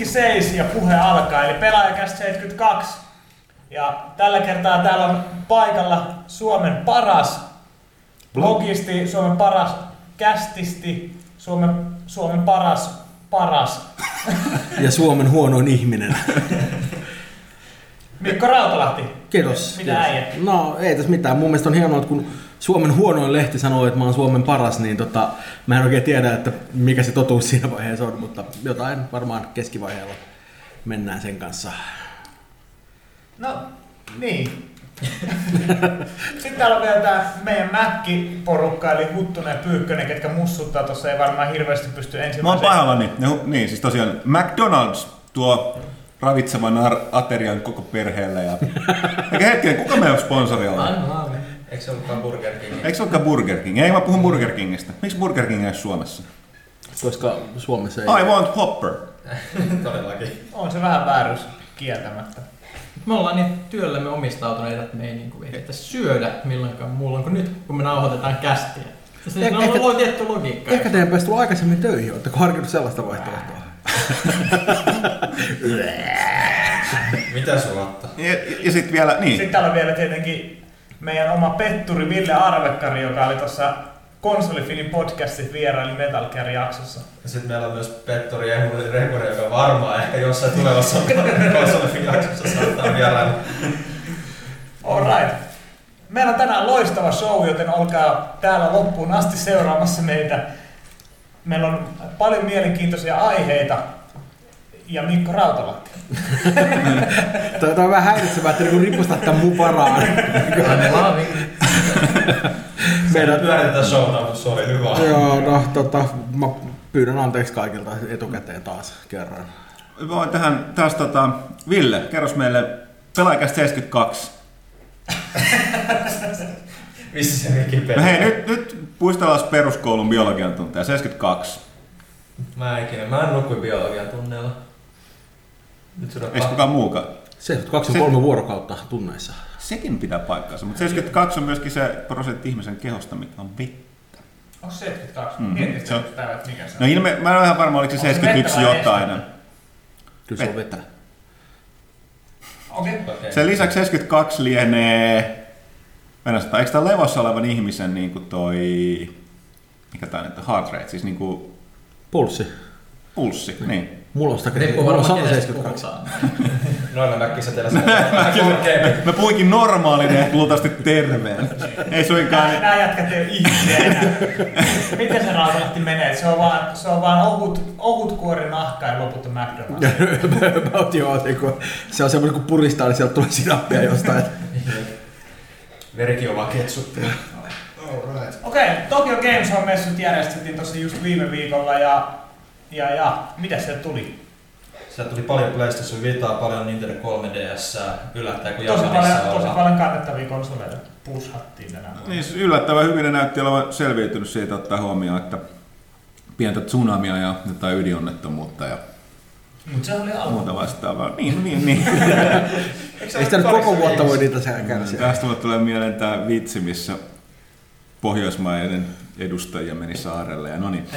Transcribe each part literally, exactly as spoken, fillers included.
seis ja puhe alkaa, eli Pelaajakäst seitsemänkymmentäkaksi. Ja tällä kertaa täällä on paikalla Suomen paras blogisti, Suomen paras kästisti, Suomen, Suomen paras paras. Ja Suomen huonoin ihminen. Mikko Rautalahti. Kiitos. Mitä kiitos. äijä? No ei tässä mitään. Mun mielestä on hienoa, että kun Suomen huonoin lehti sanoo, että mä oon Suomen paras, niin tota, mä en oikein tiedä, että mikä se totuus siinä vaiheessa on, mutta jotain varmaan keskivaiheella mennään sen kanssa. No, niin. Sitten täällä on vielä tää meidän Mäkki-porukka, eli Huttunen ja Pyykkönen, ketkä mussuttaa tossa, ei varmaan hirveästi pysty ensimmäisenä. Mä oon pahallani. Niin, siis tosiaan McDonald's tuo ravitsevan aterian koko perheelle. Ja... Eikä hetkinen, kuka meidän sponsorialla? Aivan, eikö se ollutkaan Burger King? Eikö se ollutkaan Burger King? Ei, mä puhun Burger Kingistä. Miksi Burger King ei Suomessa? Koska Suomessa ei... I want Hopper. Todellakin. On se vähän vääryys kieltämättä. Me ollaan niin työllemme omistautuneita, että me ei niin ehditä syödä milloinkaan muulloin kuin nyt, kun me nauhoitetaan kästiä. Se Eh, on ehkä, ollut tietty logiikka. Ehkä teidän pitäisi tulla aikaisemmin töihin. Oletteko harkinnut sellaista vaihtoehtoa? Mitä sulatta? Ja, ja sitten vielä, niin. Sitten täällä on vielä tietenkin meidän oma petturi Ville Arvekkari, joka oli tuossa Konsolifinin podcastissa vieraili Metal Gear-jaksossa. Ja sitten meillä on myös Petturi Ehmuli Rekori, joka varmaan ehkä jossain tulevassa Konsolifinin jaksossa saattaa vierailla. Alright. Meillä on tänään loistava show, joten olkaa täällä loppuun asti seuraamassa meitä. Meillä on paljon mielenkiintoisia aiheita. Ja Mikko Rautalahti. Tämä on vähän häiritsevää, että niin ripustat tämän mun varaan. Meidän pyöritetään showta, mutta sori, hyvä. Joo, no tota, mä pyydän anteeksi kaikilta etukäteen taas kerran. Voin tähän taas tota, Ville, kerros meille Pelaajakäst seitsemänkymmentäkaksi. Missä se Wikipedia? No hei, nyt, nyt puistellaan peruskoulun biologian tunteja, seitsemänkymmentäkaksi. Mä en ikinä, mä en nukuin biologian tunneilla. Eikö kukaan muukaan? seitsemänkymmentäkaksi pilkku kolme vuorokautta tunneissa. Sekin pitää paikkaansa, mutta seitsemänkymmentäkaksi on myöskin se prosentti ihmisen kehosta, mikä on vettä. Onko seitsemänkymmentäkaksi? Mm-hmm. Mietit se päivät, mikä se on? No ilme, mä en ole ihan varma, oliko se seitsemänkymmentäyksi jotain. Kyllä se on vettä. Okei. Okay. Sen lisäksi seitsemänkymmentäkaksi lienee, sanotaan, eikö tämä levossa olevan ihmisen niin kuin toi, mikä tämä nyt on, heart rate, siis niin kuin pulssi. Pulssi, mm. niin. Mulla on sitä kriippuu, mulla on sata seitsemänkymmentäkaksi. Noilla mäkkissä teillä se vähän korkeampi. Mä puhuinkin normaalin ja luultavasti terveen. Ei suinkaan. Nää jätkät ei ole ihmisiä enää. Miten se Rautalahti menee? Se on vaan, se on vaan ohut, ohut kuori nahka ja loput on McDonald's. About joo, se on semmoinen kun puristaa, niin sieltä tulee sinappia jostain. Verikin on vaan ketsuppia. Right. Okei, okay, Tokyo Games on messut järjestettiin tossa just viime viikolla ja ja ja mitä sieltä tuli? Sieltä tuli paljon PlayStation Vitaa, paljon Nintendo kolme D S, yllättäen kun tosi Japanissa paljon, ollaan. Tosi paljon kannattavia konsoleita pushattiin tänään. Niin, yllättävän hyvin ne näytti olevan selviytynyt siitä ottaa huomioon, että pientä tsunamia ja jotain ydinonnettomuutta ja Mut se oli alku. Muuta vastaavaa. Niin, niin, niin. Ei sitä nyt koko vuotta voi niitä sehän kärsiä. Tästä mulle tulee mieleen tää vitsi, missä Pohjoismaiden edustajia meni saarelle ja no niin.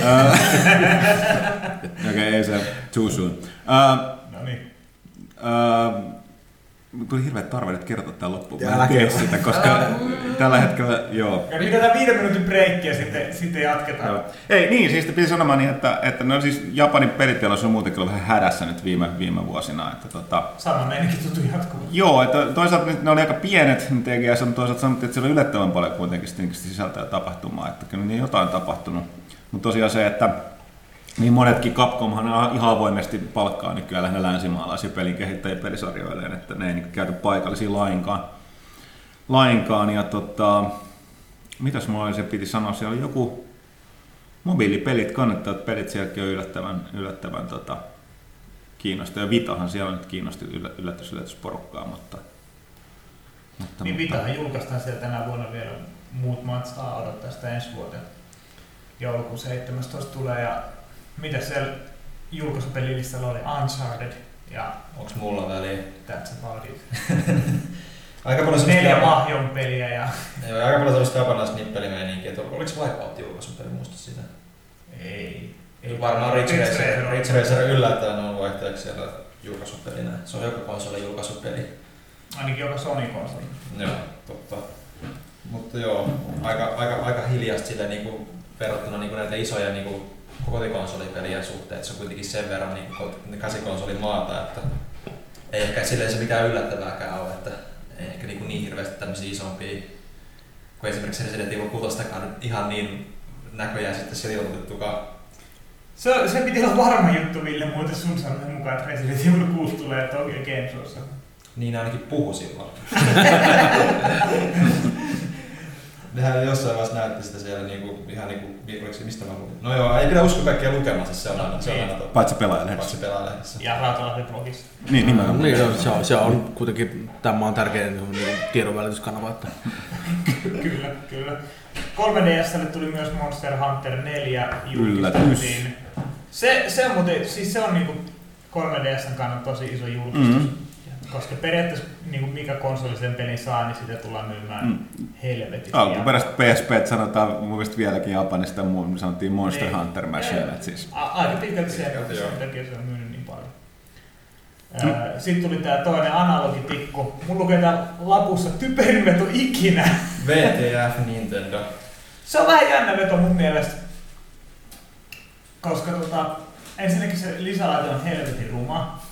Okei, okay, ei se too soon. Uh, no niin. Uh, tuli hirveät tarveet kertoa tää loppuun. Mä en tee sitä, koska tällä hetkellä, joo. Ja pidetään viiden minuutin breikkiä ja sitten, sitten jatketaan. Joo. Ei niin, siis piti sanomaan niin, että, että no siis Japanin peliteollisuus on muutenkin ollut vähän hädässä nyt viime, viime vuosina. Että tota, sama meininkin tuntuu jatkumaan. Joo, että toisaalta nyt ne oli aika pienet, T G S on toisaalta sanottiin, että siellä on yllättävän paljon kuitenkin sisältöä ja tapahtumaa, että kyllä niin jotain tapahtunut. Mutta tosiaan se, että niin monetkin Capcomhan ihan avoimesti palkkaa nykyään lähinnä länsimaalaisia pelin kehittäjiä pelisarjoilleen, että ne ei niin käytä paikallisia lainkaan. lainkaan. Ja tota, mitäs mulla oli se piti sanoa, siellä oli joku mobiilipelit, kannattavat pelit sielläkin on yllättävän, yllättävän tota, kiinnostaa. Ja Vitahan siellä nyt kiinnosti yllätys yllätysporukkaa, mutta... mutta niin mutta, Vitahan julkaistaan siellä tänä vuonna vielä, muut maat saa odottaa sitä ensi vuoteen. Joulukuun seitsemästoista tulee ja mitä siellä julkaisupelilistalla oli? Uncharted ja... Onks mulla väliä? That's about it. Aika paljon neljä Mahjon peliä ja... Joo, aika paljon sellaista japanilaista nippelimeininkiä, että oliko se Wipeout julkaisupeli, muista sitä? Ei. Ei, varmaan Ridge Ridge Racer, Racer. Ridge Racer yllättäen on vaihteeksi siellä julkaisupelinä. Se on joka konsoli julkaisupeli. Ainakin joka Sony-konsoli. Joo, totta. Mutta joo, aika, aika, aika hiljaista sille niinku verrattuna niinku näitä isoja niinku kotikonsolipelien suhteen. Se on kuitenkin sen verran niinku käsikonsolin maata, että ei ehkä silleen se mitään yllättävääkään ole, että ei ehkä niinku niin hirveästi tämmöisiä isompia, kun esimerkiksi Resident Evil kuusikaan nyt ihan niin näköjään sitten se ilmoitettukaan. Se, se piti olla varma juttu, Ville, muuten sun sanoen mukaan, että Resident Evil kuusi tulee Tokyo Game Showssa. Niin ainakin puhu silloin. Nehän jossain vaiheessa näytti sitä siellä niinku, ihan niinku, oliko mistä mä luin? No joo, ei pidä uskoa kaikkea lukemassa, se on aina, se on aina totta. Paitsi pelaajalehdessä. Paitsi pelaajalehdessä. Ja Rautalahden blogissa. Niin, nimenomaan. Niin, se on, se on kuitenkin tämän maan tärkein niin tiedonvälityskanava. Että. Kyllä, kyllä. kolme D S:lle tuli myös Monster Hunter neljä julkistettiin. Se, se on muuten, siis se on niinku kolme D S:n kannalta tosi iso julkistus. Mm-hmm. Koska periaatteessa niin mikä konsoli sen pelin saa, niin sitä tullaan myymään mm. helvetisti. Alkuperäistä P S P sanotaan mun mielestä vieläkin Japanista, sanottiin Monster niin. Hunter Machine. Siis. A- aika pitkälti sen takia se on myynyt niin paljon. Mm. Sitten tuli tää toinen analogitikku. Mun lukee täällä lapussa typerin veto ikinä. V T F Nintendo. Se on vähän jännä veto mun mielestä. Koska tota, ensinnäkin se lisälaite on helvetin ruma.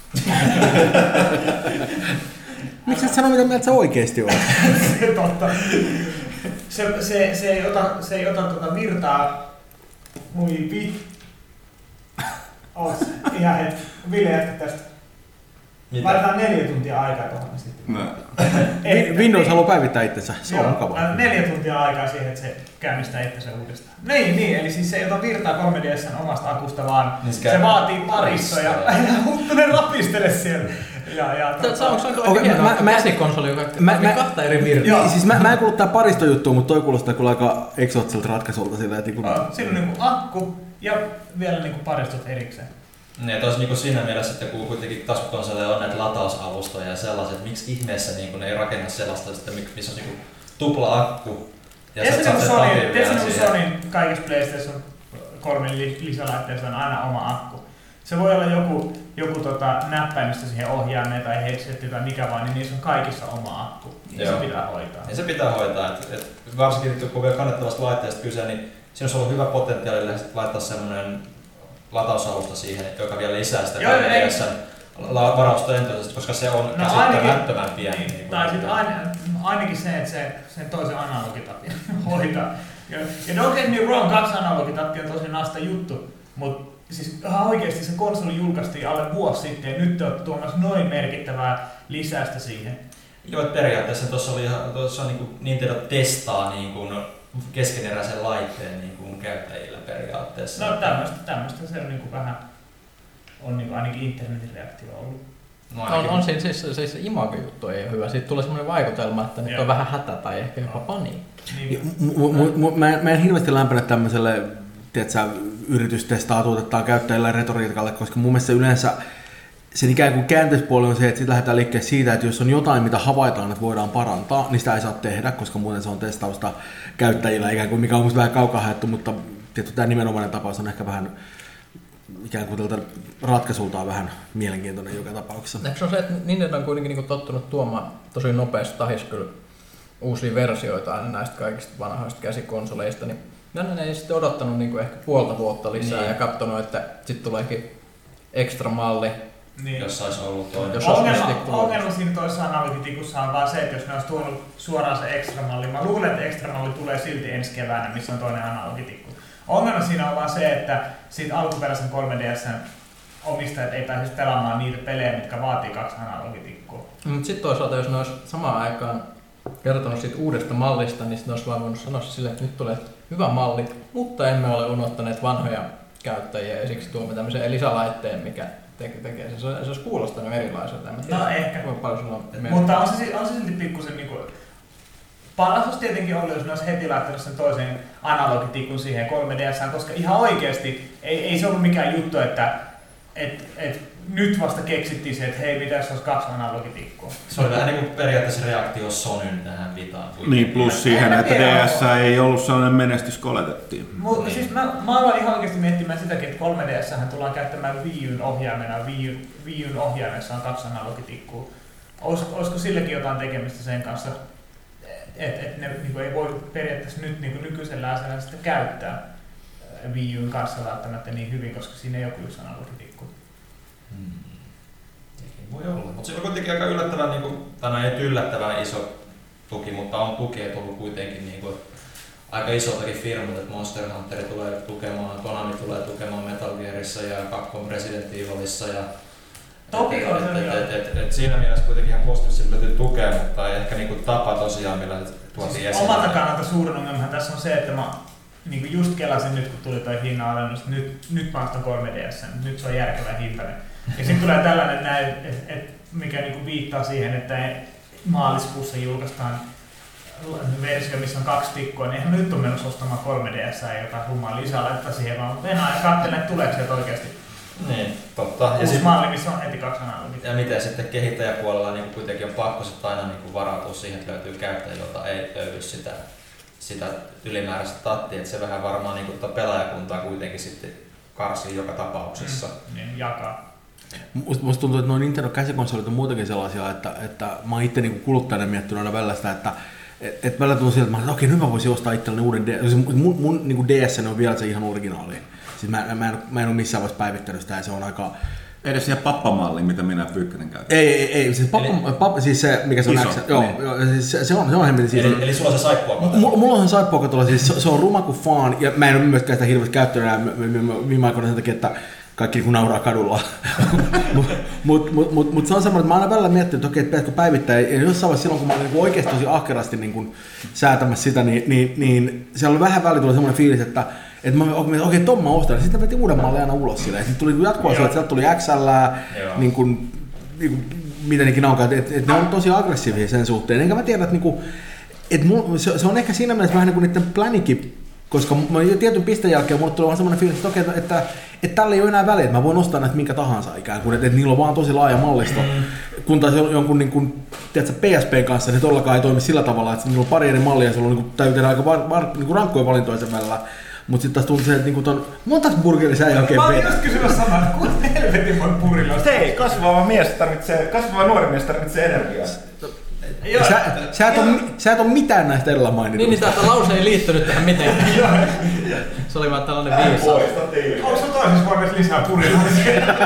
Miksi et sano mitä mieltä sä oikeesti oot? Se totta. Se, se, se ei ota, se ei ota tuota virtaa. Mui vit. Oot ihan hetki. Ville jätkä tästä. Laitetaan neljä tuntia aikaa tuohon sitten. No. Windows haluaa päivittää itsensä, se on mukavaa. Neljä tuntia aikaa siihen, että se käynnistää itsensä uudestaan. Niin, niin, eli siis se ei ota virtaa kolme D S:n omasta akusta, vaan niin se vaatii paristoja. Ja Huttunen rapistele siellä. Ja, ja, se on kyllä hienoa käsikonsoli, joka tarvitsee kahta eri virtaa. Niin, siis mä, mä en kuulu tää paristojuttuun, mutta toi kuulostaa kyllä aika eksottiselta ratkaisulta. Sillä, että kun... Siinä on niinku akku ja vielä niinku paristot erikseen. Niin, että niinku siinä mielessä, että kun kuitenkin taskukonsoleilla on näitä latausalustoja ja sellaiset, miksi ihmeessä niinku ne ei rakenna sellaista, että missä on niinku tupla akku. Ja Tiedätkö sä saat sen Sony, Sonyn kaikissa PlayStation kolme lisälaitteissa on aina oma akku. Se voi olla joku, joku tota, näppäimistä siihen ohjaameen tai headsetti tai mikä vaan, niin niissä on kaikissa oma akku. Niin se pitää hoitaa. Ja se pitää hoitaa. Et, et varsinkin kun vielä kannettavasta laitteesta kyse, niin siinä olisi ollut hyvä potentiaali laittaa semmoinen latausalusta siihen, joka vielä lisää sitä kolme D S:n varausta entuisesti, koska se on no, käsittämättömän pieni. Niin, niin, tai sitten ain, ainakin se, että se, sen toisen analogitappia hoitaa. Ja, ja don't get me wrong, kaksi analogitappia on tosi nasta juttu, mutta siis ihan oikeasti se konsoli julkaistiin alle vuosi sitten ja nyt te olette tuomassa noin merkittävää lisäystä siihen. Joo, että periaatteessa tuossa oli ihan, tuossa niin kuin Nintendo testaa niin kuin keskeneräisen laitteen niin kuin käyttäjillä periaatteessa. No tämmöistä, tämmöistä se on niin kuin vähän, on niin kuin ainakin internetin reaktio ollut. No, on, on siis, siis, siis imago-juttu ei ole hyvä. Siitä tulee semmoinen vaikutelma, että nyt on vähän hätä tai ehkä jopa paniikki. Niin. M- m- mä, mä en hirveästi lämpänä tämmöiselle, tiedätkö, yritystestaa tuotetaan käyttäjillä retoriikalle, koska mun mielestä yleensä sen ikään kuin käänteispuoli on se, että sitten lähdetään liikkeelle siitä, että jos on jotain, mitä havaitaan, että voidaan parantaa, niin sitä ei saa tehdä, koska muuten se on testausta käyttäjillä, ikään kuin, mikä on musta vähän kaukaa haettu, mutta tietysti tämä nimenomainen tapaus on ehkä vähän ikään kuin tältä ratkaisultaan vähän mielenkiintoinen joka tapauksessa. Eikö se on se, että Nintendo on kuitenkin niin tottunut tuomaan tosi nopeasti tahis kyllä uusia versioita aina näistä kaikista vanhoista käsikonsoleista, niin ne ei sitten odottanut niin kuin ehkä puolta vuotta lisää niin. Ja katsonut, että sitten tuleekin ekstra malli. Niin. Jos olisi ollut toinen. Jos ongelma, ongelma siinä toisessa analogitikussa on vaan se, että jos ne olisi tuonut suoraan se ekstra malli, mä luulen, että ekstra malli tulee silti ensi keväänä, missä on toinen analogitikku. Ongelma siinä on vaan se, että siitä alkuperäisen kolme D S:n omistajat ei pääsisi pelaamaan niitä pelejä, mitkä vaatii kaksi analogitikkua. Mutta sitten toisaalta, jos ne olisi samaan aikaan kertonut siitä uudesta mallista, niin sitten ne olisi vaan voinut sanoa sille, että nyt tulee hyvä malli, mutta emme ole unohtaneet vanhoja käyttäjiä ja siksi tuomme tämmöisen lisälaitteen, mikä tekee se. Se olisi kuulostanut erilaiselta. No ehkä. Mutta on se, on se silti pikkusen niinku... Paras olisi tietenkin ollut, jos ne olisi heti laittanut sen toisen analogitikun siihen kolme D S:ään, koska ihan oikeasti ei, ei se ollut mikään juttu, että et, et nyt vasta keksittiin se, että hei, mitä jos olisi kaksi analogitikkua. Se oli vähän niin kuin periaatteessa reaktio Sonyn tähän vitaan. Niin, plus siihen, että D S ei ollut sellainen menestys, kun oletettiin. Mutta siis mä, mä aloin ihan oikeasti miettimään sitäkin, että kolme D S:hän tullaan käyttämään Wii U:n ohjaimena. Wii, Wii U:n ohjaimessa on kaksi analogitikkua. Olisiko, olisiko silläkin jotain tekemistä sen kanssa, että et ne niinku ei voi periaatteessa nyt niinku nykyisellään sitä käyttää Wii U:n kanssa välttämättä niin hyvin, koska siinä ei ole yksi analogitikku. Hmm. Voi olla, mutta se on kuitenkin aika yllättävän, niin kuin, tai ei yllättävän iso tuki, mutta on tukea tullut kuitenkin niin kuin, aika isoltakin firmalta, että Monster Hunter tulee tukemaan, Konami tulee tukemaan Metal Gearissa ja Capcom Resident Evilissa. Ja Toki et, on et, se, et, et, et, et siinä mielessä kuitenkin ihan konstruktiivisesti löytyy tukea, mutta ei ehkä niinku tapa tosiaan, millä tuotiin siis esiin. omalta kannalta suurin ongelma tässä on se, että mä niin just kelasin nyt, kun tuli toi hinnan-alennus, että nyt, nyt mä ostan kolme D S, nyt se on järkevä hintainen. Ja sitten tulee tällainen näin, et, et, mikä niinku viittaa siihen, että maaliskuussa julkaistaan versio, missä on kaksi tikkoa, niin eihän mä nyt ole menossa ostamaan kolme D S ja jotain hummaa lisää laittaa siihen, vaan venää ja katselen, että tuleeko sieltä oikeasti Niin, totta. Ja uusi sit, malli, missä on heti kaksi analogia. ja miten sitten kehittäjäpuolella niin kuitenkin on pakko sitten aina niin varautua siihen, että löytyy käyttäjä, jota ei löydy sitä, sitä ylimääräistä tattia, että se vähän varmaan niin kuin pelaajakuntaa kuitenkin sitten karsii joka tapauksessa. Mm, niin, jakaa. Musta, musta tuntuu, että nuo Nintendo-käsikonsolit on muutenkin sellaisia, että, että mä oon itse niin kuluttajana miettinyt aina välillä sitä, että et, et välillä tuntuu siltä, että, mä, että okei, nyt mä voisin ostaa itselleni uuden D S. Mun, mun niin D S on vielä se ihan originaali. Siis mä, mä, en, mä en ole missään vaiheessa päivittänyt sitä ja se on aika... Edes siihen pappamalliin, mitä minä Pyykkönen käytän. Ei, ei, ei. Siis, pappa, eli, pappa, siis se, mikä se on iso, X, joo, niin. joo, siis se, se on, se on hemmetin siis. Eli, eli sulla on se saippua kotona? Mulla on se saippua kotona, siis se, se on ruma kuin faan, ja mä en ole myöskään sitä hirveästi käyttänyt viime aikoina sen takia, että kaikki kun nauraa kadulla. Mutta mut, mut, mut, mut se on semmoinen, että mä aina välillä miettinyt, että okei, että pitäisikö päivittää. Ja jossain vaiheessa silloin, kun mä olin niin oikeasti tosi ahkerasti niin säätämässä sitä, niin, niin, niin siellä oli vähän väliin tuli semmoinen fiilis, että että mä okei, okay, ton mä ostan, ja sitten mä vetin uuden mallin aina ulos sille. Sitten tuli jatkuvasti, että sieltä tuli X L, niin kuin, niin kuin, miten ikinä onkaan, että et ne on tosi aggressiivisia sen suhteen. Enkä mä tiedä, että, niin kuin, että mul, se, se on ehkä siinä mielessä vähän niin kuin niiden plänikin, koska mä jo tietyn pisteen jälkeen mulle tuli vaan semmoinen fiilis, että, että, että, että tällä ei ole enää väliä, että mä voin ostaa näitä minkä tahansa ikään kuin, että, että niillä on vaan tosi laaja mallisto. Mm. Kun taas jonkun niin kuin, tiedätkö, P S P:n kanssa, niin tollakaan ei toimi sillä tavalla, että niillä on pari eri mallia, ja sulla on niin kuin, täytyy tehdä aika var, var, niin kuin rankkoja valintoja sen välillä. Mut sit taas tuntuu se, että niinku ton, montaks burgeria sä ei oikein Mä olin vedä? just kysymässä samaa, että kuinka helvetin voi purilla? Hei, kasvava mies tarvitsee, kasvava nuori mies tarvitsee energiaa. Sä, sä, et on, sä et oo mitään näistä edellä mainituista. Niin, niin tämä lause ei liittynyt tähän mitenkään. Se oli vaan tällainen viisaus. Onko sun toisessa voimassa lisää purilaisia?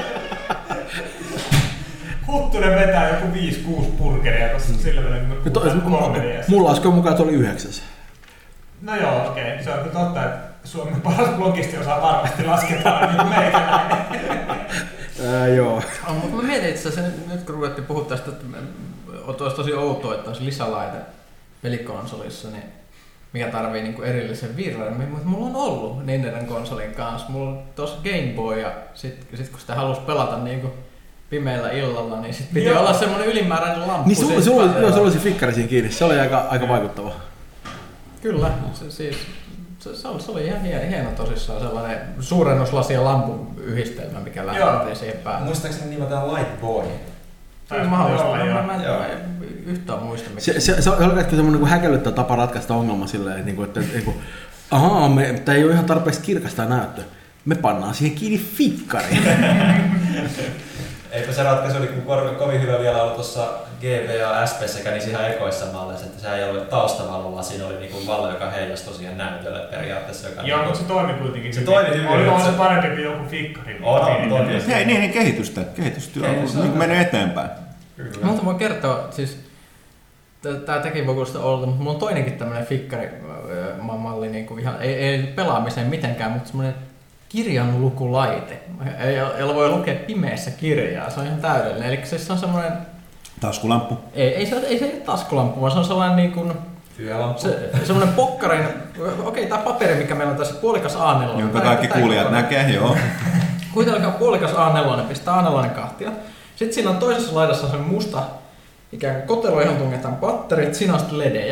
Huttunen vetää joku viisi kuusi burgeria tossa sillä välillä, kun me puhutaan kolme D S. Mulla lasken mukaan, että oli yhdeksäs. No joo, okei. Okay. Se on kyllä totta, että Suomen paras blogisti osaa varmasti lasketaan niin kuin meikäläinen. Ää, joo. Oh, mutta mä mietin itse asiassa, nyt kun ruvettiin puhua tästä, että olisi tosi outoa, että olisi lisälaite pelikonsolissa, niin mikä tarvii niinku erillisen virran. Mutta mulla on ollut Nintendo konsolin kanssa. Mulla on tossa Game Boy ja sit, sit kun sitä halusi pelata niinku pimeällä illalla, niin sit piti joo. olla semmonen ylimääräinen lamppu. Niin sulla, sulla, oli, sulla oli se fikkari siinä kiinni, se oli aika, aika vaikuttava. Kyllä, se, siis, se, se, oli, se oli ihan hieno, hieno tosissaan sellainen suurennuslasia lampun yhdistelmä, mikä lähti siihen päälle. Muistaakseni nimeltään Light Boy. Tai mahdollista, mä, mä, mä en yhtään muista. Se, se, se oli ehkä semmoinen niin häkellyttävä tapa ratkaista ongelma silleen, että, että, että, että ahaa, tämä ei ole ihan tarpeeksi kirkasta näyttö. Me pannaan siihen kiinni fikkariin. Eipä se ratkaisu oli kovin hyvä vielä ollut tuossa G B A S P sekä niin ihan ekoissa malleissa, että se ei ole taustavalolla, siinä oli niinku valo, joka heijasi tosiaan näytölle periaatteessa. Joka joo, niinku... mutta se toimi kuitenkin. Se toimi hyvin. Oli on se parempi kuin joku fikkari. On, on, on. Hei, niin, niin kehitystä, kehitystyö on niin menee eteenpäin. Kyllä. Mutta voin kertoa, siis tää tekin voikusta ollut, mutta mulla on toinenkin tämmönen fikkarimalli, niinku ihan, ei, ei pelaamiseen mitenkään, mutta semmonen kirjanlukulaite, jolla voi lukea pimeässä kirjaa, se on ihan täydellinen. Eli se on semmoinen... Taskulamppu? Ei, ei, se, ei se ole taskulamppu, vaan se on sellainen niin kuin... Se, semmoinen pokkarin... Okei, okay, tämä paperi, mikä meillä on tässä, puolikas A neljä. Jonka kaikki kuulijat näkee, joo. Kuitenkaan puolikas A neljä, pistää A neljä kahtia. Sitten siinä on toisessa laidassa se musta ikään kuin kotelo, johon tungetaan patterit, siinä on sitten ledejä.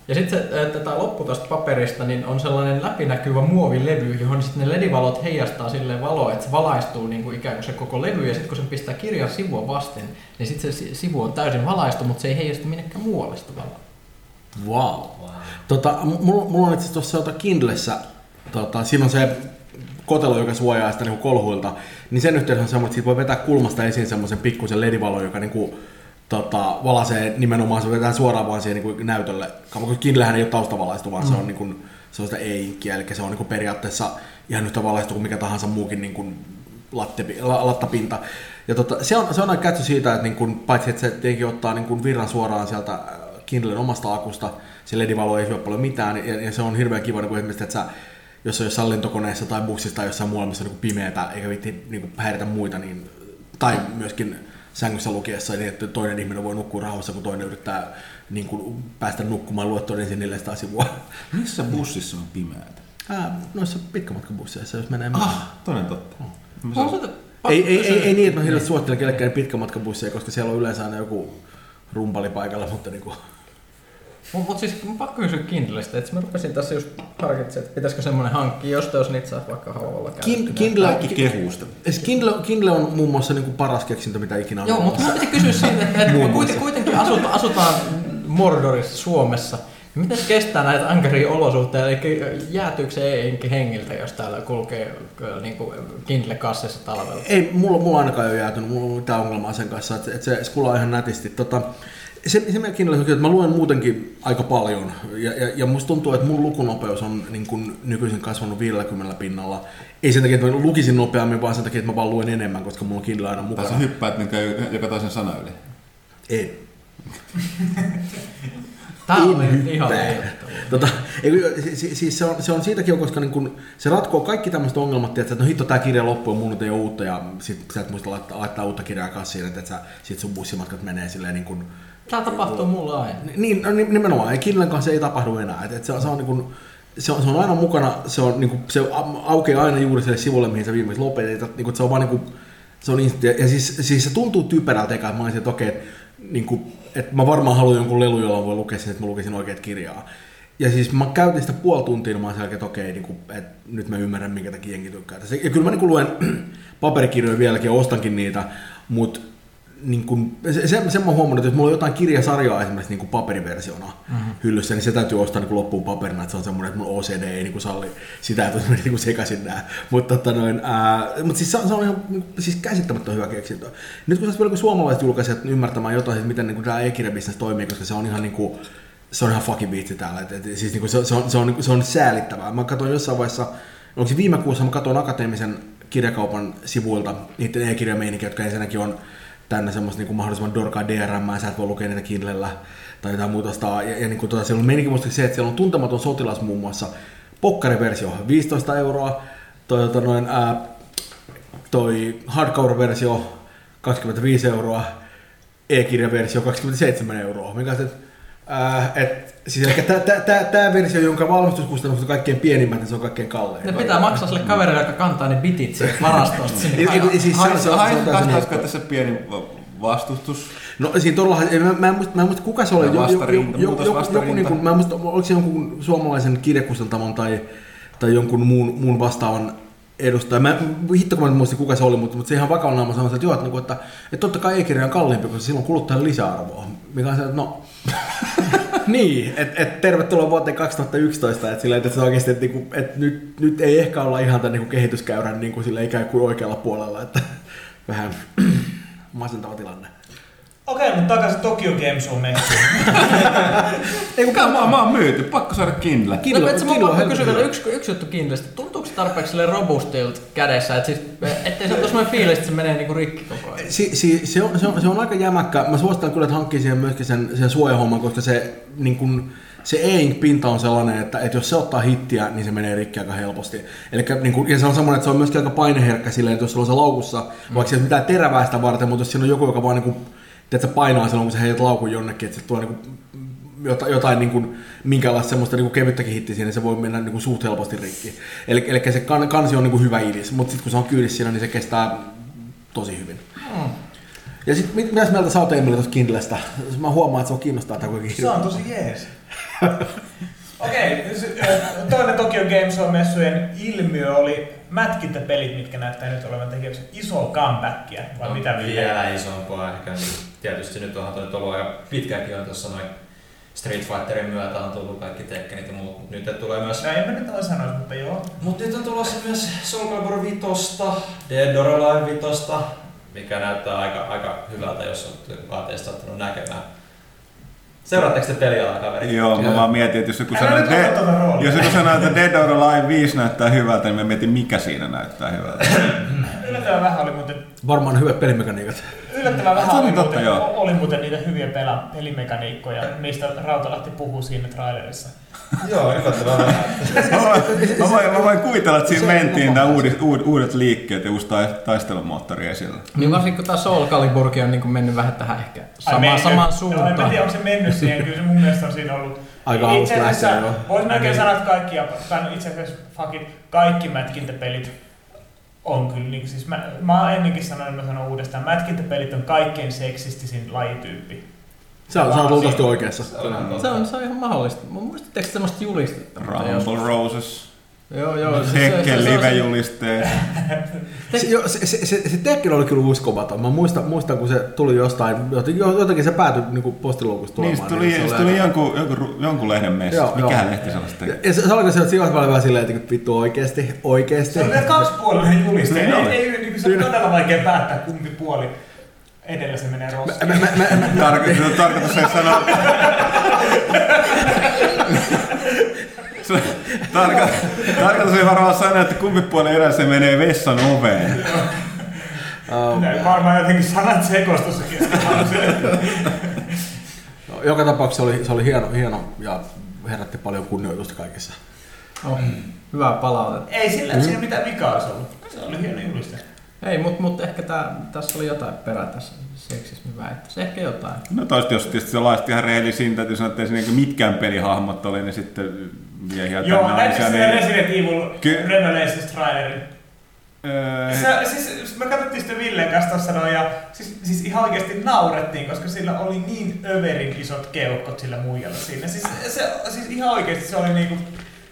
Ja sitten tämä loppu tuosta paperista niin on sellainen läpinäkyvä muovilevy, johon sitten ne ledivalot heijastaa silleen valoa, että se valaistuu niin kuin ikään kuin se koko levy. Ja sitten kun se pistää kirjan sivua vasten, niin sitten se sivu on täysin valaistu, mutta se ei heijastu minnekään muualle sitä valoa. Wow. wow. Tota, mulla, mulla on itse asiassa tuossa Kindlessä, tota, siinä on se kotelo, joka suojaa sitä niin kolhuilta, niin sen yhteydessä on semmoinen, että siitä voi vetää kulmasta esiin semmoisen pikkuisen ledivalon, joka niin kuin, tota, valaisee nimenomaan, se vetää suoraan vaan siihen niin kuin näytölle. Kindlehän ei ole taustavalaistu, vaan mm. se on, niin kuin, se on sitä e-inkkiä, eli se on niin kuin periaatteessa ihan yhtä valaistu kuin mikä tahansa muukin niin kuin latte, lattapinta. Ja tota, se on, se on aina kätsy siitä, että niin kuin, paitsi että se tietenkin ottaa niin kuin virran suoraan sieltä Kindlen omasta akusta, se ledivalo ei syö paljon mitään, ja, ja se on hirveän kiva, niin kuin esimerkiksi, että sä, jos on jossain lentokoneessa tai bussissa tai jossain muualla, missä on niin pimeätä eikä viitti niin häiritä muita, niin, tai myöskin sängyssä lukiessa, niin että toinen ihminen voi nukkua rauhassa, kun toinen yrittää niin kuin, päästä nukkumaan luettua ensin neljäsataa sivua. Missä bussissa on pimeätä? Ää, noissa pitkämatkabusseissa, jos menee ah, toinen totta. Oh. Ei, ei, ei, ei niin, että mä hirveästi suosittelen kellekään pitkämatkabusseja, koska siellä on yleensä aina joku rumpali paikalla, mutta niinku... Mutta mut siis mun pakko kysyä Kindlestä, että mä rupesin tässä just harkitsemaan, että pitäisikö semmoinen hankkia, josta jos niitä saisi vaikka halvalla käyttää. Kindle, kehuusta. Kindle, Kindle on muun muassa niinku paras keksintö, mitä ikinä on. Joo, mutta mä piti kysyä siitä, että, että kuitenkin, kuitenkin asuta, asutaan Mordorissa, Suomessa. Miten se kestää näitä ankaria olosuhteita, eli jäätyykö se ei hengiltä, jos täällä kulkee niin kuin Kindle-kassissa talvella? Ei, mulla, mulla ainakaan ei ole jäätynyt, mulla on mitään ongelmaa sen kanssa, että, että se skulaa ihan nätisti. Tota, se, se meidän Kindle on, että mä luen muutenkin aika paljon, ja, ja, ja musta tuntuu, että mun lukunopeus on niin kuin nykyisin kasvanut viidelläkymmenellä pinnalla. Ei sen takia, että mä lukisin nopeammin, vaan sen takia, että mä vaan luen enemmän, koska mulla on Kindle aina mukana. Tai sä hyppäät minkä joka toisen sana yli? Ei. Tää on ihan tota, siis, siis se, on, se on siitäkin, koska niin kun se ratkoo kaikki tämmöiset ongelmat, että no hitto, tää kirja loppuu ja mun ei ole uutta, ja sit sä et muista laittaa, laittaa uutta kirjaa kassiin, että sä, sit sun bussimatkat menee silleen niin kuin... Tää tapahtuu mulla aina. Niin, no, nimenomaan, ja Kindlen kanssa ei tapahdu enää, että et se, se, on, niin kun, se, on, se on aina mukana, se, on, niin kun, se aukeaa aina juuri sille sivulle, mihin sä viimeksi lopetit, niin kun, se on vaan niin kun, se on insti, ja siis, siis se tuntuu typerältä eka, että mä olisin, että okei, okay, niin kuin, että mä varmaan haluan jonkun lelu, jolla voi lukea sen, että mä lukisin oikeat kirjaa. Ja siis mä käytin sitä puoli tuntia, mä olin että okei, niin kuin, että nyt mä ymmärrän, minkä takia jengi tykkää. Ja kyllä mä niin kuin luen paperikirjoja vieläkin ja ostankin niitä, mutta niin kuin, se, se, sen mä huomannut, että jos mulla on jotain kirjasarjaa esimerkiksi niin kuin paperiversiona mm-hmm. hyllyssä, niin se täytyy ostaa niin kuin loppuun paperina, että se on semmoinen, että mun O C D ei niin kuin salli sitä, että mä niin kuin sekaisin nää. Mutta tota mut siis se on, se on ihan siis käsittämättömän hyvä keksintö. Nyt kun sä vielä suomalaiset julkaisijat ymmärtämään jotain, että miten niin kuin tämä e-kirjabisnes toimii, koska se on ihan niin kuin, se on ihan fucking viitsi täällä. Et, et, siis niin kuin se, se, on, se, on, se on säälittävää. Mä katsoin jossain vaiheessa, onko se viime kuussa, mä katsoin Akateemisen kirjakaupan sivuilta niiden e-kirjameininkiä, jotka ensinnäkin on tänne semmoista niin kuin mahdollisimman dorkaa D R M, sä et voi lukea niitä Kindlellä tai jotain muuta. Ja, ja niin kuin tuota, siellä on meininkin musta se, että siellä on Tuntematon sotilas muun muassa, pokkariversio viisitoista euroa, toi, toi, noin, ää, toi hardcover-versio kaksikymmentäviisi euroa, e-kirjaversio kaksikymmentäseitsemän euroa. Mikä se, ää, et, siis tämä versio, jonka valmistuskustannukset on kaikkein pienimmät, niin se on kaikkein kallein. Ne pitää maksaa sille kaverille, joka kantaa ne bitit sieltä varastosta sinne. Haistaisiko tässä pieni vastustus? No siinä todellahan, mä, mä en muista, mä en muista kuka se oli, vastarinta, joku, joku, joku, joku niin kuin, mä en muista, oliko se jonkun suomalaisen kirjakustantamon tai, tai jonkun muun, muun vastaavan edustaja. Mä hitto, kun mä en muista kuka se oli, mutta, mutta se ihan vakavalla naamalla sanoi, että, joo, että, että, että totta kai e-kirja on kalliimpi, koska silloin kuluttajalle lisäarvoa. Mikä on se, että no... niin, että et, tervetuloa vuoteen kaksituhattayksitoista, että sillä, että se oikeasti, että, että, että nyt, nyt ei ehkä olla ihan tämän niin kehityskäyrän niin kuin, sillä ikään kuin oikealla puolella, että vähän masentava tilanne. Okei, mutta takaisin Tokyo Games on messiin. Ei kun mä, mä oon myyty, pakko saada Kindle. Kindle, no, Kindle, Kindle on pakko kysyä vielä yksi, yksi juttu Kindlestä. Tuntuuko se tarpeeksi robustilta kädessä, että siis, ettei se ole semmoinen fiilis, että se menee niinku rikki koko ajan? Si, si, se, on, se, on, se on aika jämäkkä. Mä suosittelen kyllä, että hankkii siihen myöskin sen, sen suojahomman, koska se, niin kun, se e-ink-pinta on sellainen, että, että jos se ottaa hittiä, niin se menee rikki aika helposti. Elikkä, niin kun, ja se on semmoinen, että se on myöskin aika paineherkkä silleen, että jos sulla on se laukussa, mm. vaikka se ei ole mitään terävää sitä varten, mutta jos siinä on joku, joka vaan niin että se painaa silloin, kun sä heijät laukun jonnekin, että se tuo niinku jotain, jotain niinku, minkäänlaista semmoista niinku kevyttäkin hittiä siinä, niin se voi mennä niinku suht helposti rikki. Eli, eli se kan, kansi on niinku hyvä idis, mutta sitten kun se on kyydissä siinä, niin se kestää tosi hyvin. Mm. Ja sitten mit, mitäs mieltä sä oot Emeli tuosta Kindlestä? Mä huomaan, että se on kiinnostaa tämä kuitenkin. Se on tosi jees. Okei, okay. Toinen Tokyo Game Show-messujen ilmiö oli mätkintäpelit, mitkä näyttää nyt olevan tekemässä isoa comebackia, vai no, mitä vielä isompaa ehkä. Tietysti nyt onhan nyt ollut aika pitkäänkin on tuossa noin Street Fighterin myötä on tullut kaikki Tekkenit ja muut. Nyt tulee myös... No en mä nyt ole sanoisi, mutta joo. Mut nyt on tulossa myös Soul Calibur vitosta, Dead or Alive vitosta, mikä näyttää aika, aika hyvältä, jos olet testattanut näkemään. Seuraatteko te pelialaa, kaveri? Joo, mä vaan mietin, että jos joku sanoo, että, de- jos joku sanoo, että Dead or Alive viisi näyttää hyvältä, niin mä mietin, mikä siinä näyttää hyvältä. Yllättävän vähän oli muuten... Varmaan hyvät pelimekaniikat. Yllättävän vähän oli, totta, muuten, oli muuten niitä hyviä pela- pelimekaniikkoja, mistä Rautalahti puhuu siinä trailerissa. Joo, yllättävän vähän. mä, voin, mä voin kuvitella, että siinä mentiin nämä uudet, uudet liikkeet ja uusi taistelumoottori esillä. Niin varsinkin kun tämä Soul Caliburkin on niin mennyt vähän tähän ehkä samaan, samaan suuntaan. No, en tiedä, onko se mennyt siihen, kyllä se mun mielestä on siinä ollut. Aika alusta lähtee jo. Voisi melkein sanoa, että kaikki, tai itse asiassa fuck it, kaikki mätkintäpelit on kyllä, niin siis mä, mä oon ennenkin sanonut, mä sanon uudestaan, mätkintäpelit on kaikkein seksistisin lajityyppi. Se on, on luultavasti oikeassa. Se on, se, on, se on ihan mahdollista. Muistatteko semmoista julistetta? Rumble Roses. Joo, joo. Tekken live-julisteet. Se, se, se, se, se Tekken oli kyllä uskomaton. Mä muistan, muistan kun se tuli jostain, jotenkin se päätyi niin postiluukusta tulemaan. Niin, se tuli, niin se tuli jonkun, jonkun, jonkun lehden messasta. Mikähän lehti sellaista teki? Ja se, se oliko se, että siinä oli vähän silleen, että vittu oikeesti, oikeesti. Se on kaksipuolinen juliste. Ei, ei, ei, niin se on todella vaikea päättää kumpi puoli edellä se menee roskiin. Tarkoitus ei sanoa... Tarkoitus ei varmaan sanoa, että kumpi puolella edellä se menee vessan oveen. Um, varmaan jotenkin sanat sekoistussa keskellä. Joka tapauksessa se oli, se oli hieno, hieno ja herätti paljon kunnioitusta kaikessa. Oh, hyvää palautetta. Ei sillä, mm. siinä mitään vikaa olisi ollut. Se oli hieno juliste. Ei, mutta mut ehkä tää, tässä oli jotain perää tässä seksismin väittäessä. Ehkä jotain. No toista jos tietysti se laisti ihan rehellisin, täytyy sanoa, että ei siinä mitkään pelihahmot oli, niin sitten miehiä joo, tänne näitkö niin... se Resident Evil Ky- Revelations trailerin? Öö... Se, siis, me katsottiin sitten Villen kanssa tuossa noin, ja siis, siis ihan oikeasti naurettiin, koska sillä oli niin överin isot keuhkot sillä muijalla siinä. Siis, se, siis ihan oikeasti se oli niinku...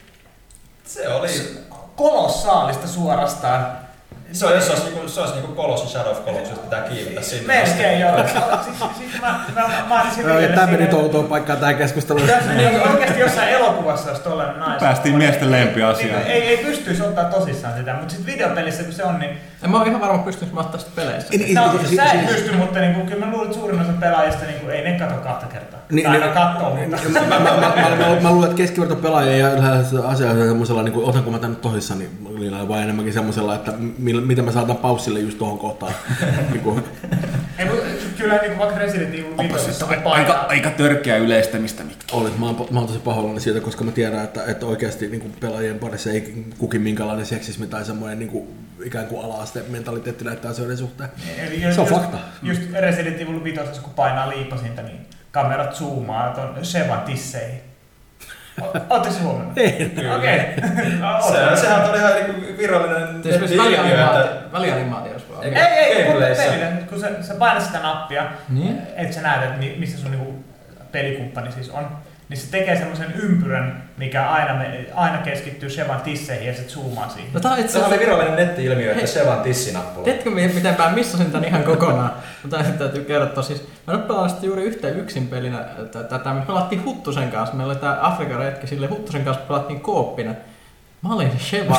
Se oli... kolossaalista suorastaan. Se olisi, se olisi, niinku, se olisi niinku Colossus Shadow of Colossus, pitää kiivetä sinne. Melkein joo. Siis mä, mä, mä olisin Villelle tämä meni toutoon paikkaan tämä keskustelu. Niin oikeasti jossain elokuvassa olisi tollainen nainen. Päästiin miesten lempiasiaan. Ei, ei pystyisi ottaa tosissaan sitä, mutta sitten videopelissä kun se on, niin... En mä oon ihan varma pystyisi mä ottaa sitä peleissä. No, sä et pysty, mutta niinku, kyllä mä luulen, että suurin osa pelaajista niinku, ei ne katso kahta kertaa. Niin, tai niin, kattoo, mutta... Mä, mä, mä, mä, mä luulen, että keskiverto pelaajia ja yleensä asiaa semmoisella, niin otanko mä tän nyt tosissaan, niin vai enemmänkin semmoisella, että miten mä saatan paussille just tohon kohtaan. niin ei, mutta kyllä niin vaikka Resident Evil viitosessa aika, aika törkeä yleistämistä mitkä. Olit, mä oon, mä oon tosi pahoillani siitä, koska mä tiedän, että, että oikeasti niin kuin pelaajien parissa ei kukin minkälainen seksismi tai semmoinen niin kuin, ikään kuin ala-aste mentaliteetti näyttää asioiden suhteen. Eli se just, on fakta. Just Resident Evil viitosessa, kun painaa liipasinta, niin kamerat zoomaa ton Shevan tisseihin. Ootteko se huomannut? Ei. Okei. Okay. Se, sehän oli ihan niinku virallinen välianimaatio, jos voi. Ei, ei, ei, pelinen. Kun sä, sä painat sitä nappia, niin? Et sä näet, että missä sun niinku pelikumppani siis on, niin se tekee semmoisen ympyrän, mikä aina, me, aina keskittyy Shevan tisseihin ja se zoomaa siihen. No, tää itse asiassa oli virallinen netti-ilmiö, että Shevan tissinappula. Tiedätkö miten mä missasin tän ihan kokonaan? Mutta täytyy kertoa siis. Mä nyt pelaan sitten juuri yhteen yksin pelinä tätä. Me pelattiin Huttusen kanssa. Meillä oli tää Afrikan retki. Sille Huttusen kanssa pelattiin kooppina. Mä olin se Sheva.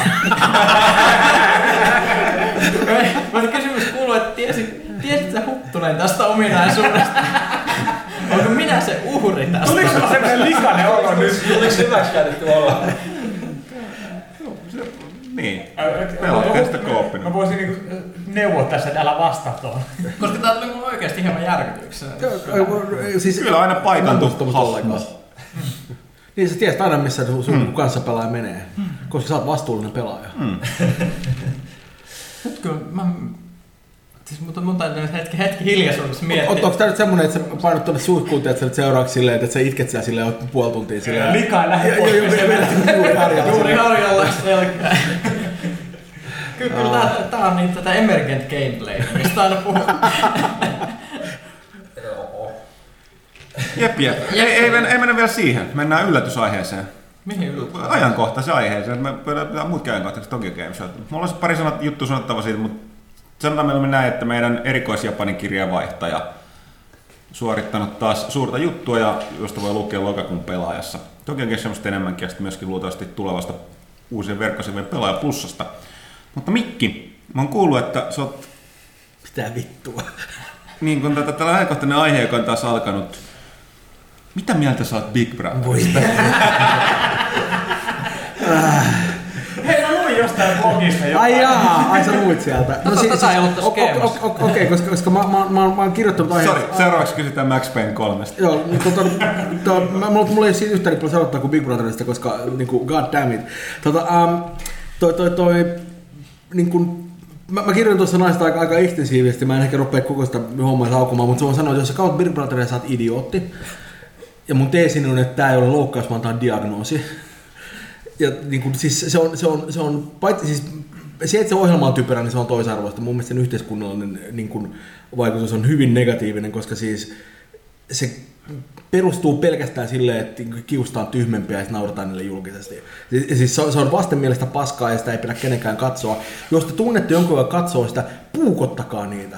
Mä kysymys kuuluu, että tiesit, tiesit sä Huttunen tästä ominaisuudesta? Onko minä se uhri tästä? Tuliko sulla semmoinen likainen olo nyt? Tuliko hyväksi käytetty olla? Niin. Pelattiin sitä kooppina. Mä voisin niinku neuvoa tässä, että älä vastaa tuohon. Koska tää tuli mulle oikeesti hieman järkytyksenä. Siis kyllä aina paikantu hahmo. Niin sä tiesit aina, missä sun hmm. kanssapelaaja menee, hmm. koska sä oot vastuullinen pelaaja. Hmm. Nyt kyllä mä... Siis mun, mun täytyy hetki, hetki hiljaisuudessa miettiä. O, onko tää nyt semmonen, että sä painot tuonne suihkuun, että sä nyt seuraavaksi silleen, että sä itket siellä silleen, oot puoli tuntia silleen. Likaa lähde pois. Juuri harjalla. Juuri harjalla selkää. Kyllä, kyllä tää, tää on niin tätä emergent gameplay, mistä aina puhuu. Jep, jep. Ei, ei, mennä, ei mennä vielä siihen. Mennään yllätysaiheeseen. Mihin yllätys? Ajankohtaisen aiheeseen. Me pöydetään muutkin ajankohtaiset Tokyo Game Show. Mulla olisi pari sanat, juttua sanottava siitä, mutta sanotaan meillä näin, että meidän erikoisjapanin kirjavaihtaja suorittanut taas suurta juttua, ja josta voi lukea lokakuun pelaajassa. Tokyo Game Showsta enemmänkin, ja sitten myöskin luultavasti tulevasta uusien verkkosivujen Pelaaja Plussasta. Mutta Mikki, mä oon kuullut, että sä oot... Mitä vittua? Niin kun tätä tällä ajankohtainen aihe, joka on taas alkanut. Mitä mieltä sä oot Big Brotherista? Hei, mä luin jostain blogista jotain. Ai jaa, ai sä luit sieltä. No, siis, tätä ei ollut tossa skeemassa. Okei, okay, koska, koska mä, mä, mä, mä oon kirjoittanut aiheen. Sori, seuraavaksi kysytään Max Payne kolmesta. Joo, tota, to, mä, mulla ei siitä yhtään niin paljon sanottaa kuin Big Brotherista, koska niinku, god damn it. Tota, um, toi, toi, toi, niinku, mä, mä kirjoitin tuossa naista aika, aika ekstensiivisesti, mä en ehkä rupea koko sitä hommaa saukumaan, mutta se on sanonut, että jos sä katsot Big Brotheria, sä oot idiootti. Ja mun teesini on, että tää ei ole loukkaus, vaan tää on diagnoosi. Ja niin kuin, siis se on, se on, se on paitsi, siis se, että se ohjelma on typerä, niin se on toisarvoista. Mun mielestä sen yhteiskunnallinen niin kuin, vaikutus on hyvin negatiivinen, koska siis se perustuu pelkästään silleen, että kiustaan tyhmempiä ja naurataan niille julkisesti. Siis se on vastenmielistä paskaa ja sitä ei pidä kenenkään katsoa. Jos te tunnette jonkun, joka katsoo sitä, puukottakaa niitä.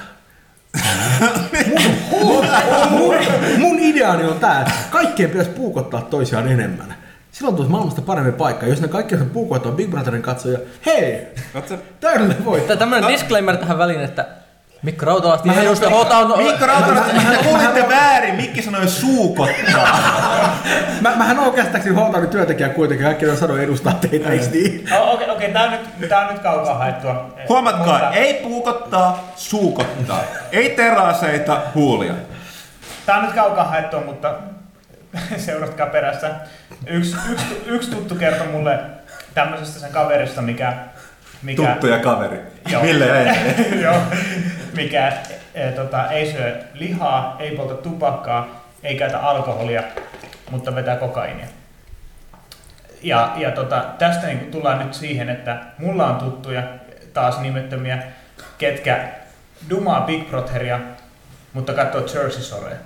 mun, mun, mun ideani on tää, että kaikkien pitäisi puukottaa toisiaan enemmän. Silloin tulisi maailmasta parempi paikka. Jos ne kaikki on puukoittaa Big Brotherin katsoja, hei, täydellinen voittaa. Tämmönen disclaimer tähän väliin, että Mikko Rautalahti edustaa H-Town... Mikko Rautalahti, kuulitte väärin, Mikki sanoi suukottaa. Mä, mähän oon käsittääkseni H-Townin työntekijä kuitenkin, kaikki on sanonut edustaa teitä, eikö niin? Okei, okei, tää on nyt, tää on nyt kaukaa haettua. Huomatkaa, Mutta... ei puukottaa, suukottaa. Ei teraaseita, huulia. Tää on nyt kaukaa haettua, mutta seuratkaa perässä. Yksi, yksi, yksi tuttu kertoi mulle tämmöisestä sen kaverista, mikä... mikä Tuttu ja kaveri. Joo. Ville ja Joo. Mikä e, tota, ei syö lihaa, ei polta tupakkaa, ei käytä alkoholia, mutta vetää kokainia. Ja, ja tota, tästä niin tullaan nyt siihen, että mulla on tuttuja, taas nimettömiä, ketkä dumaa Big Brotheria, mutta katsoo Jersey Shorea.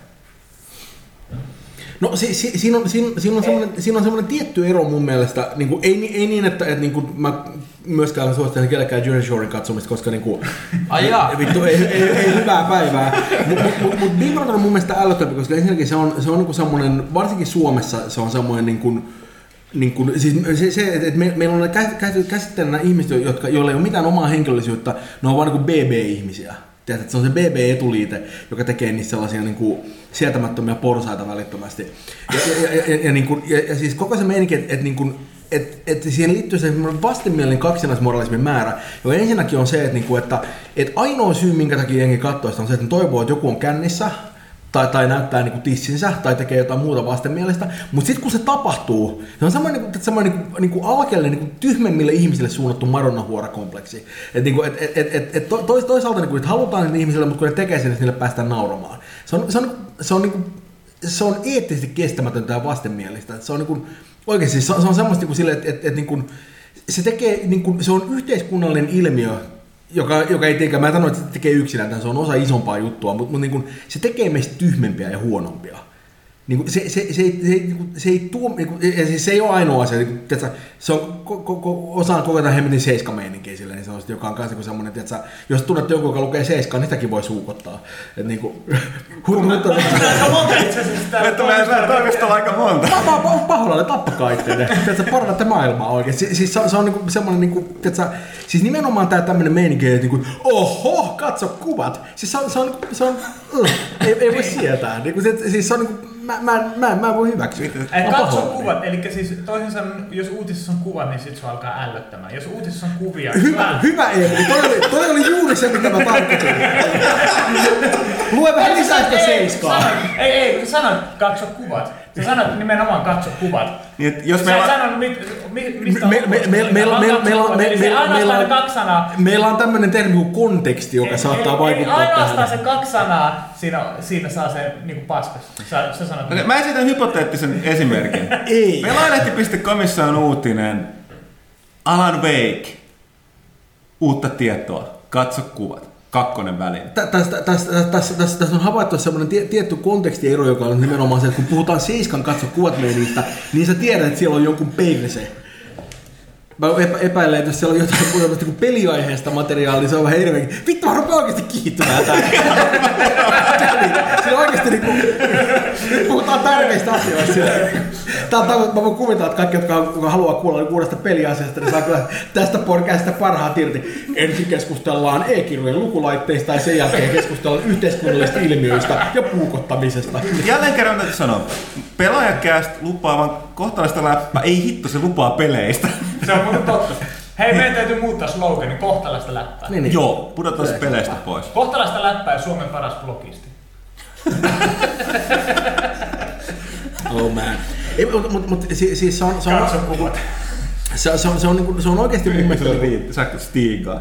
No si, si, siinä, on, siinä, siinä, on semmoinen, siinä on semmoinen tietty ero mun mielestä, niin kuin, ei, ei niin, että, että niin kuin, mä myöskään suosittelen kellekään Jersey Shoren katsomista, koska niin kuin, vittu, ei, ei, ei hyvää päivää. Mutta mut, mut Big Brother on mun mielestä älyttävä, koska ensinnäkin se on, se on niin kuin semmoinen, varsinkin Suomessa se on semmoinen, niin kuin, niin kuin, siis se, se että me, meillä on käsitteenä ihmiset, jotka, joilla ei ole mitään omaa henkilöllisyyttä, ne on vaan niin kuin B B-ihmisiä. Tiedät, se on se B B-etuliite, joka tekee niistä sellaisia niin kuin sietämättömiä porsaita välittömästi. Ja, ja, ja, ja, ja, niin kuin, ja, ja siis koko se meininki, että et, niin et, et siihen liittyy se vastenmielinen kaksinaismoralismin määrä, joka ensinnäkin on se, että, niin kuin, että et ainoa syy, minkä takia jengi katsoo sitä, on se, että ne toivoo, että joku on kännissä, tai, tai näyttää niin kuin tissinsä, tai tekee jotain muuta vastenmielistä, mutta sitten kun se tapahtuu, se on semmoinen, niin kuin, semmoinen niin kuin, niin kuin alkeelle niin kuin tyhmemmille ihmisille suunnattu Madonna-huora-kompleksi. Et, niin kuin, et, et, et, et, to, toisaalta niin kuin, että halutaan niille ihmisille, mutta kun ne tekee sen, että niille päästään nauramaan. Se on, se on, se on, niin kuin, se on eettisesti kestämätöntä ja vastenmielistä. Et se on niin kuin, oikeasti se on, se on semmoista niin kuin sille, että et, et, niin kuin, se tekee, niin kuin, se on yhteiskunnallinen ilmiö, Joka, joka ei tee, mä en sano, että se tekee yksinään, se on osa isompaa juttua, mutta, mutta niin kuin, se tekee meistä tyhmempiä ja huonompia. Niin kuin, se, se, se, se, ei, se, ei, se, ei tuo, niin kuin, ja siis se ei ole ainoa asia, niin kuin, tiiätkö, se on ko, ko, ko, osaan koko tämän hemmetin seiska-meininkiä silleen, niin se joka on kanssa semmoinen, tiiätkö, jos tunnet jonkun, joka lukee seiskaa, niin sitäkin voi suukottaa. Että niin kuin, hurmutta. Aika monta itse asiassa täällä. Että meidän saa toimistolla aika monta. Paholalle, tappakaa itseenne. Tiiätkö, parannatte maailmaa oikein. Si, siis se, se on niin semmoinen, niin kuin, tiiätkö, siis nimenomaan tämä tämmöinen meininki, että niin kuin, oho, katso kuvat. Siis se on, se on, se on uh, ei, ei voi sietää. Niin kuin, se, siis se on niin kuin, Mä, mä, mä, mä en voi hyväksyä. Et katso kuvat, eli siis toisin sanoen, jos uutisissa on kuvat, niin sit se alkaa ällöttämään. Jos uutisissa on kuvia... Hyvä, mä... hyvä Eemeli, toi oli, toi oli juuri se, mitä mä tarkoitin. Lue vähän lisää sitä seiskaa. Ei, ei, sä sanoit katso kuvat. Sä sanoit nimenomaan katso kuvat. Niin, jos sä et sanonut, mit, mi, mistä on ainoastaan ne kaksi sanaa. Meillä on tämmönen termi kuin konteksti, joka ei, saattaa ei, vaikuttaa ei, tähän. Ainoastaan se kaksi sanaa, siinä, siinä saa se niinku paskas. Sä, sä sanot, okay, mä esitän hypoteettisen esimerkin. Ei. Pelaajlehti piste comissa on uutinen. Alan Wake. Uutta tietoa. Katso kuvat. kakkonen väliin. Tässä, tässä, tässä, tässä, tässä on havaittu semmoinen tie, tietty kontekstiero, joka on nimenomaan se, että kun puhutaan Seiskan katso kuvat meinistä, niin sä tiedät, että siellä on jonkun peilise. Mä epä, epäilen, että jos siellä on jotain muuta kuin peliaiheesta materiaalia, niin se on vähän eri. Vittu, mä rupean oikeasti kiihtymään tää. Siinä oikeasti niinku, nyt puhutaan tärkeistä asioista. Tää on, mä voin kuvitella, että kaikki, jotka, jotka haluaa kuulla uudesta peliasiasta, niin saa kyllä tästä podcastista parhaat irti. Ensin keskustellaan e-kirjojen lukulaitteista ja sen jälkeen keskustellaan yhteiskunnallisista ilmiöistä ja puukottamisesta. Jälleen kerran täytyy sanoa, pelaajakäst lupaavan kohtalaista läppää, ei hitto, se lupaa peleistä. Se on muuten totta. Hei, meidän täytyy muuttaa slogani, kohtalaista läppää. Niin, niin. Joo, pudotaan se peleistä pois. Kohtalaista läppää ja Suomen paras blogisti. Oh man. Mutta mut, mut, siis, siis se on... Se on, Katso kuvat. Se, se, on, se, on, niinku, se on oikeasti mun mielestä... Säkö Stigaa?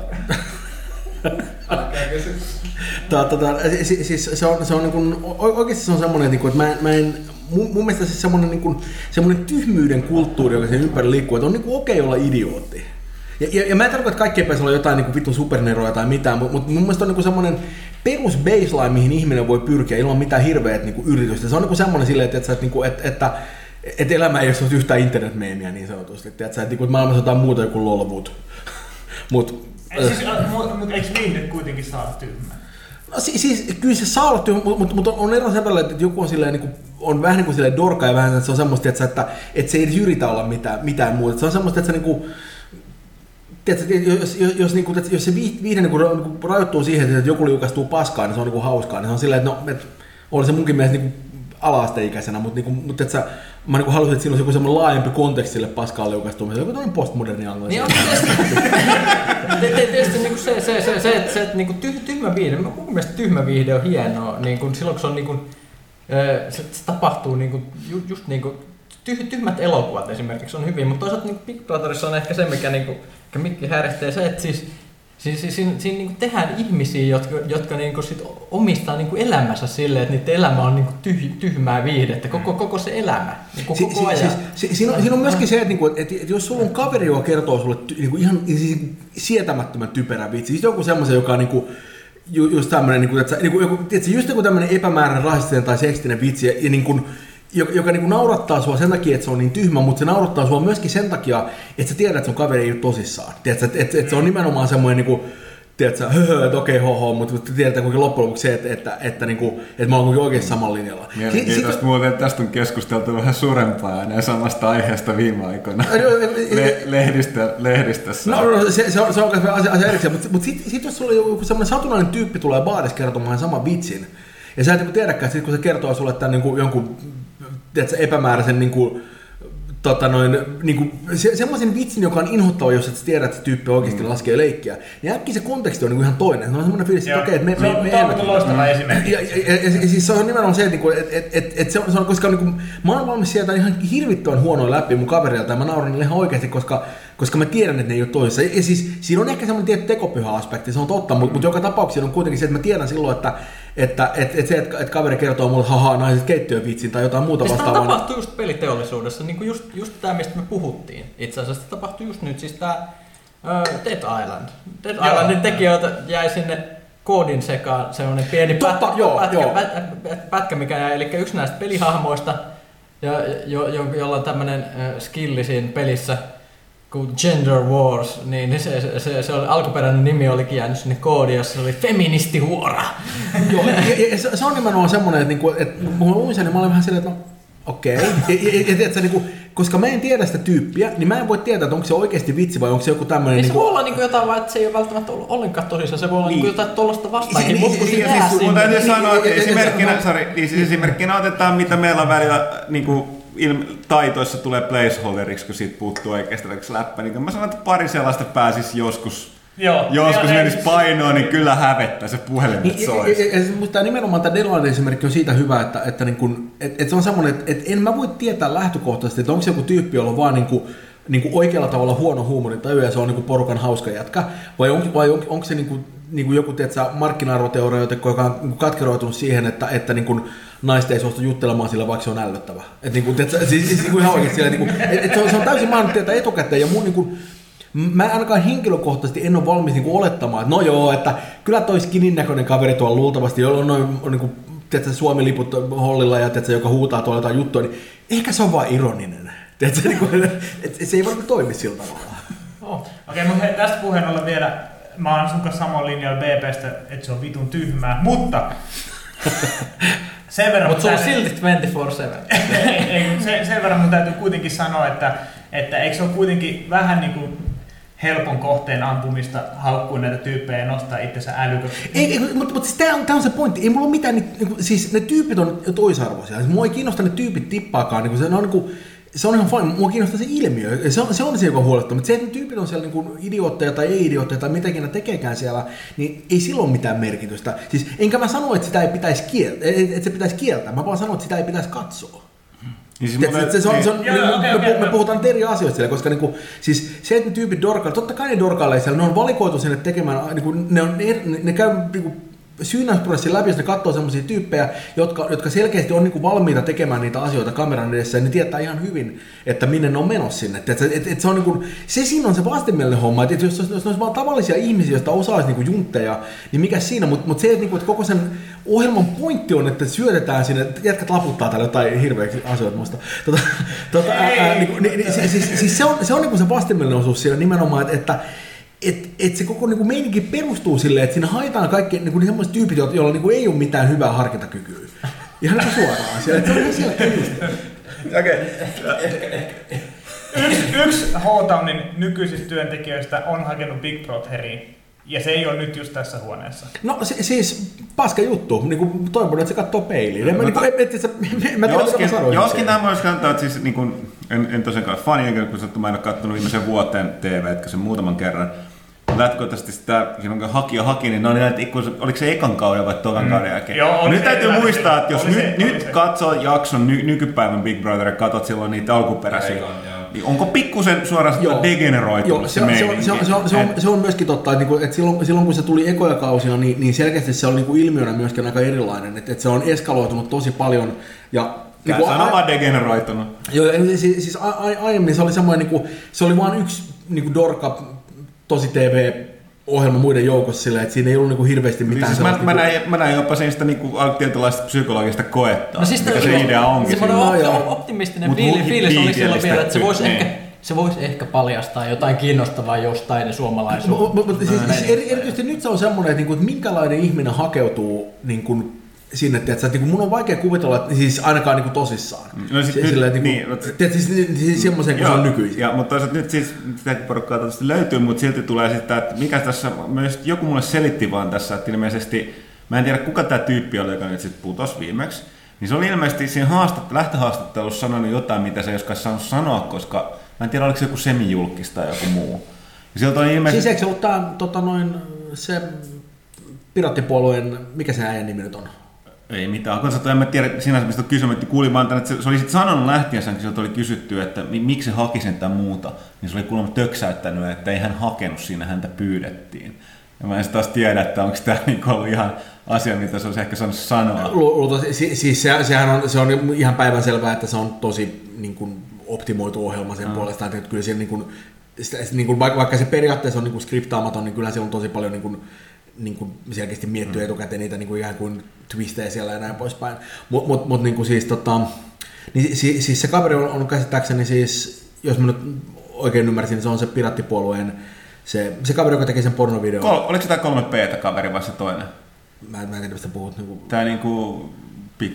Siis, siis se on, se on niinku, oikeasti se on semmoinen, että mä, mä en... Mun, mun mielestä se semmoinen, niinku, semmoinen tyhmyyden kulttuuri, joka sen ympäri liikkuu, että on niinku okei olla idiootti. Ja, ja, ja mä en tarkoita, että kaikki ei pääse olla jotain niinku vitun superneroja tai mitään, mutta mut mun mielestä on niinku semmoinen perus baseline, mihin ihminen voi pyrkiä ilman mitään hirveät niinku yritystä. Se on niinku semmoinen silleen, että, että, että, että, että, että elämä ei ole yhtään internetmeemiä niin sanotusti. Että, että, että maailmassa jotain muuta joku lolwood. Mut, siis, mutta eikö viihde kuitenkin saa tyhmää? No siis, siis kyllä se saa olla tyhmä, mutta, mutta on ero sen välillä, että joku on, silleen, niin kuin, on vähän niin kuin silleen dorka ja vähän, että se on semmoista, että, että, että se ei edes yritä olla mitään, mitään muuta. Se on semmoista, että se niin kuin, tiedätkö, jos, jos, jos, niin kuin, jos se viihde niin kuin, niin kuin rajoittuu siihen, että joku liukastuu paskaan, niin se on niin kuin hauskaa. Niin se on silleen, että no, että oli se munkin mielestä niin kuin ala-asteikäisenä, mutta, niin kuin, mutta että sä, mä niin halusin, että siinä olisi joku semmoinen laajempi konteksti sille paskaan liukastumiselle, joku tämmöinen postmoderni anglaisi. Niin on tietysti niin se, se, se, se, että, se, että niin tyh, tyhmä viihde, mun mielestä tyhmä viihde on hienoa, niin kuin, silloin kun se, on, niin kuin, se, se tapahtuu niin kuin, just niin kuin, tyh, tyhmät elokuvat esimerkiksi on hyvin, mutta toisaalta niin Big Brotherissa on ehkä se, mikä, niin kuin, mikä Mikki häiritsee, se, että siis Siis, siis siinä, siinä niin tehdään ihmisiä, jotka, jotka niin sit omistaa niin elämänsä silleen, että niiden elämä on niin tyh, tyhmää viihdettä, koko, koko se elämä, niin koko si, ajan. Siis, si, siinä, on, siinä on myöskin se, että, niinku, että, että jos sulla on kaveri, joka kertoo sulle ty, niinku ihan siis sietämättömän typerä vitsi, siis joku semmoisen, joka on niinku, ju, just tämmöinen, niinku, että, niinku, joku, tiedätkö, just joku tämmöinen epämääräinen, rasistinen tai seksistinen vitsi, ja, ja niinku, joka, joka niinku naurattaa sua sen takia, että se on niin tyhmä, mutta se naurattaa sua myöskin sen takia, että sä tiedät, että sun kaveri ei ole tosissaan. Tiedätkö, että, että, että se on nimenomaan semmoinen, niinku, tiedätkö, höhö, että okei, hoho, mutta tiedetään kuinka loppujen lopuksi se, että, että, että, niinku, että mä oon kuinkin oikeasti samalla linjalla. Mielenkiintoista muuten, että tästä on keskusteltu vähän suurempaa ja samasta aiheesta viime aikoina Le- lehdistä, lehdistössä. No, no se, se on, se on asia, asia erikseen, mutta, mutta sitten sit, jos sulla joku semmoinen satunnainen tyyppi tulee baarissa kertomaan saman vitsin, ja sä et niin tiedäkään, että sit, kun se kertoo sulle tämän niin kuin, jonkun tiedätkö, epämääräisen niin kuin, tota noin, niin kuin, se, semmoisen vitsin, joka on inhottava, jos et tiedä, että se tyyppi oikeasti mm. laskee leikkiä, niin äkkiä se konteksti on niin kuin ihan toinen. Se on semmoinen fiilis, että okei, että me... Se on, me, me, me on loistava mm. esimerkki. Ja, ja, ja, ja, siis se on nimenomaan se, että et, et, et, et se on, se on, koska niin kuin, mä oon valmis sieltä ihan hirvittävän huonoa läpi mun kaverilta, ja mä nauran niille ihan oikeasti, koska, koska mä tiedän, että ne ei ole toisessa. Ja, ja siis siinä on ehkä semmoinen tietty tekopyhä aspekti, se on totta, mutta, mutta joka tapauksessa on kuitenkin se, että mä tiedän silloin, että Että et, et se, että et kaveri kertoo mulle, haha, naiset keittiövitsin tai jotain muuta vastaavaa. Tämä tapahtuu just peliteollisuudessa, niin kuin just, just tämä, mistä me puhuttiin. Itse asiassa tapahtuu just nyt, siis tämä uh, Dead Island. Dead joo. Islandin tekijöiltä jäi sinne koodin sekaan semmoinen pieni Totta, pätkä, joo, pätkä, joo. pätkä, pätkä, mikä jäi, eli yksi näistä pelihahmoista, jo, jo, jo, jolla on tämmöinen uh, skilli siinä pelissä, kuin Gender Wars, niin se, se, se, se oli, alkuperäinen nimi olikin jäänyt sinne koodiin, jossa se oli feministihuora. Joo, ja, ja se, se on nimenomaan semmoinen, että, niinku, että kun mä luin sen, niin mä olin vähän silleen, että no, okei. Okay. Ja, ja, ja, niinku, koska mä en tiedä sitä tyyppiä, niin mä en voi tietää, että onko se oikeasti vitsi vai onko se joku tämmöinen... Niin niinku... se voi olla niinku jotain, vaan että se ei ole välttämättä ollut ollenkaan tosissaan, se voi olla niin. niinku jotain tuollaista vastaankin, niin, mutta kun niin, se jää siis, sinne... Mun täytyy sanoa, että niin, esimerkkinä, niin, sorry, niin siis esimerkkinä otetaan, mitä meillä on välillä niinku, taitoissa tulee placeholderiksi, kun siitä puuttuu oikeastaan läppä. Niin mä sanon, että pari sellaista pääsisi joskus, Joo, joskus menisi painoon, niin kyllä hävettää se puhelimet niin, soisi. Ja, ja, mutta nimenomaan tämä Deadline esimerkki on siitä hyvä, että, että, niin kun, että, että se on semmoinen, että, että en mä voi tietää lähtökohtaisesti, että onko se joku tyyppi, jolla on vaan niin kuin, niin kuin oikealla tavalla huono huumorintaju ja se on niin kuin porukan hauska jätkä, vai, on, vai on, onko se niin kuin, niin kuin joku tiedätkö, markkina-arvoteoria, joka on niin kuin katkeroitunut siihen, että, että niin kuin, naista ei suostu juttelemaan sillä, vaikka se on ällöttävä. Että niin kuin, tiedätkö, siis, siis niin kuin ihan oikeasti sillä, niin kuin, että, että se, on, se on täysin mahdollista tietää etukäteen ja mun niin kuin, mä ainakaan henkilökohtaisesti en ole valmis niin kuin olettamaan, että no joo, että kyllä toi skinin näköinen kaveri tuolla luultavasti, jolla on noin on, niin kuin, tiedätkö, Suomi-liput hollilla ja tiedätkö, joka huutaa tuolla jotain juttua, niin ehkä se on vaan ironinen. Tiedätkö, niin kuin, että se ei varmaan toimi sillä tavalla. Oh. Okei, okay, mutta hei, tästä puheen ollen vielä, mä oon sun kanssa samalla linjalla B P:stä, että se on vitun tyhmää, mutta sen verran... Mutta se on silti kaksikymmentäneljä seitsemän. ei, sen, sen verran mun täytyy kuitenkin sanoa, että, että eikö se ole kuitenkin vähän niin kuin helpon kohteen ampumista haukkua näitä tyyppejä ja nostaa itsensä älyköksi. Ei, ei, mutta, mutta siis tämä on, on se pointti. Ei mulla ole mitään, niin, siis ne tyypit on toisarvoisia. Siis mua ei kiinnosta ne tyypit tippaakaan. Niin se, on, niin kuin, se on ihan fine. Mua kiinnostaa se ilmiö. Se on se, on se joka huolettaa. Mutta se, että ne tyypit on siellä niin kuin idiootteja tai ei-idiootteja tai mitäkin ne tekeekään siellä, niin ei sillä ole mitään merkitystä. Siis enkä mä sano, että sitä ei pitäisi kieltää. Että se pitäisi kieltää. Mä vaan sanon, että sitä ei pitäisi katsoa. Niin siis se, se, se on, se on, joo, me, okay, me, okay, me okay. puhutaan eri asioista siellä, koska niinku, siis se, että ne tyypit dorkailee, totta kai ne dorkailee siellä, ne on valikoitu sinne tekemään, niinku, ne, on, ne, ne käy niinku, syynäysprosessin läpi, jos ne katsoo sellaisia tyyppejä, jotka, jotka selkeästi on niinku valmiita tekemään niitä asioita kameran edessä, ja ne tietää ihan hyvin, että minne ne on menossa sinne. Et, et, et se, on niinku, se siinä on se vastenmielinen homma, että jos, jos, jos ne olisi vaan tavallisia ihmisiä, joista osa olisi niinku juntteja, niin mikä siinä, mutta mut se, että, niinku, että koko sen ohjelman pointti on, että syötetään sinne, jätkät laputtaa täällä jotain hirveäksi asioita musta. Tota, tota, ää, ää, niinku, ni, ni, siis, siis, siis se on se, on niinku se vastenmielinen osuus siinä nimenomaan, että, että et, et se koko niinku meininki perustuu silleen, että siinä haetaan kaikki niinku sellaiset tyypit, joilla niinku ei ole mitään hyvää harkintakykyä. Ihan niinku suoraan siellä, että se on ihan selkeä just. Okei. Yksi, yksi H-Townin nykyisistä työntekijöistä on hakenut Big Brotheriin. Ja se ei ole nyt just tässä huoneessa. No se, siis paska juttu. Niin toivon, että se katsoo peiliin. En mä, niin, et, et, et, mä tiedän, joskin, mitä mä sanoin. Joskin tämä olisi kantaa, että siis, niin kuin, en, en tosiaankaan fani, enkä kun sattu, mä en ole katsonut viimeisen vuoteen T V, etkä sen muutaman kerran. Lähtökohtaisesti sitä, kun haki ja haki, niin ne oli näitä, oliko se ekan kauden vai tokan mm. kauden jälkeen? Joo, nyt täytyy se, muistaa, että jos nyt, se, nyt katsoo jakson ny, nykypäivän Big Brother ja katsot silloin niitä alkuperäisiä, niin onko pikkusen suorastaan degeneroitunut se meininki? Se, se, se, se, on, se on myöskin totta, että, että silloin, silloin kun se tuli ekoja kausina, niin, niin selkeästi se oli niin ilmiönä myöskin aika erilainen, että, että se on eskaloitunut tosi paljon. Ja Tämä niin on vaan degeneroitunut. Joo, siis, siis a, a, aiemmin se oli semmoinen, niin kuin, se oli vain yksi niin kuin dorka, tosi T V-ohjelma muiden joukossa silleen, että siinä ei ollut niinku hirveästi mitään. Siis mä, mä, näin, mä näin jopa siitä niinku tietynlaista psykologista koetta, no siis mikä se idea onkin. Semmoinen op- optimistinen fiilis oli siellä vielä, että se voisi ehkä, se voisi ehkä paljastaa jotain kiinnostavaa jostain suomalaisuutta. Mutta siis, siis erityisesti nyt se on semmoinen, että, niinku, että minkälainen ihminen hakeutuu niinku, sinne, että niin mun on vaikea kuvitella, että siis ainakaan niin kuin tosissaan. No sit nyt, silleen, niin kuin, niin, tiedätkö, siis, siis semmoisen, kun se on nykyisin. Ja, mutta toisaalta nyt siis sitäkin porukkaa tietysti löytyy, mutta silti tulee sitten, että mikä tässä, myös joku mulle selitti vaan tässä, että ilmeisesti, mä en tiedä kuka tämä tyyppi oli, joka nyt sitten putosi viimeksi, niin se oli ilmeisesti siinä haastat, lähtöhaastattelussa sanonut jotain, mitä se ei olisikaan saanut sanoa, koska mä en tiedä, oliko se joku semijulkis tai joku muu. Ja sieltä on ilmeisesti... Siis eikö se ollut tämä, tota noin, se Piraattipuolueen, mikä se äijän nimi nyt on? Ei mitään. Kun en mä tiedä sinänsä, mistä kysymättä, kuulin vaan tämän, että se, se oli sitten sanonut lähtiensä, kun sieltä oli kysytty, että miksi se haki sen tai muuta, niin se oli kuulemma töksäyttänyt, että ei hän hakenut siinä, häntä pyydettiin. Ja mä en taas tiedä, että onko tämä niinku ollut ihan asia, mitä se olisi ehkä saanut sanoa. Luultavasti, siis, siis se, sehän on, se on ihan päivänselvää, että se on tosi niin kuin, optimoitu ohjelma sen mm. puolesta, että kyllä siellä, niin kuin, sitä, niin kuin, vaikka se periaatteessa on niin kuin skriptaamaton, niin kyllä siellä on tosi paljon niin kuin, niin kuin selkeästi miettiä mm. etukäteen niitä niin kuin ihan kuin twistejä siellä ja näin poispäin. Mutta mut, mut, niin siis, tota, niin, siis, siis se kaveri on, on käsittääkseni siis, jos mä nyt oikein ymmärsin, niin se on se Piraattipuolueen, se, se kaveri, joka teki sen pornovideon. Kol, oliko se tämä kolme P kaveri vai se toinen? Mä, mä en tiedä, mistä puhut. Niin kuin... Tää niinku, pik,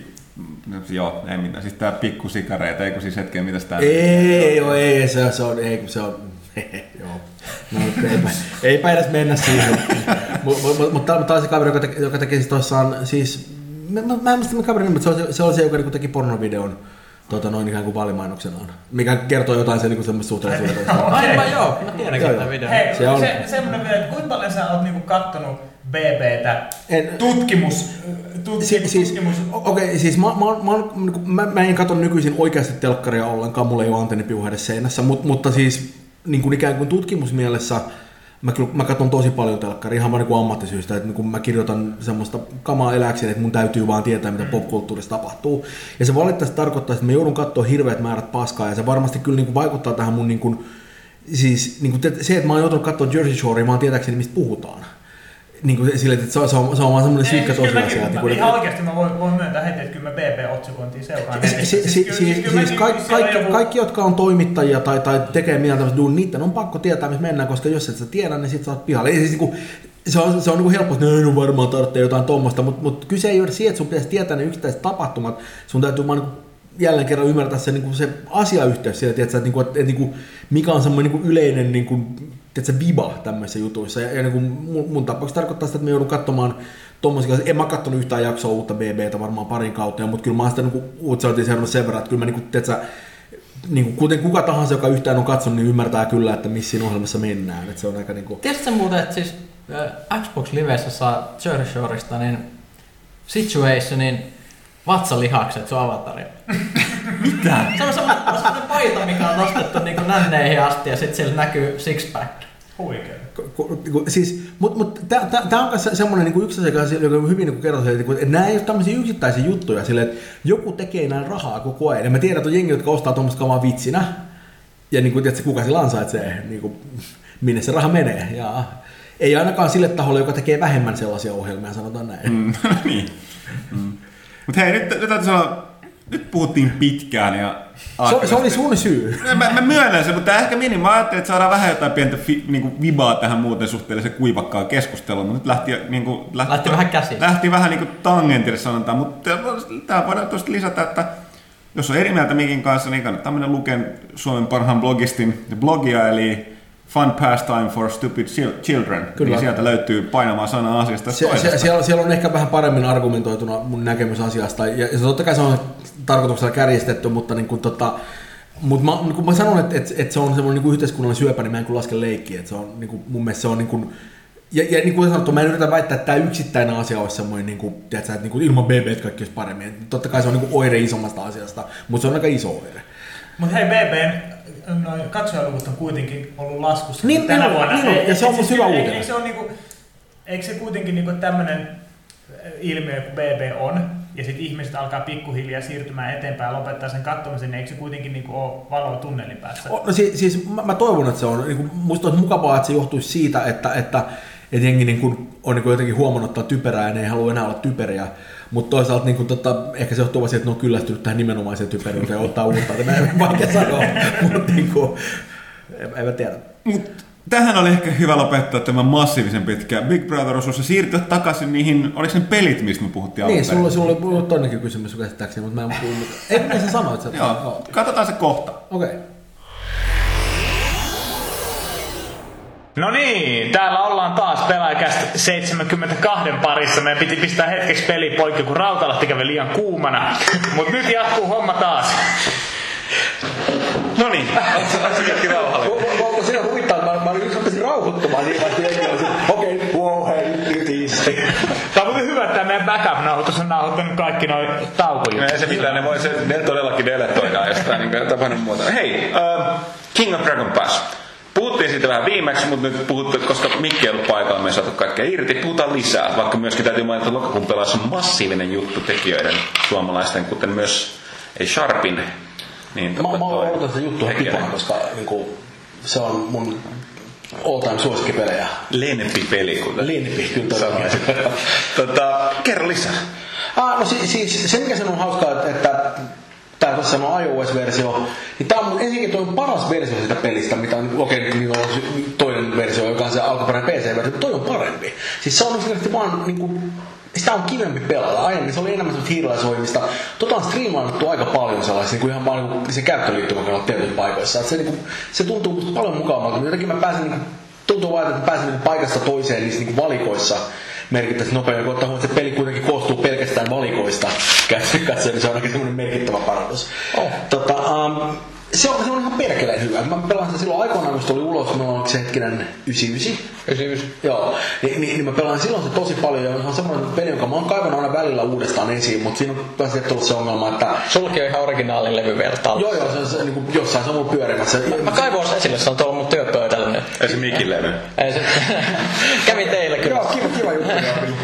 joo, ei mitään, siis tää pikkusikareita, eikö siis hetken, mitäs tää? Ei, joo, ei, se, se on, ei, kun se on, joo. No, eipä, eipä edes mennä siihen. Mutta mut, mut, tämä on se kaveri, joka teki, joka teki siis toissaan, siis, mä, mä, mä en muista kaverin nimi, mutta se on se, on se joka teki pornovideon tota, noin ikään kuin vaalimainoksenaan, mikä kertoo jotain sen niin semmoista suhteellisuudesta. Aivan joo, mä tiedänkin tätä videoa. Hei, se on... se, semmoinen vielä, että kuinka paljon sä oot niinku kattonut B B:tä tutkimus, tutkimus, si, siis, tutkimus. Okei, okay, siis mä, mä, mä, mä, mä en katso nykyisin oikeasti telkkaria ollenkaan, mulla ei ole antennipiuha edes seinässä, mutta, mutta siis niin kuin ikään kuin tutkimusmielessä mä, mä katson tosi paljon telkkaria ihan vaan niin kuin ammattisyystä, että niin kuin mä kirjoitan semmoista kamaa eläkseen, että mun täytyy vaan tietää, mitä popkulttuurissa tapahtuu. Ja se valitettavasti tarkoittaa, että mä joudun katsoa hirveät määrät paskaa, ja se varmasti kyllä niin kuin vaikuttaa tähän mun niin kuin siis niin kuin se, että mä oon joutunut katsoa Jersey Shorea, mä oon tietääkseni mistä puhutaan. Niin kuin sille, että se on, se on, se on vaan semmoinen synkkä tosiasia. Mä, niin ihan oikeasti mä voin, voin myöntää heti, että kyllä mä B B-otsikointiin seuraan. Si, si, si, siis siis kaikki, kaikki, joku... kaikki, jotka on toimittajia tai, tai tekee mitään tämmöistä duun, niiden on pakko tietää, missä mennään, koska jos et sä tiedä, niin sit sä oot pihalla. Siis, niin kuin, se on, se on niin kuin helppo, että no varmaan tarvitsee jotain tommoista, mutta mut kyse ei ole siitä, että sun pitäisi tietää ne yksittäiset tapahtumat. Sun täytyy vaan niin jälleen kerran ymmärtää se, niin kuin se asiayhteys siellä, tiedätkö, että, että, että, että mikä on semmoinen niin yleinen niin kuin, tiedätkö, viba tämmöisissä jutuissa. Ja, ja niin kuin mun, mun tapauksessa tarkoittaa sitä, että mä joudun katsomaan tommosia. En mä katsonut yhtään jaksoa uutta B B:tä varmaan parin kautta, mutta kyllä mä oon sitä niin uutisoitiin seurannut sen verran, että kyllä mä niin kuin, tiedätkö, niin kuin, kuten kuka tahansa, joka yhtään on katsonut, niin ymmärtää kyllä, että missä siinä ohjelmassa mennään. Että se on aika niin kuin... Tiedätkö muuten, että siis äh, Xbox Livessä saa Jersey Shoresta niin Situationin vatsalihakset sun avatari. Mitä? Se on semmoinen paita, mikä on nostettu niin nänneihin asti ja sitten siellä näkyy six-pack. Huikea. Siis, mutta mut, tämä on myös semmoinen niin yksi asia, joka on hyvin niin kerrotaan, että, että nämä ei ole tämmöisiä yksittäisiä juttuja, silleen, että joku tekee näin rahaa koko ajan. Ja mä tiedän, että on jengi, jotka ostaa tuommoista kamaa vitsinä. Ja niin kuin, tiedätkö, kuka sillä ansaitsee, niin kuin, minne se raha menee. Ja ei ainakaan sille taholle, joka tekee vähemmän sellaisia ohjelmia, sanotaan näin. Mm, niin. Mm. Mutta hei, nyt, nyt täytyy sanoa, nyt puhuttiin pitkään ja... Se, se oli sun syy. Mä, mä myönnän sen, mutta ehkä meni. Mä ajattelin, että saadaan vähän jotain pientä fi, niinku vibaa tähän muuten suhteellisen kuivakkaan keskusteluun, mutta nyt lähti, niinku, lähti, lähti vähän käsiin. Lähti vähän niinku tangentille sanotaan, mutta tää voidaan tuosta lisätä, että jos on eri mieltä Mikin kanssa, niin kannattaa mennä lukemaan Suomen parhaan blogistin blogia, eli Fun Pastime for Stupid Children. Kyllä. Niin sieltä löytyy painamaan sana asiasta se, se, siellä, siellä on ehkä vähän paremmin argumentoituna mun näkemys asiasta. Ja, ja totta kai se on tarkoituksella kärjistetty, mutta niin kuin, tota, mut mä, niin kuin mä sanon, että, että, että se on semmoinen niin yhteiskunnallinen syöpä, niin mä en kyllä laske leikkiä. Että se on, niin kuin, mun mielestä se on... Niin kuin, ja, ja niin kuin sanottu, mä en yritä väittää, että tämä yksittäinen asia olisi semmoinen, niin kuin, tiedätkö, että niin kuin ilman B B kaikki olisi paremmin. Totta kai se on niin kuin oire isommasta asiasta, mutta se on aika iso oire. Mutta hei, B B:n katsojaluvut on kuitenkin ollut laskussa niin, tänä niin, vuonna. Niin, ja se on musta hyvä uutinen. Eikö se, on niinku, eikö se kuitenkin niinku tämmöinen ilmiö, kun B B on, ja sitten ihmiset alkaa pikkuhiljaa siirtymään eteenpäin ja lopettaa sen katsomisen, niin eikö se kuitenkin niinku ole valoa tunnelin päässä? No siis, siis mä, mä toivon, että se on. Niin musta olisi mukavaa, että se johtuisi siitä, että, että, että jengi niin kuin, on niin kuin jotenkin huomannut ottaa typerää ja ne ei halua enää olla typeriä. Mutta toisaalta niin kuin, tota, ehkä se johtuu vaan siitä, että ne on kyllästynyt tähän nimenomaiseen typeryyteen ja ottaa uutta. Tämä ei vaikea sanoa, mutta niin kuin, en mä tiedä. Mut tähän oli ehkä hyvä lopettaa tämä massiivisen pitkä Big Brother-osuus ja siirtyä takaisin niihin, oliko ne pelit, mistä me puhuttiin alun Niin, sulla, sulla oli toinenkin kysymys käsittääkseni, mutta mä en puhunut. Ei, mitä sä sanoit? Joo, no. Katsotaan se kohta. Okei. Okay. No niin, täällä ollaan taas Pelaajakästä seitsemänkymmentäkaksi parissa. Meidän piti pistää hetkeksi peli poikki, kun Rautalahti kävi liian kuumana. Mut nyt jatkuu homma taas. No niin, onko se kaikki rauhallinen? Onko siinä huvittaa, että mä, mä olin rupesin rauhoittumaan niin vasta jengi olisin, okei, okay, wow, hei, nyt isti. Tää on hyvä, että meidän backup-nauhoitus on nauhoittanut kaikki noi taukojut. Ei se mitään, ne, voi, se, ne todellakin deletoidaan jostain niin tapahtunut muuta. Hei, uh, King of Dragon Pass. Puhuttiin siitä vähän viimeksi, mutta nyt puhuttiin, koska Mikki ei ollut paikalla, me ei saatu kaikkea irti. Puhutaan lisää, vaikka myöskin täytyy mainita, että lokakuun pelaus on massiivinen juttu tekijöiden suomalaisten, kuten myös ei Sharpin. Niin, mä mä odotan sitä juttua pitkään, koska niinku, se on mun all-time suosikkipelejä. Lempi-peli, kuten Lempi, kyllä sanoisin. tota, kerro lisää. Ah, no siis, siis se mikä sen on hauskaa, että, että tää tuossa on iOS-versio, niin tää on ensinnäkin toi paras versio sitä pelistä, mitä on, okei, okay, niin on toinen versio, joka on se alkuperäinen P C-versio, mutta toi on parempi. Siis se on yksinkertaisesti vaan niinku, sitä on kivempi pelata. Aiemmin se oli enemmän semmoista hiiralaisoimista. Tota on striimaannuttu aika paljon sellaisia, niin ihan vaan niin se käyttöliittymä kannalta tietyissä paikoissa. Et se, niin kuin, se tuntuu musta paljon mukavammalta. Jotenkin mä pääsen, niin, tuntuu vaan, että mä pääsen niin paikasta toiseen niissä niin valikoissa merkittävästi nopeammin, kun ottaa huomioon, että se peli kuitenkin koostuu pelkästään valikoista. Katsoen, niin se on ainakin semmoinen merkittävä parannus. Oh. Tota, um, se, on, se on ihan perkeleen hyvä. Mä pelaan sitä silloin aikoinaan, kun se tuli ulos, meillä on se hetkinen yhdeksänkymmentäyhdeksän. yhdeksänkymmentäyhdeksän. Joo, Ni, niin, niin mä pelaan silloin se tosi paljon, ja se on semmoinen peli, jonka mä oon kaivannut aina välillä uudestaan esiin, mutta siinä on taas tullut se ongelma, että... Sulki on ihan originaalin levy vielä Joo, joo, se on se, niin kuin jossain se on mun pyörimässä. Mä, mä kaivoin se esille, se on tuolla mun työpöydällä nyt. Ei se Mikin levy. Ei se... Kävin teillä kyllä. Joo, kiva, kiva juttu.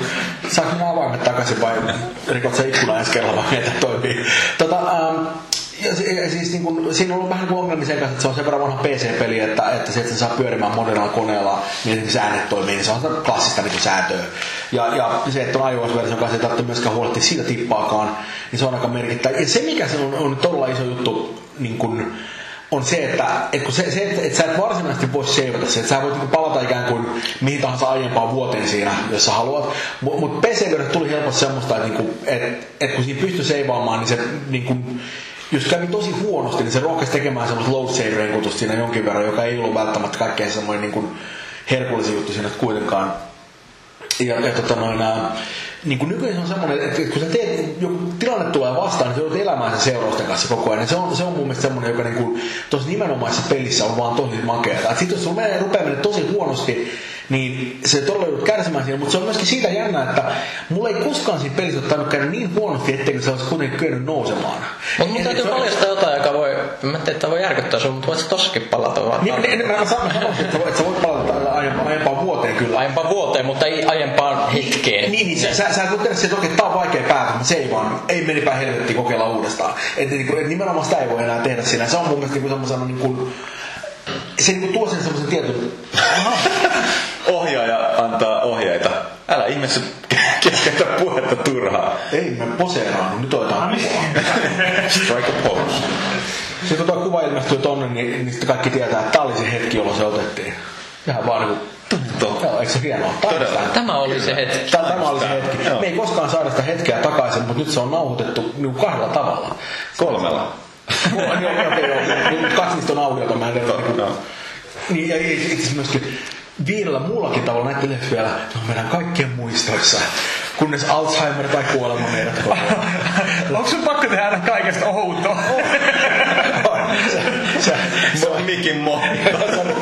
Saanko nämä avaimet takaisin vai rikot se ikkuna ensi kerralla vai että toimii? Tota, ähm, Ja siis niin kun, siinä on ollut vähän ongelmia sen kanssa, että se on sen verran vanha P C-peli, että, että se, että se saa pyörimään modernilla koneella, niin säännöt toimii, niin se on klassista niin sääntöä. Ja, ja se, että on iOS-version kanssa ei tarvitse myöskään huolehtia siitä tippaakaan, niin se on aika merkittävä. Ja se, mikä se on, on todella iso juttu, niin kun, on se, että, että, se, se, että, että sä et varsinaisesti voi seivata se, että sä voit niin palata ikään kuin mihin tahansa aiempaan vuoteen siinä, jos sä haluat. Mutta mut P C-versiossa tuli helposti semmoista, että, niin että, että kun siinä pystyy seivaamaan, niin se niin kuin, jos kävi tosi huonosti, niin se rohkaisi tekemään semmoista load save-renkutusta siinä jonkin verran, joka ei ollut välttämättä kaikkein semmoinen niin kuin herkullisen juttu siinä kuitenkaan. Ja, ja tota noin, ää, niin kuin nykyisin on semmoinen, että kun sä teet, joku tilanne tulee vastaan, niin sä joudut elämään sen seurausten kanssa koko ajan. Se on, se on mun mielestä semmoinen, joka niin kuin, tuossa nimenomaisessa pelissä on vaan tosi makeata. Sitten jos sulla menee, rupeaa mennä tosi huonosti, niin se todella joudut kärsimään siinä, mutta se on myöskin siitä jännää, että mulla ei koskaan siinä pelissä ole tainnut käydä niin huonosti, etteikö se olisi kuitenkin kyennyt nousemaan. Mutta mun täytyy paljastaa jotain, joka voi, mä en että voi järkyttää sun, mutta voit sä tossakin palata vaan. Niin, niin, mä sanon, että sä voit palata aiempaan vuoteen kyllä. Aiempaan vuoteen, mutta ei aiempaan hetkeen. Niin, niin sä, sä et voi tehdä se, että okei, tää on vaikea päätä, mutta se ei vaan, ei menipä helvettiin kokeilla uudestaan. Että et, et nimenomaan sitä ei voi enää tehdä siinä. Se on mun mielestä niinku semmosena niinku, se niinku tuo sen semmosen tietyn... Ohjaaja antaa ohjeita. Älä ihmeessä keskeytä puhetta turhaa. Ei, mä poseeraan, nyt otetaan kuvaa. Strike a pose. Sitten kun tuo kuva ilmestyy tonne, niin, niin sitten kaikki tietää, että tää oli se hetki, jolloin se otettiin. Ihan vaan niinku... Joo, eikö se hienoa? Tämä oli se hetki. Tämä, tämä oli se hetki. Joo. Me ei koskaan saada sitä hetkeä takaisin, mutta nyt se on nauhoitettu niin kahdella tavalla. Kolmella. Joo, okei, joo. Kaksi niistä on audiota, mä en tiedä. Niin, ja itse asiassa myöskin viidellä muullakin tavalla näitä leffoja, ne on meidän kaikkien muistoissa. Kunnes Alzheimer tai kuolema meidät kohdalla. Onko sun pakko tehdä aina kaikesta outoa? se, se, se on mikin mohtaa.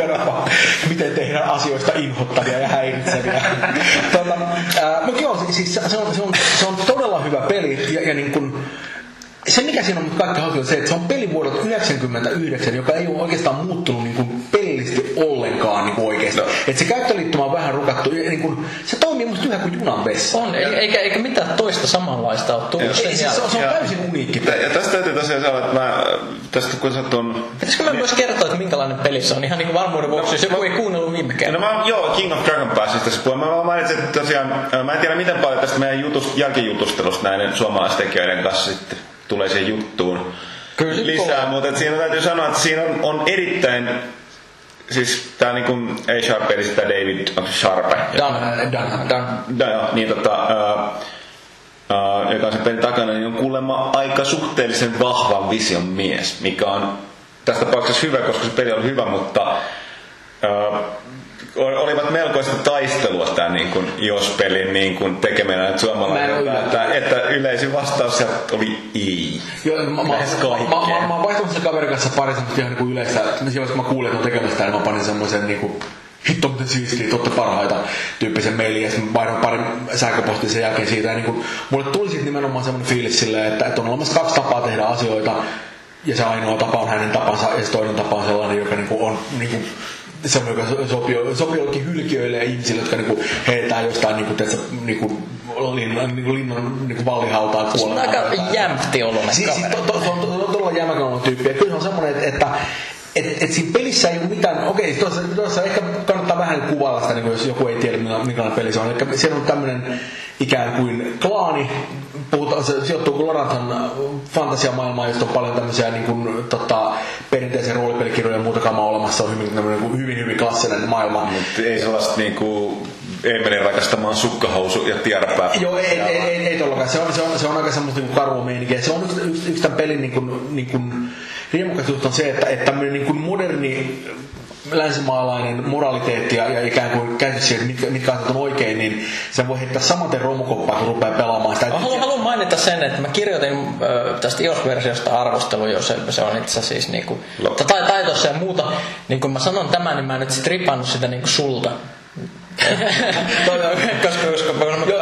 Miten tehdään asioista inhottavia ja häiritseviä. Tuota, äh, mutta joo, siis se on, se, on, se on todella hyvä peli. Ja, ja niin kun, se mikä siinä on kaikki hauska on se, että se on peli vuodelta yhdeksänkymmentäyhdeksän, joka ei ole oikeastaan muuttunut niin kuin pelillisesti ollenkaan niin kuin oikeasti. No. Että se käyttöliittymä on vähän rukattu. Niin kuin, se toimii musta yhä kuin junan vessa. On, eikä, eikä mitään toista samanlaista ole tullut sen ei, se, se, on, se on täysin uniikki. Ja, ja tästä täytyy tosiaan sanoa, että mä, tästä kun sä tuon... Pitäisikö mä myös kertoa, että minkälainen peli se on? Ihan niin kuin varmuuden vuoksi, jos joku ei kuunnellut viime kerran. No mä, joo, King of Dragon Passista tässä puolella. Mä mainitsin, että tosiaan, mä en tiedä miten paljon tästä meidän jutust, jälkijutustelusta näiden suomalaistekijöiden kanssa sitten tulee siihen juttuun kyllä lisää, mutta siinä täytyy sanoa, että siinä on, on erittäin, siis tää niinku A-Sharp eli sitä David Sharpe. Dan, Dan, Dan. Dan, joo, niin tota, uh, uh, joka on sen pelin takana, niin on kuulemma aika suhteellisen vahvan vision mies, mikä on tässä tapauksessa hyvä, koska se peli on hyvä, mutta uh, olivat melkoista taistelua tämän niin kuin jos-pelin niin kuin tekemänä nyt suomalainen, että, että yleisin vastaus oli ei. Joo, mä, mä, mä, mä, mä oon vaihtanut sen kaverin kanssa pari semmoista ihan niin kuin yleistä, silloin kun mä kuulin, että on tekemästä, niin mä panin semmoisen niin kuin hitto miten siistiä, totta parhaita tyyppisen mailin ja sitten vaihdoin pari sähköpostia sen jälkeen siitä ja niin kuin, mulle tuli sitten nimenomaan semmoinen fiilis silleen, että, että on olemassa kaksi tapaa tehdä asioita ja se ainoa tapa on hänen tapansa ja se toinen tapa on sellainen, joka niin kuin on niin kuin se on, joka sopii, sopii jollekin hylkiöille ja ihmisille, jotka niinku heitetään jostain niinku, teetä, niinku, linnan, niinku, linnan niinku, vallihautaan kuolemaan. Se on aika jämpti oloinen si- kaveri. Si- to, to, to, to, todella jämäkän oloinen tyyppi. Ja kyllä se on semmoinen, että, että et, et siinä pelissä ei ole mitään, okei, tuossa, tuossa ehkä kannattaa vähän kuvailla sitä, niin jos joku ei tiedä, minkälainen peli se on. Eli siellä on tämmöinen ikään kuin klaani, puhutaan, se sijoittuu Lorantan fantasiamaailmaan, josta on paljon tämmöisiä niin kuin, tota, perinteisiä roolipelikirjoja ja muuta kamaa olemassa, on hyvin, hyvin, hyvin, hyvin klassinen maailma. Mutta ei sellaista niinku Eemelin rakastamaan sukkahousu ja tiedäpää. Joo, ei, ei, ei, ei tollakaan. Se on, se on, se on aika semmoista niin karua meininkiä. Se on yksi, yksi, yksi tämän pelin niin kuin, niin kuin, riemukas juttu on se, että, että tämmöinen niin kuin moderni länsimaalainen moraliteetti ja, ja ikään kuin käsitys siitä, mitkä, mitkä asiat on oikein, niin sen voi heittää samaten romukoppaa, kun rupeaa pelaamaan sitä. Haluan, haluan mainita sen, että mä kirjoitin äh, tästä iOS-versiosta arvostelua, jos se, se on itse siis niinku, tai taitossa ja muuta. Niin kun mä sanon tämän, niin mä en nyt sit ripannut sitä niinku sulta. koska, koska, koska, joo, to, to,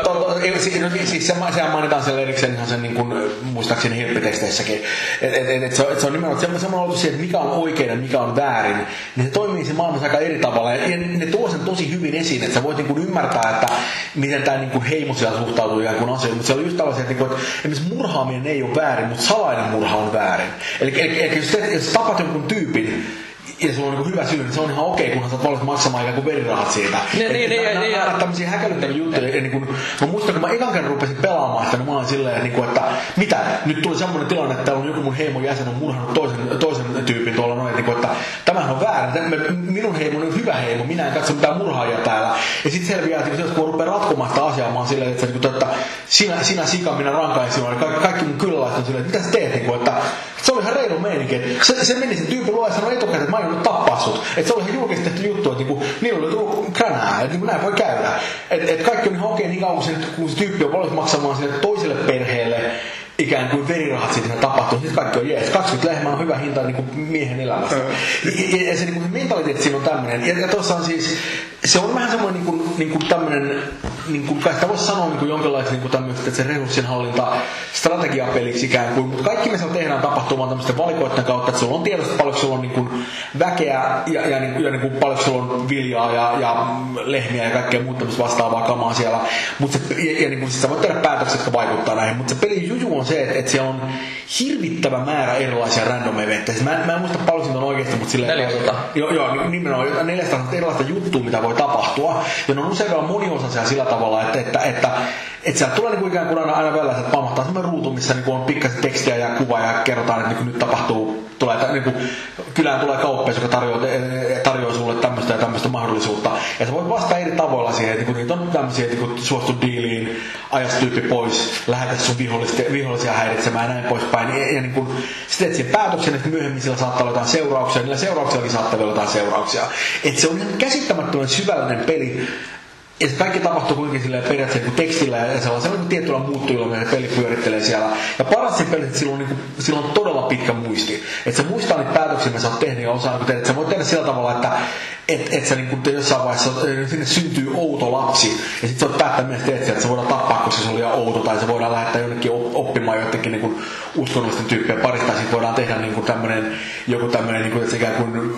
ei, siis, no, siis se, sehän mainitaan siellä erikseen ihan sen niin kuin, muistaakseni helppiteksteissäkin. Että et, et, et se, et se on nimenomaan semmoinen ollut siihen, että mikä on oikein ja mikä on väärin. Niin se toimii se maailmassa aika eri tavalla. Ja, ja ne tuo sen tosi hyvin esiin, että sä voit niin kuin ymmärtää, että miten tämä niin kuin heimo siellä suhtautuu ihan kuin asioihin. Mutta se oli just tällaisia, että, että esimerkiksi murhaaminen ei ole väärin, mutta salainen murha on väärin. Eli, eli, eli jos, te, jos tapat jonkun tyypin, ja sulla on niin hyvä syy, niin se on ihan okei, kunhan sä oot valmis maksamaan ikään kuin verirahat siitä. Niin, niin, niin. Nämä on tämmöisiä häkellyttäviä juttuja. Ja niin kun, mä muistan, kun mä ekan kerran rupesin pelaamaan sitä, niin mä olin silleen, niin kuin, että mitä? Nyt tuli semmoinen tilanne, että täällä on joku mun heimon jäsen on murhannut toisen, toisen tyypin tuolla noin, niin kuin, että tämähän on väärin. Minun heimo on hyvä heimo, minä en katso mitään murhaajia täällä. Ja sitten selviää, että jos kun rupeaa ratkomaan sitä asiaa, mä oon silleen, että, että, että sinä, sinä sika, minä rankain sinua. Ja kaikki, kaikki mun kyläläiset on silleen, että mitä sä teet? Niin kuin, että se oli ihan reilu meininki. Se, se meni sen tyypin luo ja sanoi etukäteen, että mä aion nyt tappaa sut. Että se oli ihan julkisesti tehty juttu, että niinku, niillä oli tullut kränää, että niinku näin voi käydä. Että et kaikki on ihan okei niin kauan, kun se tyyppi on valmis maksamaan sille toiselle perheelle ikään kuin verirahat siitä tapahtuu. Sitten kaikki on jees. kaksikymmentä lehmää on hyvä hinta niin kuin miehen elämästä. Ja, ja se, niin kuin, se mentaliteetti siinä on tämmöinen. Ja, ja tuossa on siis, se on vähän semmoinen niin kuin, niin kuin tämmöinen, niin kuin, kai sitä voisi sanoa niin kuin jonkinlaista niin kuin tämmöistä, että se resurssinhallinta strategiapeliksi ikään kuin. Mutta kaikki me siellä tehdään tapahtuu vaan tämmöisten valikoiden kautta, että sulla on tiedosta paljon, sulla on niin kuin väkeä ja, ja, niin, ja niin kuin paljon sulla on viljaa ja, ja lehmiä ja kaikkea muuta tämmöistä vastaavaa kamaa siellä. Mut se, ja, ja niin kuin, siis sä voit tehdä päätöksiä, jotka vaikuttaa näihin, mutta se pelin juju on se, että, että siellä on hirvittävä määrä erilaisia random eventteja. Mä, mä en muista paljon siitä on oikeasti, mutta silleen... neljäsataa. Joo, joo, nimenomaan neljäsataa erilaista juttua, mitä voi tapahtua. Ja ne on usein vielä moniosaisia sillä tavalla, että, että, että, että sieltä tulee niin ikään kuin aina, aina välillä, että pamahtaa semmoinen ruutu, missä niin on pikkasen tekstiä ja kuva ja kerrotaan, että niin nyt tapahtuu, tulee, niin kuin, kylään tulee kauppias, joka tarjoaa, tarjoaa sulle tämmöistä ja tämmöistä mahdollisuutta. Ja sä voit vastata eri tavoilla siihen, että niitä on tämmöisiä, että suostu diiliin, ajas tyyppi pois, lähetä sun vihollisia häiritsemään ja näin poispäin. Ja, ja niin kuin, sä teet siihen päätöksen, että myöhemmin sillä saattaa olla jotain seurauksia, niillä seurauksillakin saattaa olla jotain seurauksia. Että se on ihan käsittämättömän syvällinen peli. Ja se kaikki tapahtuu kuitenkin silleen periaatteessa niin tekstillä ja sellaisella niin tietyllä muuttujilla, mitä se peli pyörittelee siellä. Ja paras se peli, että sillä on, niin kuin, sillä on todella pitkä muisti. Että se muistaa niitä päätöksiä, mitä sä oot tehnyt ja osaa niin tehdä. Että sä voit tehdä sillä tavalla, että et, et sä niin kuin, jossain vaiheessa sinne syntyy outo lapsi. Ja sit sä oot päättää, mitä teet sieltä, että se voidaan tappaa, koska se oli ihan outo. Tai se voidaan lähettää jonnekin oppimaan jotenkin niin kuin uskonnollisten tyyppien parista. Ja sit voidaan tehdä niin kuin tämmönen, joku tämmönen, niin kuin, että se ikään kuin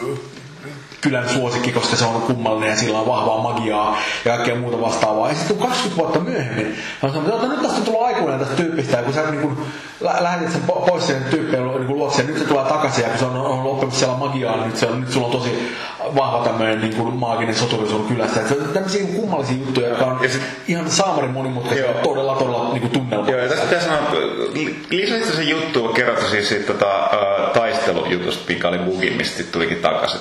kylän suosikki, koska se on kummallinen ja sillä on vahvaa magiaa ja kaikkea muuta vastaavaa. Ja sitten kaksikymmentä vuotta myöhemmin hän sanoi, että nyt tästä on tullut aikuinen tästä tyyppistä, ja kun sä niin kun lähetit sen pois sen tyyppien niin luokse, ja nyt se tulee takaisin, ja kun se on, on oppimassa siellä magiaa, niin nyt, se on, nyt sulla on tosi vahva tämmöinen niin kuin maaginen soturi sun kylässä. Että se on tämmöisiä niin kummallisia juttuja, jotka on sit ihan saamarin monimutkaisia, todella todella niin tunnelma. Joo, ja tästä pitää sanoa, lisäksi se juttu, kerrottu siis siitä tota, uh, taistelujutusta, mikä oli bugi, mistä tulikin takaisin.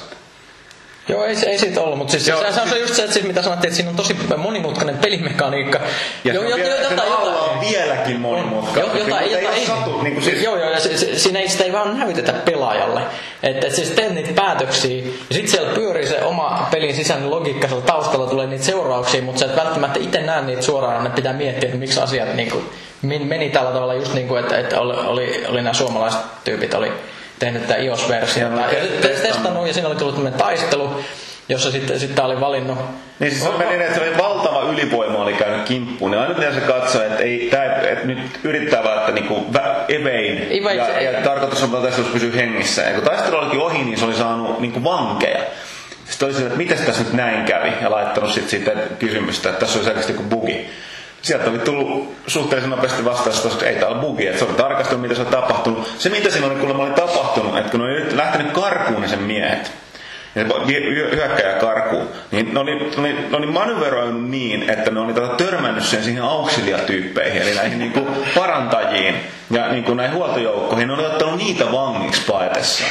Joo, ei, ei siitä ollut, mutta siis joo, se, se on siis just se, että siis, mitä sanottiin, että siinä on tosi monimutkainen pelimekaniikka. Ja jo, jo, jo, jota, alla on vieläkin monimutkainen. Jota, jota, jota, ei satu. Niin siis... Joo, joo, ja se, se, siinä ei, sitä ei vaan näytetä pelaajalle. Että et siis teet niitä päätöksiä, ja sitten siellä pyörii se oma pelin sisäinen logiikka, siellä taustalla tulee niitä seurauksia, mutta sä et välttämättä itse näe niitä suoraan, ne pitää miettiä, että miksi asiat niin kuin, meni tällä tavalla just niin kuin, että, että oli, oli, oli nämä suomalaiset tyypit, oli tehnyt tätä iOS-versiota ja, ja testannut, ja siinä oli tullut tämmöinen taistelu, jossa sitten, sitten oli valinnut. Niin siis se meni niin, että se oli valtava ylivoima oli käynyt kimppuun, niin aina pitää se katsoa, että, ei, tää, että nyt yrittää vaan, että niinku evein ja, ja, ja tarkoitus on, että tässä pysyy hengissä. Ja kun taistelu olikin ohi, niin se oli saanut niinku vankeja. Sitten oli se, että miten tässä nyt näin kävi, ja laittanut sitten siitä kysymystä, että tässä oli selkeästi joku bugi. Sieltä oli tullut suhteellisen nopeasti vastaus, että ei tää ole bugi, että se oli tarkastanut, mitä se on tapahtunut. Se, mitä siinä oli kuulemma oli tapahtunut, että kun ne oli lähtenyt karkuun ne sen miehet, ja hyökkäjä karkuun, niin ne oli, ne oli, ne oli manöveroinut niin, että ne oli tota törmännyt sen siihen auxiliatyyppeihin, eli näihin niinku parantajiin ja niinku näihin huoltojoukkoihin. Ne oli ottanut niitä vangiksi paetessaan.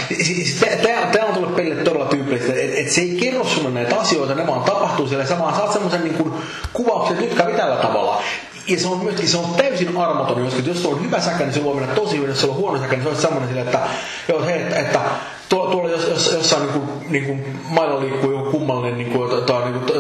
Tämä on tullut pelille todella tyypillistä, että et se ei kerro sulle näitä asioita, ne vaan tapahtuu siellä, sä vaan saat semmoisen niinku kuvauksen, että nyt kävi tällä tavalla. Ja se on myöskin se on täysin armoton, jos, jos on hyvä säkä, niin se voi mennä tosi hyvin, jos se on huono säkä, niin se on semmoinen sille, että joo, hei, että, että tuolla, tuolla jos, jos, jossain niin kuin, niin kuin mailla liikkuu joku kummallinen niin kuin, tota, niin kuin,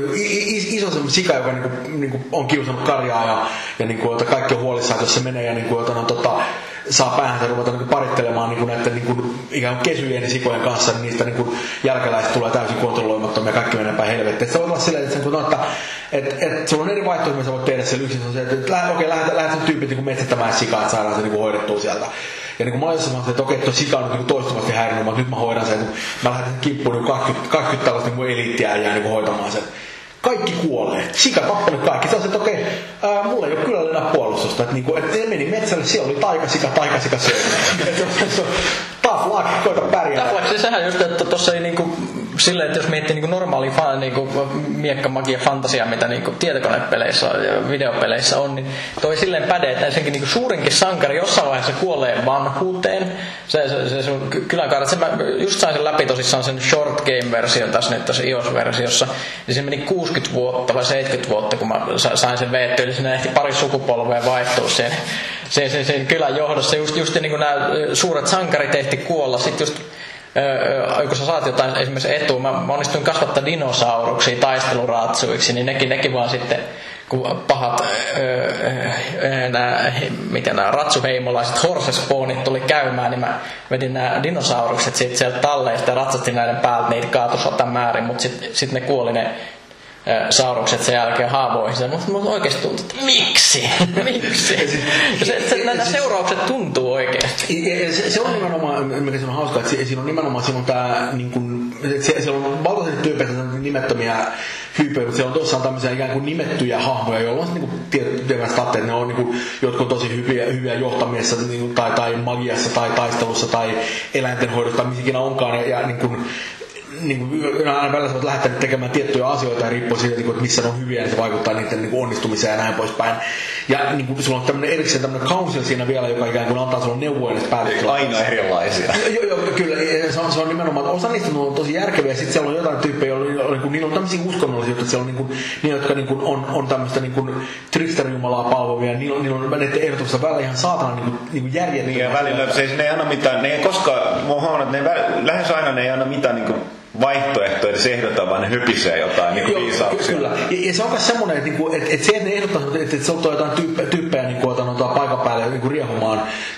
iso semmoinen sika, joka niin kuin, niin kuin on kiusannut karjaa ja, ja niin kuin, kaikki on huolissaan, että jos se menee ja niin kuin, no, tota, saa päähänsä ruveta niin parittelemaan niin näiden niin ikään kuin kesyjen sikojen kanssa, niin niistä niin jälkeläiset tulee täysin kontrolloimattomia ja kaikki menee päin helvettiin. Se voi olla silleen, että, että, että, että, että sulla on eri vaihtoehtoja, mitä sä voit tehdä siellä yksin. Se on se, että, että okei, lähdetään, lähdetään tyypit niin metsättämään sikaa, että saadaan se niin hoidettua sieltä. Ja niin kuin mä olin jossain, että okei, tuo sika on niin toistuvasti häirinyt, mutta nyt mä hoidan sen, että mä lähden kimppuun niin kaksikymmentä, kaksikymmentä tällaista niin eliittiä jää niin hoitamaan sen. Kaikki kuolee. Sika tappanut kaikki. Se on se, että okei, ää, mulla ei ole kyllä enää puolustusta. Että niinku, et ne meni metsälle, siellä oli taikasika, taikasika söi. Tough luck, koita pärjää. Tough luck, siis sehän just, että tossa ei niinku silleen, että jos miettii niinku normaali fan, niinku miekka, magia, fantasia, mitä niinku tietokonepeleissä ja videopeleissä on, niin toi silleen päde, että ensinnäkin niinku suurinkin sankari jossain vaiheessa kuolee vanhuuteen. Se, se, se sun kylänkaara, se mä just sain sen läpi tosissaan sen short game-version tässä nyt tässä iOS-versiossa, niin se meni kuusikymmentä vuotta vai seitsemänkymmentä vuotta, kun mä sain sen veettyä, eli siinä ehti pari sukupolvea vaihtua sen, sen, sen, sen kylän johdossa. Just, just niin kuin nämä suuret sankarit ehti kuolla, sitten just Öö, kun sä saat jotain esimerkiksi etua, mä, mä onnistuin kasvattaa dinosauruksia taisteluratsuiksi, niin nekin, nekin vaan sitten, kun pahat öö, öö, nää, mitä nämä ratsuheimolaiset horsespawnit tuli käymään, niin mä vedin nämä dinosaurukset sitten sieltä talleista ja ratsastin näiden päältä, niitä kaatui sotan määrin, mutta sitten sit ne kuoli ne saurukset sen jälkeen haavoihin, mutta mut oikeasti tuntuu, että miksi? miksi? Ja se, se, nämä seuraukset tuntuu oikeasti. Se, se on nimenomaan, mikä se on hauskaa, että siinä on nimenomaan siinä on tää, niin kun, se, siellä on valtaisesti tyyppeitä nimettömiä hyypöjä, mutta siellä on tuossa tämmöisiä ikään kuin nimettyjä hahmoja, joilla on niin tietysti statteja, ne on niin kuin, jotkut tosi hyviä, hyviä johtamisessa niin tai, tai magiassa tai taistelussa tai eläintenhoidossa tai missä ikinä onkaan. Ja, ja niin kuin, niin kuin, aina välillä sä oot lähettänyt tekemään tiettyjä asioita ja riippuu siitä, että missä ne on hyviä, niin se vaikuttaa niiden niin kuin onnistumiseen ja näin poispäin. Ja niin kuin, sulla on tämmöinen erikseen tämmöinen council siinä vielä, joka ikään kuin antaa sulle neuvoja näistä päätöksistä. Aina erilaisia. Joo, joo, kyllä. Se on, se on nimenomaan, osa niistä on tosi järkeviä, ja sitten siellä on jotain tyyppejä, joilla on, niillä on tämmöisiä uskonnollisia, että siellä on niin kuin, niillä, jotka niin kuin, on, on tämmöistä niin kuin trickster-jumalaa palvovia, ja niillä on, niillä on näiden ehdotuksessa välillä ihan saatana niin kuin, niin kuin järjettömiä. Niin, ja välillä se, ne ei anna mitään, ne ei koskaan, mä oon että ne lähes aina ne ei anna mitään niin kuin vaihtoehtoja, että se ehdottaa, vaan ne höpisee jotain niin viisauksia. Kyllä. Ja, ja se on myös semmoinen, että, että, että, että se, että ne ehdottaa, että, että se on jotain tyyppejä, tyyppejä niin kuin, paikan päälle niin riehumaan.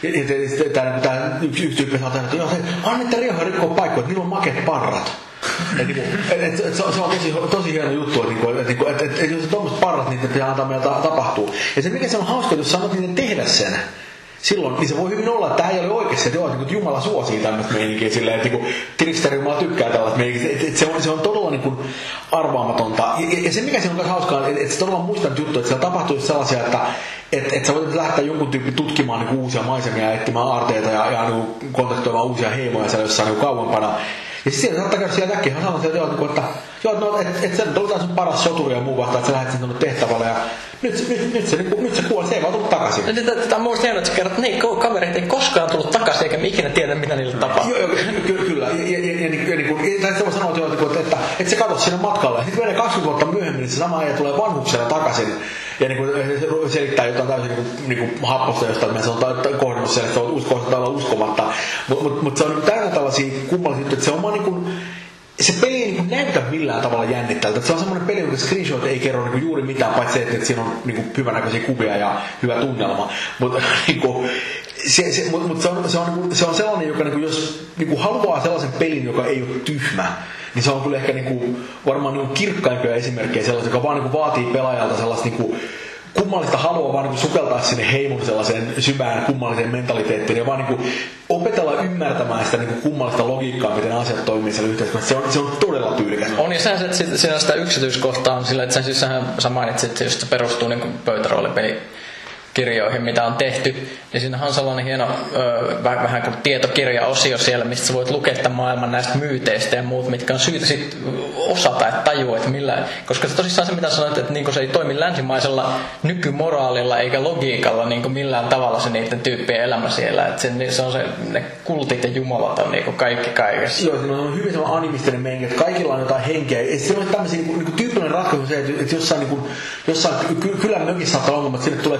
Tämä yksi tyyppi sanoo, että annetaan riehoja rikkoa paikkoja, että niillä on makeat parrat. Et, et, et, et, se on tosi, tosi hieno juttu, että et, et, et, et, jos tuommoiset parrat, niin pitää antaa meillä ta- tapahtuu. Ja se mikä se on hauska, jos sanot niiden tehdä sen, silloin, niin se voi hyvin olla, että tämä ei ole oikeasti, että, joo, että Jumala suosii tämmöistä meininkiä silleen, että niin Trickster-Jumala tykkää tällaista meininkiä. Että, että se, on, se on todella niin kuin arvaamatonta. Ja, ja se mikä siinä on myös hauskaa, että, että se todella muistaa juttu, että siellä tapahtuu sellaisia, että että, että sä voit lähteä jonkun tyyppi tutkimaan niin kuin uusia maisemia ja etsimään aarteita ja, ja niin kontaktoimaan uusia heimoja siellä jossain niin kauempana. Ja sitten sieltä saattaa käydä siellä äkkiä, hän sanoo sieltä, että, että, että, no, että, että se on ollut sun paras soturi ja muu vastaan, että sä lähdet sinne tehtävälle ja nyt, nyt, nyt, se, nyt se kuoli, se ei vaan tullut takaisin. Tämä on muista hienoa, että sä kerrot, että niin, kaverit ei koskaan tullut takaisin eikä ikinä tiedä, mitä niille tapahtuu. Joo, ky- kyllä. Ja, ja, ja, ja, ja, ja, ja voi sanoa, että, että, että se katsot sinne matkalla ja sitten menee kaksikymmentä vuotta myöhemmin, niin se sama äijä tulee vanhuksena takaisin ja niin kuin, selittää jotain täysin niin kuin, niin kuin happosta jostain, että se on kohdannut sen, että se on uskomatta tai uskomatta. Mutta mut, mut se on täynnä tällaisia kummallisia, että se on vaan niin kuin, se peli ei niin näytä millään tavalla jännittävältä. Se on semmoinen peli, jonka screenshot ei kerro niin juuri mitään, paitsi se, että siinä on niin hyvänäköisiä kuvia ja hyvä tunnelma. Mutta niin se, se, mut, mut se, on, se, on, se on sellainen, joka niin jos niin haluaa sellaisen pelin, joka ei ole tyhmä, niin se on kyllä ehkä niin varmaan niin kirkkaimpia esimerkkejä sellaisia, joka vaan niin vaatii pelaajalta sellaista niin kummallista halua vaan niin sukeltaa sinne heimon sellaiseen syvään kummalliseen mentaliteettiin ja vaan niin opetella ymmärtämään sitä niin kummallista logiikkaa, miten asiat toimii siellä yhteiskunnassa. Se on, se on todella tyylikäs. On, ja sehän se, siinä sitä yksityiskohtaa on sillä, että siis sähän, sä mainitsit, että se perustuu niin pöytäroolipeli kirjoihin, mitä on tehty, niin siinähän on sellainen hieno ö, vähän kuin tietokirjaosio siellä, mistä sä voit lukea tämän maailman näistä myyteistä ja muut, mitkä on syytä sit osata, että tajua, että millä, koska se tosissaan se, mitä sanoit, että niin se ei toimi länsimaisella nykymoraalilla eikä logiikalla niin millään tavalla se niiden tyyppien elämä siellä, että se, se on se, ne kultit ja jumalat on niin kaikki kaikessa. Joo, se on hyvin sellainen animistinen meininki, että kaikilla on jotain henkeä, ja se on tämmöisiä niin, niin tyypillinen ratkaisu se, että jossain, niin kuin, jossain kylän mökissä saattaa olla, mutta sinne tulee kummi,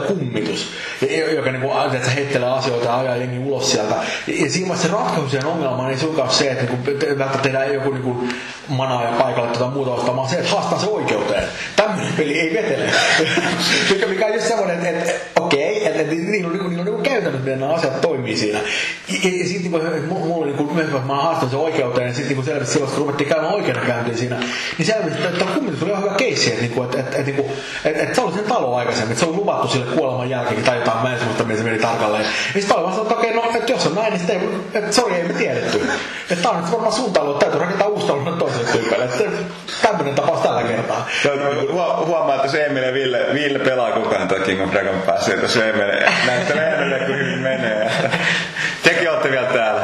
yritys, joka niinku, että heittelee asioita ja ajaa jengi ulos sieltä. Ja siinä vaiheessa se ratkaisu siihen ongelmaan ei suinkaan se, että niinku, välttämättä tehdään joku niinku manaa ja paikalle tai muuta vastaan, vaan se, että haastaa se oikeuteen. Tämmöinen peli ei vetele. mikä, mikä on just semmoinen, että et, okei, okay, että et, niillä on, niinku, niillä on niinku käytännöt, miten nämä asiat toimii siinä. Ja, ja, ja sitten niinku, mulla niinku, että mä haastan sen oikeuteen, ja sitten niinku selvästi silloin, kun ruvettiin käymään oikeudenkäyntiin siinä, niin selvästi, että tämä kumminkin tuli ihan hyvä keissi, että niinku, et, et, et, et, et, et se oli sen talo aikaisemmin, että se oli luvattu sille kuoleman jälkeen tai jotain, mä en semmoista, miten se meni tarkalleen. Ja sitten paljon sanoi, että okei, okay, no, että jos on näin, niin sitten ei, että sori, ei me tiedetty. Että tää on nyt varmaan sun talo, että täytyy rakentaa uusi talo toiselle tyypille. Että tämmönen tapaus tällä kertaa. Huomaa, että se Emil ja Ville, Ville pelaa koko ajan King of Dragon Pass, että se Emil näyttelee Emille, kun hyvin menee. Tekin olette vielä täällä.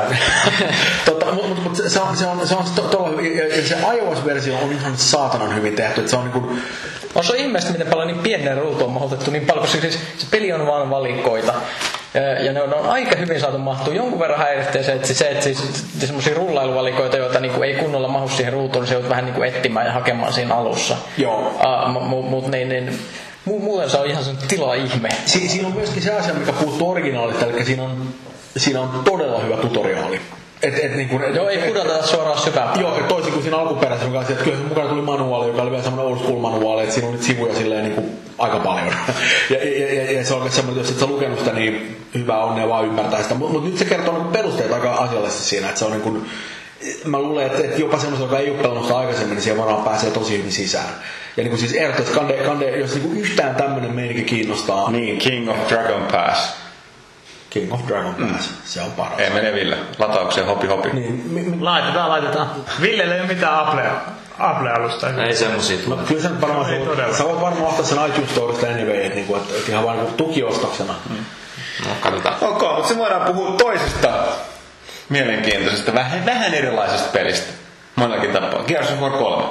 Totta, mutta mut, se on se on se on todella hyvin, ja se iOS-versio on ihan saatanan hyvin tehty, että se on niinku. On se ihmeellistä, miten paljon niin pienen ruutuun on mahdotettu niin paljon, koska siis se peli on vaan valikoita. Ja ne on, ne on aika hyvin saatu mahtua. Jonkun verran häiritsee se, että, se, että siis, semmosia rullailuvalikoita, joita niinku ei kunnolla mahu siihen ruutuun, niin se joudut vähän niinku etsimään ja hakemaan siinä alussa. Joo. Uh, Mutta mut, niin, niin, muuten se on ihan sen tila-ihme. Si- siinä on myöskin se asia, mikä puuttuu originaalista, eli siinä on, siinä on todella hyvä tutoriaali. Et, et, niin kun, et, joo, ei pudoteta suoraan syvään. Joo, toisin kuin siinä alkuperäisessä kanssa, että kyllä se mukana tuli manuaali, joka oli vielä semmoinen old school manuaali, että siinä on nyt sivuja silleen niin kuin aika paljon. ja, ja, ja, ja se on semmoinen, että jos et sä lukenut sitä, niin hyvä onnea vaan ymmärtää sitä. Mutta mut nyt se kertoo niin perusteet aika asiallisesti siinä, että se on niin kuin, mä luulen, että, että jopa semmoista, joka ei ole pelannut sitä aikaisemmin, niin siihen varmaan pääsee tosi hyvin sisään. Ja niin kuin siis ehdottomasti, kande, kande, jos niin kuin yhtään tämmöinen meininki kiinnostaa. Niin, King of Dragon Pass. King of Dragon Pass, mm. se on paras. Ei mene Ville, lataukseen hopi hopi. Niin, mi, mi, laitetaan, laitetaan. Villelle ei ole mitään Apple, Apple-alusta. Ei semmosia tule. No, kyllä sen varmaan, no, sä voit varmaan ottaa sen iTunes Storesta anyway, että, niinku, että, että ihan vaan niinku tukiostoksena. Mm. No, katsotaan. Okei, okay, mutta se voidaan puhua toisesta mielenkiintoisesta, vähän, vähän erilaisesta pelistä. Monellakin tapaa. Gears of War kolme.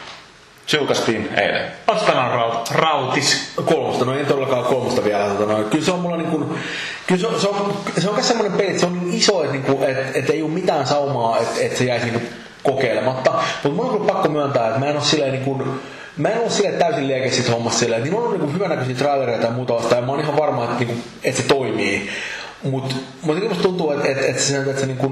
Julkaistiin eilen. Ostanan raut, rautis. Kolmosta, no en todellakaan kolmosta vielä. Tota, no, kyllä se on mulla niinku, kyllä se on, se on, se on myös semmoinen peli, että se on niin iso, että niinku, et, et ei ole mitään saumaa, että et se jäisi niinku kokeilematta. Mutta mun on kyllä pakko myöntää, että mä en ole silleen niinku, mä en ole silleen täysin liekes sit hommassa silleen, että niillä on niinku hyvänäköisiä trailereita ja muuta vastaan, ja mä oon ihan varma, että, niinku, että se toimii. Mut, mut musta tuntuu, että, että, että se, että se niinku,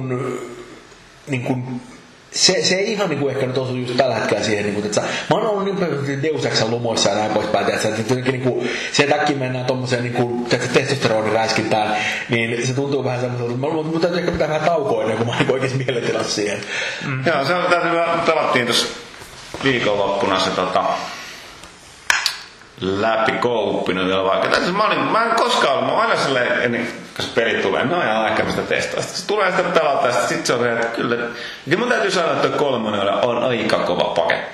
niinku Se, se ei ihan niinku ehkä nyt osu just tällä hetkellä siihen, niinku, että sä, mä oon ollut niin paljon Deus Exan lumoissa ja näin poispäin, että jotenkin niinku, se äkkiä mennään tommoseen niinku, testosteroniräiskintään, niin se tuntuu vähän semmoiselta, mutta mun täytyy ehkä pitää vähän taukoa ennen kuin mä oon oikeesti mielentilassa siihen. Mm. Joo, se on täytyy, pelattiin tossa viikonloppuna se tota, läpi kouppina vielä vaikka. Mä, olin, mä en koskaan ollut, mä oon aina silleen, ennen kun se peli tulee, no ja ehkä mä sitä testaa. Sitten se tulee sitä pelata ja sitten se on se, että kyllä. Ja mun täytyy sanoa, että kolmonen on aika kova paketti.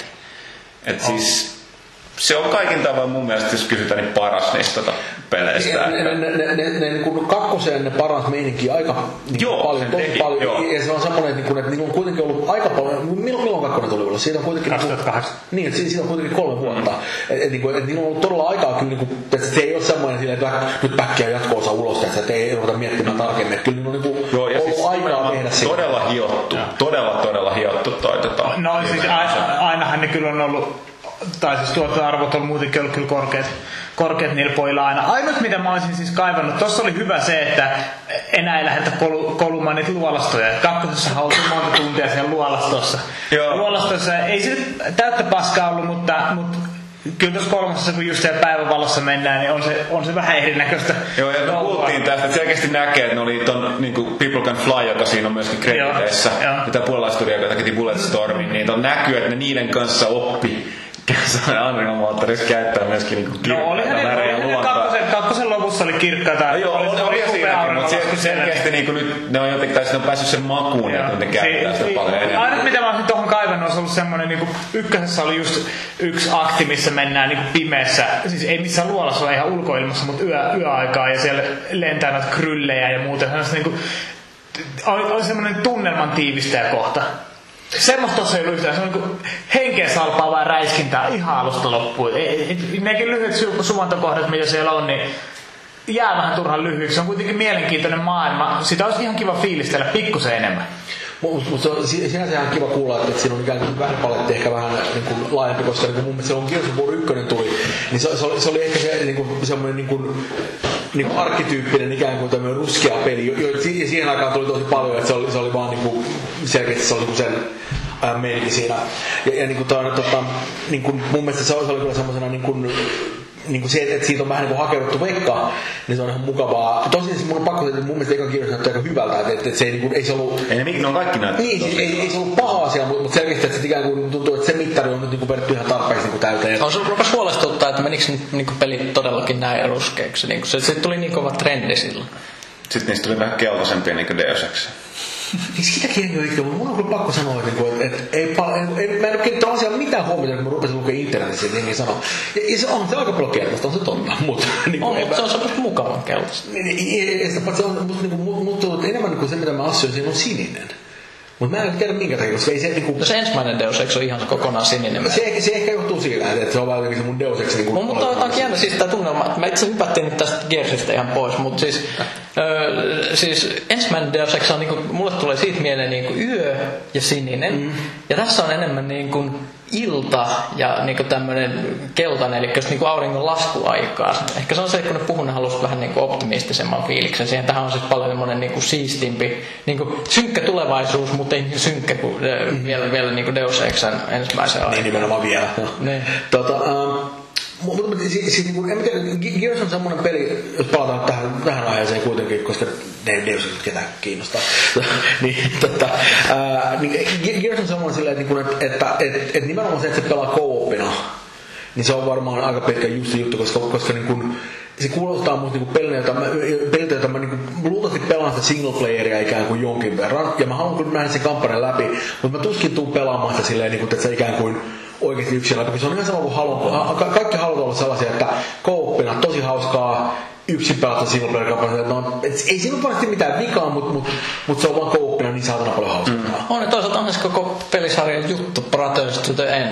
Et oh. siis se on kaikin tavoin mun mielestä, jos kysytään, niin paras niistä tota peleistä. Ne, ne, ne, ne, ne, ne kakkoseen ne paras meininki aika niin joo, paljon, tosi teki, paljon. Joo. Ja se on semmoinen, että, että niillä on kuitenkin ollut aika paljon, milloin, milloin kakkonen tuli ulos? Siitä on kuitenkin kaksituhattakahdeksan. Niin, että siitä on kuitenkin kolme vuotta. Mm. Että et, et, et, niillä on ollut todella aikaa kyllä, niin kuin, että se ei ole semmoinen silleen, että nyt päkkiä jatko-osa ulos, että ei ruveta miettimään tarkemmin. Että kyllä niillä on niin kuin, joo, ollut siis aikaa tehdä sitä. Todella hiottu, ja. todella todella hiottu toi tota. No siis ainahan ne kyllä on ollut, tai siis tuottoarvot on muutenkin ollut kyllä korkeat, korkeat niillä pojilla aina. Ainut mitä mä olisin siis kaivannut, tossa oli hyvä se, että enää ei lähdetä kolu, kolumaan niitä luolastoja. Kakkosessa hautui monta tuntia siellä luolastossa. Joo. Luolastossa ei se täyttä paskaa ollut, mutta, mutta kyllä tuossa kolmosessa, kun just siellä päivänvalossa mennään, niin on se, on se vähän erinäköistä. Joo, ja me puhuttiin tästä, että selkeästi näkee, että ne oli ton niin kuin People Can Fly, joka siinä on myöskin krediteissä, ja tämä puolalaistudioja, joka teki Bulletstormin, niin on näkyy, että ne niiden kanssa oppi. Sellainen Unreal-moottorissa käyttää myöskin niinku kirkkaita no, värejä luontaa. Kakkosen, kakkosen lopussa oli kirkkaita. No, joo, oli, oli, oli siinäkin, mutta se, selkeästi niinku nyt ne on jotenkin, tai ne on päässyt sen makuun, että ne käyttää sitä paljon enemmän. Ainut mitä mä olisin tuohon kaivannut, olisi ollut semmoinen, niinku, ykkösessä oli just yksi akti, missä mennään niinku pimeässä, siis ei missään luolassa ole ihan ulkoilmassa, mutta yö, yöaikaa, ja siellä lentää noita kryllejä ja muuta. Niinku, oli, oli semmoinen tunnelman tiivistäjäkohta. Semmosta tossa ei ollut yhtään, se on niinku henkeä salpaavaa räiskintää ihan alusta loppuun. Nekin lyhyet su- suvantokohdat, mitä siellä on, niin jää vähän turhan lyhyiksi. Se on kuitenkin mielenkiintoinen maailma. Sitä olisi ihan kiva fiilistellä pikkusen enemmän. Mutta se on sinänsä ihan kiva kuulla, että siinä on ikään kuin vähäpaletti ehkä vähän niin kuin laajempi, koska niin kuin mun mielestä silloin Gears of War yksi tuli, niin se, se, oli, se oli ehkä se, niin kuin, semmoinen niin kuin, niin kuin arkkityyppinen ikään kuin tämmöinen ruskea peli. Jo, jo, siihen aikaan tuli tosi paljon, että se oli, se oli vaan niin kuin, selkeästi se oli niin sen ajan meininki siinä. Ja, ja niin kuin, toi, tota, niin kuin, mun mielestä se oli, se oli kyllä semmoisena niin kuin, niin kuin se, että siitä on vähän niin kuin hakeuduttu vekka, niin se on ihan mukavaa. Tosin mun on pakko, että mun mielestä ekan kirjoitus näyttää aika hyvältä, että, että se ei, niin kuin, ei se ollut... Ei ne, ne on kaikki näyttää. Niin, siis ei, ei se ollut paha asia, mutta, mutta selkeästi, että se ikään kuin tuntuu, että se mittari on nyt niin kuin vedetty ihan tarpeeksi niin kuin täyteen. On se rupesi huolestuttaa, että menikö niin kuin pelit todellakin näin ruskeiksi. Niin se, se tuli niin kova trendi silloin. Sitten niistä tuli vähän keltaisempia niin kuin Deus Ex. Niin sitäkin ei ole ikinä, mutta mun on kyllä pakko sanoa, että, että, että ei, ei, mä en ole kiinnittänyt asiaan mitään huomiota, kun mä rupesin lukemaan internetissä, että jengi sanoo. Ja, ja se on se aika paljon keltaista, on se totta. Mutta, niin on, mutta mä, se on semmoista mukavan keltaista. Niin, se on musta niin kuin, tuntuu, että enemmän kuin se, mitä mä assoin, siinä on sininen. Mutta mä en tiedä minkä takia, koska ei se niinku... No se ensimmäinen Deus Ex on ihan kokonaan sininen. Se, se ehkä johtuu siitä, että se on vaan jotenkin se mun Deus Ex niinku... No, mutta on kiinni siis tää tunnelma, että me itse hypättiin nyt tästä Gearsista ihan pois, mutta siis... Öö, siis ensimmäinen Deus Ex on niinku... Mulle tulee siitä mieleen niinku yö ja sininen. Mm. Ja tässä on enemmän niinku ilta ja niinku tämmönen keltainen, eli jos niinku auringon laskuaikaa. Ehkä se on se, kun ne puhuu, ne halusivat vähän niinku optimistisemman fiiliksen. Siihen tähän on siis paljon semmonen niinku siistimpi, niinku synkkä tulevaisuus, mutta ei niin synkkä kuin mm. vielä, vielä niinku Deus Exen ensimmäisen aikaan. Niin nimenomaan vielä. Niin. Tota, um, mutta siis, siis niin en tiedä, Gears on semmoinen peli, jos palataan tähän, tähän aiheeseen kuitenkin, koska ne Deus ei ketään kiinnostaa. niin, tota, ää, niin Gears on semmoinen silleen, että, että, että, että nimenomaan se, että se pelaa co-opina, niin se on varmaan aika pitkä justi juttu, koska, koska niin kuin, se kuulostaa musta niinku pelinä, jota mä, peliltä, jota mä niinku luultavasti pelaan sitä singleplayeria ikään kuin jonkin verran. Ja mä haluan kyllä nähdä sen kampanjan läpi, mutta mä tuskin tuun pelaamaan sitä silleen, niinku, että se ikään kuin oikeasti yksin läpi. Se on ihan sama kuin haluan. Ka- kaikki haluat olla sellaisia, että co-opina tosi hauskaa, yksin pelata singleplayer-kampanjaa. No, ei siinä ole varmasti mitään vikaa, mutta mut, mut se on vaan co-opina niin saatana paljon hauskaa. Mm. On, ja toisaalta on se koko pelisarjan juttu, Brothers to the End.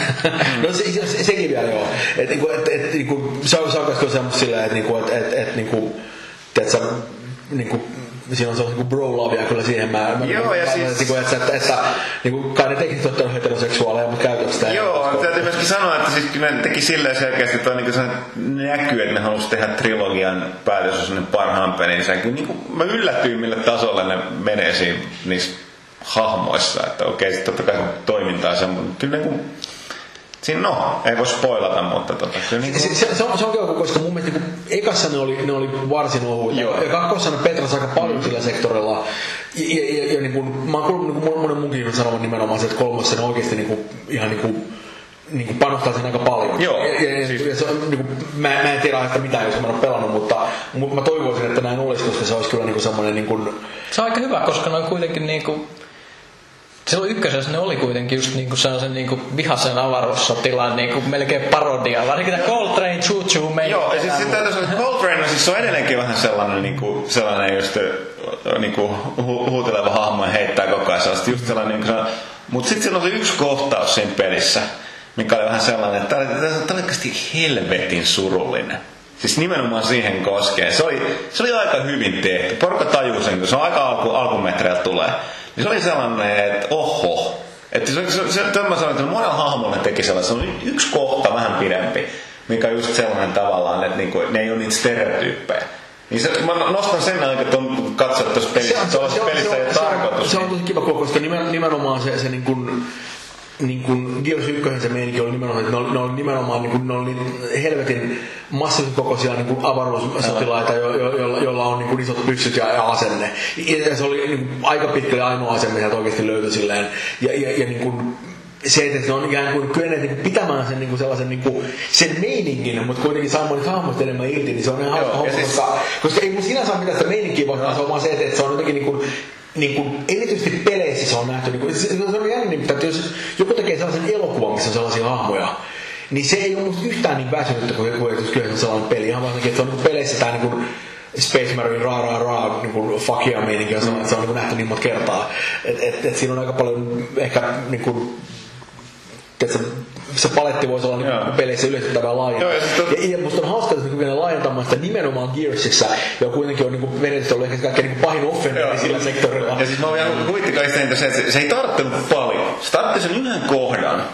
no se, se, se, sekin vielä joo. Et, et, et, et, niinku, se on oikeasti semmoista silleen, että niinku, et, et, et, niinku, tiedätkö, niinku, siinä on se niinku bro-lavia kyllä siihen. Mä, mä, joo, ja siis... Niinku, että, että, että niinku, kai ne teknisesti ottanut heteroseksuaaleja, mutta käytöstä. Joo, täytyy myöskin sanoa, että siis kyllä ne teki silleen selkeästi, että on niinku näkyy, että ne halusi tehdä trilogian päätösosuuden parhaan pelinsä. Niinku, mä yllätyin, millä tasolla ne menee siinä niissä hahmoissa. Että okei, sitten totta kai toimintaa se, mutta kyllä niinku... Siinä no, ei voi spoilata, mutta tota, kyllä niin kuin... se, se, se, on, se on kyllä, koska mun mielestä niin ekassa ne oli, ne oli varsin ohuita. Ja kakkosessa ne petras aika paljon mm. sillä sektorilla. Ja, ja, ja, ja niin kuin, mä oon kuullut niin monen munkin sanovan nimenomaan se, että kolmosessa ne oikeasti niin kuin, ihan niin kuin, niin kuin panostaa sen aika paljon. Joo. Ja, ja, siis... ja se on, niin kuin, mä, mä en tiedä että mitään, jos mä en ole pelannut, mutta, mutta mä toivoisin, että näin olisi, koska se olisi kyllä niin kuin semmoinen... Niin kuin... Se on aika hyvä, koska ne on kuitenkin niin kuin... Silloin ykkösessä ne oli kuitenkin just niinku sellaisen niinku vihaisen avaruussotilaan niinku melkein parodia. Varsinkin tämä Coltrane Choo Choo meni. Joo, ja siis sitten täytyy sanoa, että Coltrane siis on edelleenkin vähän sellainen niinku sellainen just niinku hu- huuteleva hahmo ja heittää koko ajan sellaista just sellainen niinku sellainen. Mut sitten siinä oli yksi kohtaus siinä pelissä, mikä oli vähän sellainen, että tämä oli oikeasti helvetin surullinen. Siis nimenomaan siihen koskee. Se oli, se oli aika hyvin tehty. Porukka tajuu sen, kun se on aika alku, alkumetreillä tulee. Niin se oli sellainen, että oho. Että se, se, se, mä sanoin, että monella hahmolla teki sellainen. Se oli yksi kohta vähän pidempi, mikä on just sellainen tavallaan, että niinku, ne ei ole niitä stereotyyppejä. Niin se, mä nostan sen aika, että on katsottu tuossa pelissä. Tuossa pelissä ei ole tarkoitus. Se on tosi kiva, koska nimenomaan se, se niin kuin... Niin kuin Gears yksi se meininki oli nimenomaan, että ne oli, ne oli nimenomaan niin kuin, ne oli helvetin massiivisen kokoisia niin kuin avaruussotilaita, jo, jo, joilla, joilla on niin kuin isot pyssyt ja, ja asenne. Ja se oli niin kuin, aika pitkälle ainoa asenne, mitä oikeasti löytyi silleen. Ja, ja, ja niin kuin, se, että ne on ikään kuin kyenneet niin pitämään sen, niin kuin sellaisen niin kuin, sen meiningin, mutta kuitenkin saamaan niitä hahmoista enemmän irti, niin se on ihan hauska homma, siis... koska, koska ei mun sinänsä ole mitään sitä meininkiä, vaan se on vaan se, että se on jotenkin niin kuin, niin kuin, erityisesti peleissä se on nähty, niin kuin, se, se on jännä, että jos joku tekee sellaisen elokuvan, missä on sellaisia hahmoja, niin se ei ole musta yhtään niin väsynyttä kuin joku, jos kyllä on sellainen peli. Ihan vaan että se on niin peleissä tää niin kuin Space Marine raa raa raa niin kuin fuck yeah meininki, ja se on, se on niin nähty niin monta kertaa. Että et, et siinä on aika paljon ehkä niin kuin, että se paletti voisi olla niin peleissä yleistettävää laajentaa. Ja, ja musta on hauska, että ne laajentamaan sitä nimenomaan Gearsissa, joka kuitenkin on niin menetys ollut ehkä kaikkein niin pahin offenderi sillä sektorilla. Ja siis mä oon vielä huvittikaisesti, että se, se ei tarttunut paljon. Se tartti sen yhden kohdan,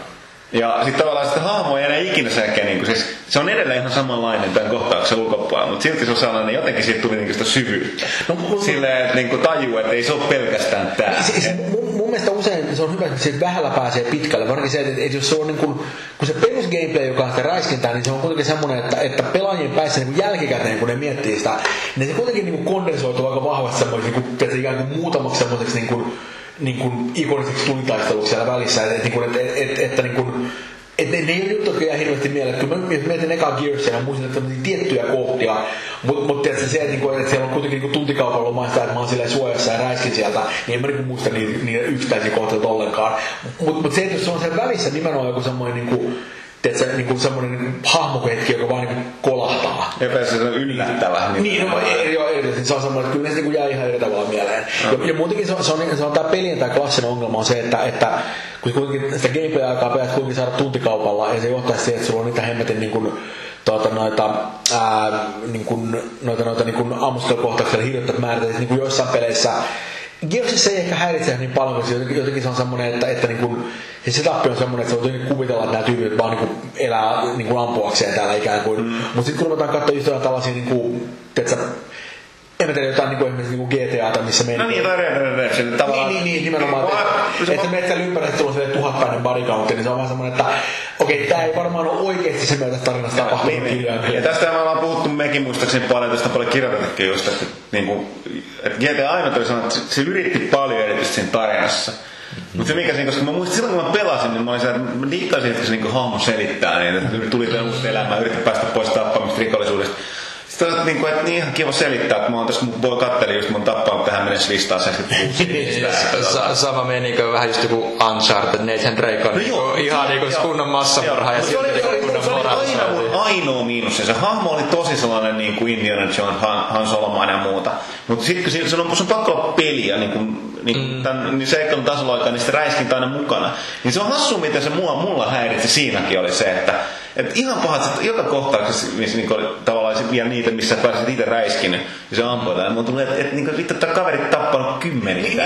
Ja sitten tavallaan sitä hahmo ei enää ikinä säkeä, niin siis se on edelleen ihan samanlainen tämän kohtauksen ulkopuolella, mutta silti se on sellainen, jotenkin siitä tuli niin sitä syvyyttä. No, mun... Silleen, että niin tajuu, että ei se ole pelkästään tää. Siis, mun, mun mielestä usein se on hyvä, että siitä vähällä pääsee pitkälle, varsinkin se, että, että jos se on niin kuin, kun se perus gameplay, joka on sitä räiskintää, niin se on kuitenkin semmoinen, että, että pelaajien päissä niin jälkikäteen, kun ne miettii sitä, niin se kuitenkin niin kuin kondensoituu aika vahvasti semmoiseksi, niin kuin, ikään kuin muutamaksi semmoiseksi niin kuin, niin kuin ikoniseksi tulitaisteluksi siellä välissä, että, että, että, että, että, että niin kuin, et ne, ne ei ole juttu, jotka jää hirveästi mieleen. Kyllä mä mietin ekaa Gearsia ja muistin, että on tiettyjä kohtia, mutta mut se, että siellä on kuitenkin niin tuntikaupalla maistaa, että mä oon silleen suojassa ja räiskin sieltä, niin en mä niin muista niitä, niitä yksittäisiä kohteita ollenkaan. Mutta mut se, että jos se on siellä välissä nimenomaan joku semmoinen niin teetkö, niinku semmoinen niinku hahmohetki, joka vaan niinku kolahtaa. Ja se on yllättävä. Niin, niin no, ei, joo, ei, se on semmoinen, että kyllä se niinku jää ihan eri tavalla mieleen. Mm. Ja, ja muutenkin se on, se on, se on tämä pelien tämä klassinen ongelma on se, että, että kun kuitenkin sitä gameplay-aikaa pidät kuitenkin saada tuntikaupalla, ja se johtaisi siihen, että sulla on niitä hemmetin niinku tuota, noita, ää, niinku, noita, noita niinku ammuskelukohtauksia hirjoittaa määritä niinku joissain peleissä. Gearsissa ei ehkä häiritse niin paljon, koska jotenkin, jotenkin se on semmoinen, että, että niin kuin, se setup on semmoinen, että se on jotenkin kuvitella, että nämä tyypit vaan niin kuin elää niin kuin ampuakseen täällä ikään kuin. Mm. Mutta sitten kun ruvetaan katsoa just tällaisia, niin kuin, teetkö, en mä tiedä jotain niin kuin esimerkiksi niin kuin G T A:ta, missä menee. No niin, tai Red Dead Redemption tavallaan. Niin, niin, niin nimenomaan. Että et sä menet siellä ympäri, että sulla on sellainen tuhatpäinen bodycountti, niin se on vaan semmoinen, että okei, okay, tää ei varmaan ole oikeesti se, mitä tässä tarinassa tapahtuu niin, kirjaimella. Ja tästä me ollaan puhuttu mekin muistaakseni paljon, tästä on paljon kirjoitettukin just, että, niin kuin, että G T A aina tuli sanoa, että se yritti paljon erityisesti siinä tarinassa. Mm-hmm. Mutta se mikä siinä, koska mä muistin silloin kun mä pelasin, niin mä olin siellä, että mä diikkasin, että se niin hahmo selittää niin, että tuli tähän uutta elämää, yritti päästä pois tappamista rikollisuudesta. Sitten on niin kuin, että niin ihan kiva selittää, että mä oon tässä, kun voi katteli just mun tappanut tähän mennessä listaa seitsemänkymmentäkuusi. Sama menikö vähän just joku Uncharted, Nathan Drake on no ihan niinku kunnon massamurha ja sitten kunnon moraalissa. Se oli aina mun ainoa miinus. Se hahmo oli tosi sellainen niin kuin Indiana Jones, Han, Han Solomainen ja muuta. Mutta sitten kun se on, se on pakko olla peliä, niin kuin, niin kuin mm. tämän niin seikkailun tasolla aikaa, niin sitä räiskintä aina mukana. Niin se on hassu, miten se mua, mulla häiritsi siinäkin oli se, että et ihan pahat, että joka kohtauksessa, missä niin oli tavallaan vielä niitä, missä pääsit itse räiskinyt, ja se ampui. Ja mulla tuli, että et, niin vittu, että kaverit tappanut kymmeniä.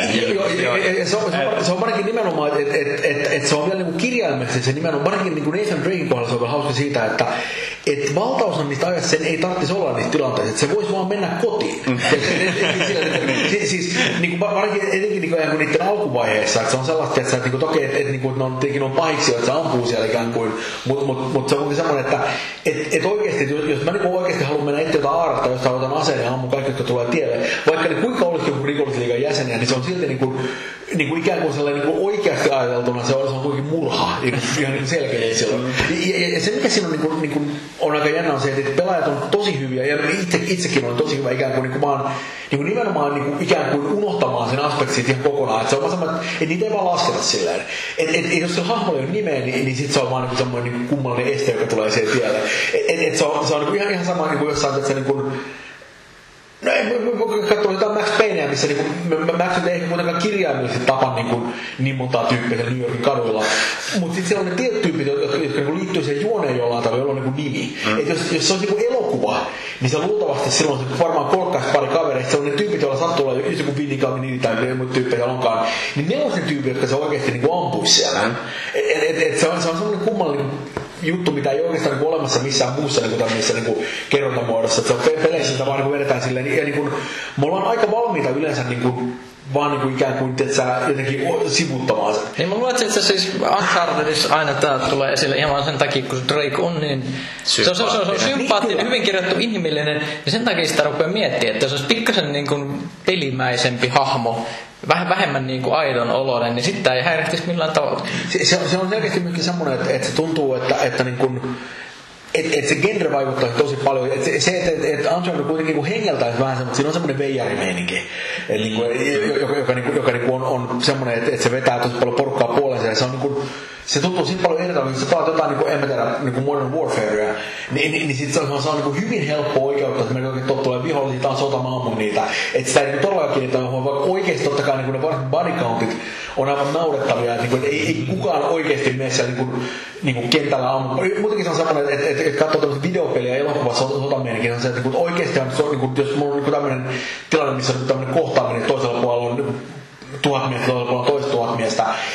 Se on varsinkin nimenomaan, että et, et, et se on vielä niinku kirjaimellisesti se nimenomaan, varsinkin niinku Nathan Draken kohdalla se on vielä hauska siitä, että et valtaosa niistä ajasta sen ei tarvitsisi olla niistä tilanteista, että se voisi vaan mennä kotiin. Mm. Siis niinku varsinkin etenkin niinku niiden alkuvaiheessa, että se on sellaista, että niinku toki, että et, niinku, ne on tietenkin on pahiksi, että se ampuu siellä ikään kuin, mutta mut, mut se on semmoinen, että et, et oikeasti, jos, jos mä niinku oikeasti haluan mennä etsiä jotain aarretta, jos sä otan aseen ja ammun kaikki, jotka tulee tielle, vaikka ne kuinka olisikin joku rikollisliigan jäseniä, niin se on silti niinku, niinku ikään kuin sellainen niinku oikeasti ajateltuna, se on, se on kuitenkin murha, niinku, ihan niinku selkeä silloin. Ja, ja, ja se mikä siinä on, niinku, niinku, on aika jännä on se, että pelaajat on tosi hyviä, ja itse, itsekin on tosi hyvä ikään kuin, niinku vaan niinku nimenomaan niinku, ikään kuin unohtamaan sen aspektit ihan kokonaan, että se on vaan semmoinen, että niitä ei vaan lasketa silleen. Että et, et, jos se hahmolla ei ole nimeä, niin, niin sit se on vaan niinku semmoinen niinku kummallinen este, joka tulee siihen tielle. Et, et, et se on, se on niinku ihan, ihan sama niinku jossain, että se niinku no ei, voi katsoa jotain Max Payneä, missä niinku, Max ei ehkä kuitenkaan kirjaimellisesti tapa niinku, niin montaa tyyppiä New Yorkin kaduilla. Mutta sitten siellä on ne tietyt tyypit, jotka, jotka niinku liittyy siihen juoneen jollain tavalla, jolla on niinku nimi. Mm. Et jos, jos se on niinku elokuva, niin se luultavasti silloin se varmaan kolkkaisi pari kavereista. Se on ne tyypit, joilla sattuu olla just joku Vinny Caminini tai ne muut tyyppejä onkaan. Niin ne on se tyypit, jotka se oikeasti niinku ampuisi siellä. Mm. Et, et, et, se on, se on semmoinen kummallinen juttu, mitä ei oikeastaan niin olemassa missään muussa niin tämmöisessä niin kerrontamuodossa. Se on peleissä, sitä vaan niin vedetään silleen. Ja niin kuin, me ollaan aika valmiita yleensä niin kuin, vaan niin kuin ikään kuin että sä jotenkin sivuuttamaan sen. Niin mä luulen, että siis Unchartedissa aina tää tulee esille ihan vaan sen takia, kun Drake on niin se on, se on, se on sympaattinen, hyvin kirjoittu, inhimillinen, ja sen takia sitä rupeaa miettimään, että jos olisi pikkasen niin kuin pelimäisempi hahmo, vähän vähemmän niin kuin aidon oloinen, niin sitten ei häirihtisi millään tavalla. Se, se, on, se on selkeästi myöskin semmoinen, että, että se tuntuu, että, että niin kuin että et se genre vaikuttaa tosi paljon. Et se, se että et, et Uncharted kuitenkin niinku hengeltäisi vähän semmoinen, siinä on semmoinen veijarimeininki, niinku, joka, joka, joka, joka niinku on, on semmoinen, että et se vetää tosi paljon porukkaa puolensa. Ja se on niinku, se tuntuu siinä paljon eri tavalla, jos sä pelaat jotain niinku, en mä tiedä, niinku Modern Warfarea, niin, niin, niin sit se on, se on niinku hyvin helppo oikeuttaa, että meillä oikein tulee vihollisia taas sotamaamun niitä. Että sitä ei niinku todellakaan kiinnittää, vaikka oikeesti totta kai niinku ne varsin bodycountit on aivan naurettavia, että niinku, et ei, ei kukaan oikeesti mene siellä niinku, niinku kentällä ammu. Muutenkin se on semmoinen, että et, et, et katsoo tämmöistä videopeliä ja elokuvassa sotamieninkin, on se, että niinku, oikeesti on, se on, niinku, jos mulla on niinku tämmöinen tilanne, missä on tämmöinen kohtaaminen toisella puolella on tuhat miestä, toisella puolella toista tuhat miestä,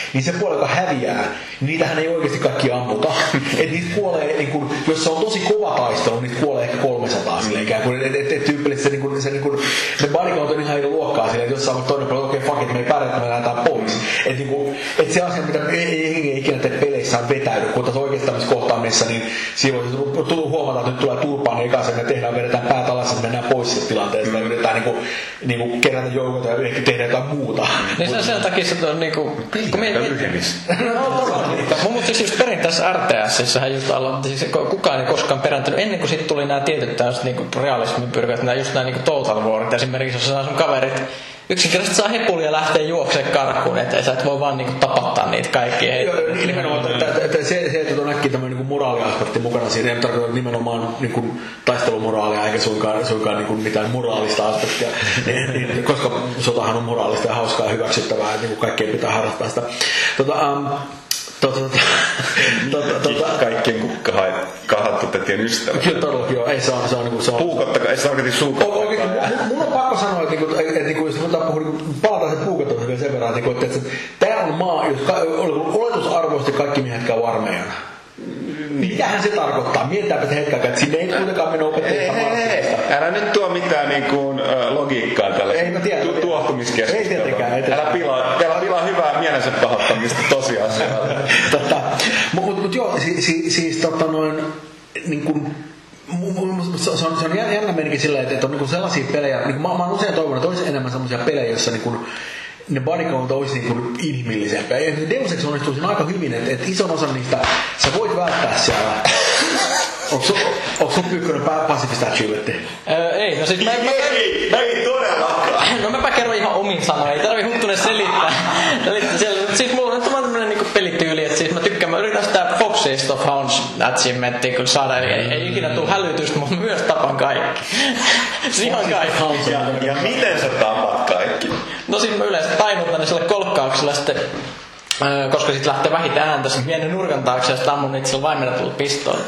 niin se puoli, joka häviää, niin niitähän ei oikeasti kaikki ammuta. Et niitä kuolee, niin kun, jos se on tosi kova taistelu, niitä kuolee ehkä kolmesataa silleen ikään kuin. Et, et, et tyypillisesti se, niin se, niin kun, ne bodycount on ihan eri luokkaa silleen, että jos saa toinen puolella, okei okay, fuck it, me ei pärjätä, me lähdetään pois. Että niin et se asia, mitä ei, ei, ei ikinä tee peleissä on vetäydy, kun tässä oikeasti tämmöisessä kohtaamisessa, niin silloin tullut huomata, että nyt tulee turpaan niin kanssa, me tehdään, vedetään päät alas, että mennään pois siitä tilanteesta ja yritetään niinku, niinku kerätä joukota ja ehkä tehdä jotain muuta. Niin se on sen takia, että on niinku... Kun me Mun mielestä siis just perin tässä R T S:ssähän just aloitti, siis kukaan ei koskaan perääntynyt, ennen kuin sitten tuli nämä tietyt tämmöiset niinku realismin pyrkät, nämä just nämä niinku Total Warit, esimerkiksi jos saa sun kaverit yksinkertaisesti saa hepulia lähteä juoksemaan karkuun, ettei sä et voi vaan niinku tapattaa niitä kaikkia. Joo, nimenomaan, se, se, että on äkkiä tämmöinen niinku moraaliaspekti mukana siinä, ei tarkoita nimenomaan niinku taistelumoraalia eikä suinkaan, suinkaan niinku mitään moraalista aspektia, niin, koska sotahan on moraalista ja hauskaa ja hyväksyttävää, että niinku kaikkien pitää harrastaa sitä. Tota, um, Tota, tota, tota, tota, kaikkien kukkahattutetien ystävä. Kyllä todellakin joo, ei se on, se on niinku se on. Puukottakaa, ei se tarkoitin suukottakaa. Mun on pakko sanoa, että, että, että, että jos puhutaan, palataan sen puukottamisen vielä sen verran, että, että, että tää on maa, jos oletusarvoisesti kaikki miehet käy armeijana. Mitähän se tarkoittaa? Mietitäänpä se hetkäkään, että sinne ei kuitenkaan mennä opettajista marssista. Älä nyt tuo mitään niin kuin, äh, logiikkaa tälle tu- tuohtumiskeskusteluun. Ei tietenkään. Ei Älä pilaa, älä pilaa hyvää mielensä pahoittamista tosiasialla. tota, Mutta mut joo, siis, siis, siis tota noin, niin kuin, se on, se on jännä menikin sillä, että on niinku sellaisia pelejä, niin mä, mä oon usein toivonut, että olisi enemmän sellaisia pelejä, joissa niinku ne bodycount olisi niinku inhimillisempiä. Ja Deus Ex onnistuu siinä aika hyvin, että, että ison osan niistä sä voit välttää siellä. Onko sun pyykkönen pasifista achievetti? Öö, ei, no sit mä... mä ei, mä, ei todellakaan. No mäpä kerron ihan omin sanoin, ei tarvi Huttunen selittää. Siellä, siis mulla on tämmönen niinku pelityyli, että siis mä tykkään, mä yritän sitä Foxist of Hounds achievementtia kyllä saada, eli ei, ei ikinä tuu hälytystä, mutta myös tapan kaikki. Siis ihan kaikki. Ja, ja miten sä tapat kaikki? No siis mä yleensä tainutan ne sille kolkkauksella sitten, koska sit lähtee vähitä ääntä, sit pienen nurkan taakse ja sit ammun niitä sillä vaimennetulla pistoilla.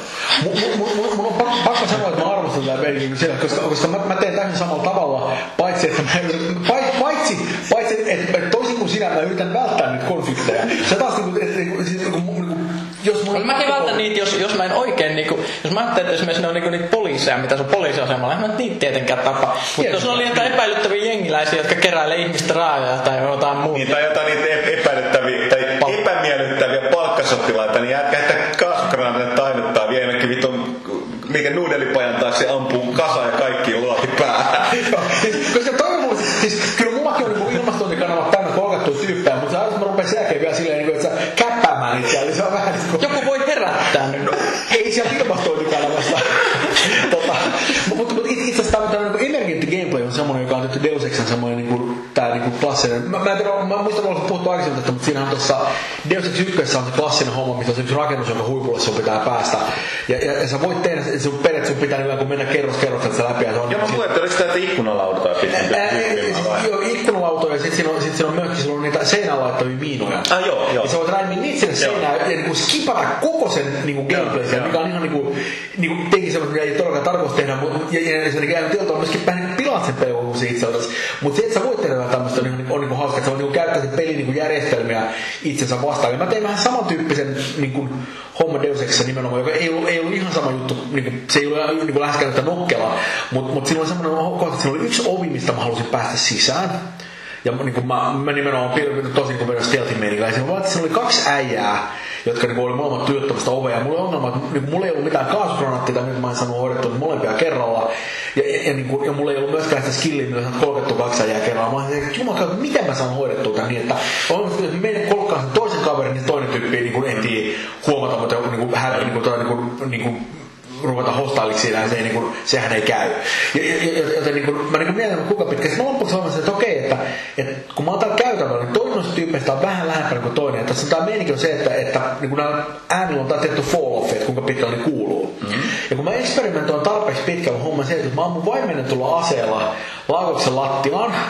Mun on pakko sanoa, että mä arvostan tätä peliä siellä, koska, koska mä, mä teen täysin samalla tavalla, paitsi että mä paitsi, paitsi että toisin kuin sinä, mä yritän välttää niitä konflikteja. Se taas niinku, että niinku, jos mun... Mäkin vältän niitä, jos, jos mä en oikein niinku, jos mä ajattelen, että esimerkiksi ne on niinku niitä poliiseja, mitä se on poliisiasemalla, en mä niitä tietenkään tapa. Mutta jos ne oli jotain epäilyttäviä jengiläisiä, jotka keräilee ihmistä raajoja tai jotain muuta. Niin, tai jotain niitä epäilyttäviä tai Pal- epämiellyttäviä palkkasottilaita, niin jätkä että kaasukranaatille tainuttaa vie jonnekin vitun mikä nuudelipajan taakse ampuu kasa ja kaikki luoti päähän. Koska toivon, siis kyllä mullakin on niin ilmastointikanavat täynnä kolkattua tyyppejä, mutta se aina mä rupean sen jälkeen vielä silleen, että sä käppäämään itseään, niin se on vähän niin kuin... Joku voi herättää. No, ei sieltä ilmastointikanavasta. tota, mutta mut itse asiassa tämä niin emergentti gameplay on semmoinen, joka on nyt Deus Exen semmoinen niin tää niin klassinen. Mä, mä en tiedä, mä muistan, että ollaan puhuttu aikaisemmin, mutta siinä on tuossa Deus Ex ykkössä on se klassinen homma, missä on se yksi rakennus, jonka huipulle sun pitää päästä. Ja, ja, ja sä voit tehdä, sun periaatteessa sun pitää niin mennä kerros kerrokselta läpi. Ja se on, joo, mä luulen, että oliko sitä ikkunalautaa pitää hyppimään? Joo, ikkunalautoja ja sit siinä on, sit siinä on mökki, siinä on niitä seinään laittavia miinoja. Ah, joo, joo. Ja sä voit räimiä niitä sinne seinään ja niin skipata koko sen niin gameplaysia, mikä on ihan niin kuin, niin kuin teki semmoista, mitä ei todellakaan tarkoitus tehdä, mutta ja, ja, ja se niin tietyllä on myöskin vähän pilaat sen pelin itseltäsi. Mutta se, että sä voit tehdä tämmöistä, niin on niin kuin hauska, että sä voit niin käyttää sen pelin niin järjestelmiä itsensä vastaan. Ja mä tein vähän samantyyppisen niin kuin homma Deus Exissa nimenomaan, joka ei ollut, ei ollut ihan sama juttu, niin kuin, se ei ollut niin läheskään yhtä nokkela, mutta mut siinä oli semmoinen kohta, että siinä oli yksi ovi, mistä mä halusin päästä sisään. Ja niin kuin mä, mä nimenomaan tosi niin kuin stealthin meininillä. Siinä oli kaksi äijää, jotka niin kuin oli molemmat työttömästä ovea. Mulla oli ongelma, että niin kuin, mulla ei ollut mitään kaasukranaattia, mitä mä en saanut hoidettua niin molempia kerralla. Ja, ja, ja, niin kuin, ja mulla ei ollut myöskään sitä skilliä, millä sä oot kolkettu kaksi äijää kerralla. Mä olisin, että jumala, miten mä saan hoidettua tämän niin, että on, että menen kolkkaan sen toisen kaverin, niin toinen tyyppi niin kuin en tiedä huomata, mutta niin kuin, hän, niin kuin, toi, niin kuin, niin kuin, ruveta hostailiksi siinä, se ei, niin kuin, sehän ei käy. Joten niin kuin, mä niin mietin, että kuinka pitkä. Mä loppuksi sanoin, että okei, että, että kun mä oon täällä käytävällä, niin toinen noista tyypeistä on vähän lähempänä kuin toinen. Että tässä on tää meininki on se, että, että niin kuin nämä äänillä on tää tietty fall-off, että kuinka pitkällä ne kuuluu. Mm-hmm. Ja kun mä eksperimentoin tarpeeksi pitkällä homman se, että mä ammun vaimennetulla aseella laakoksen lattiaan,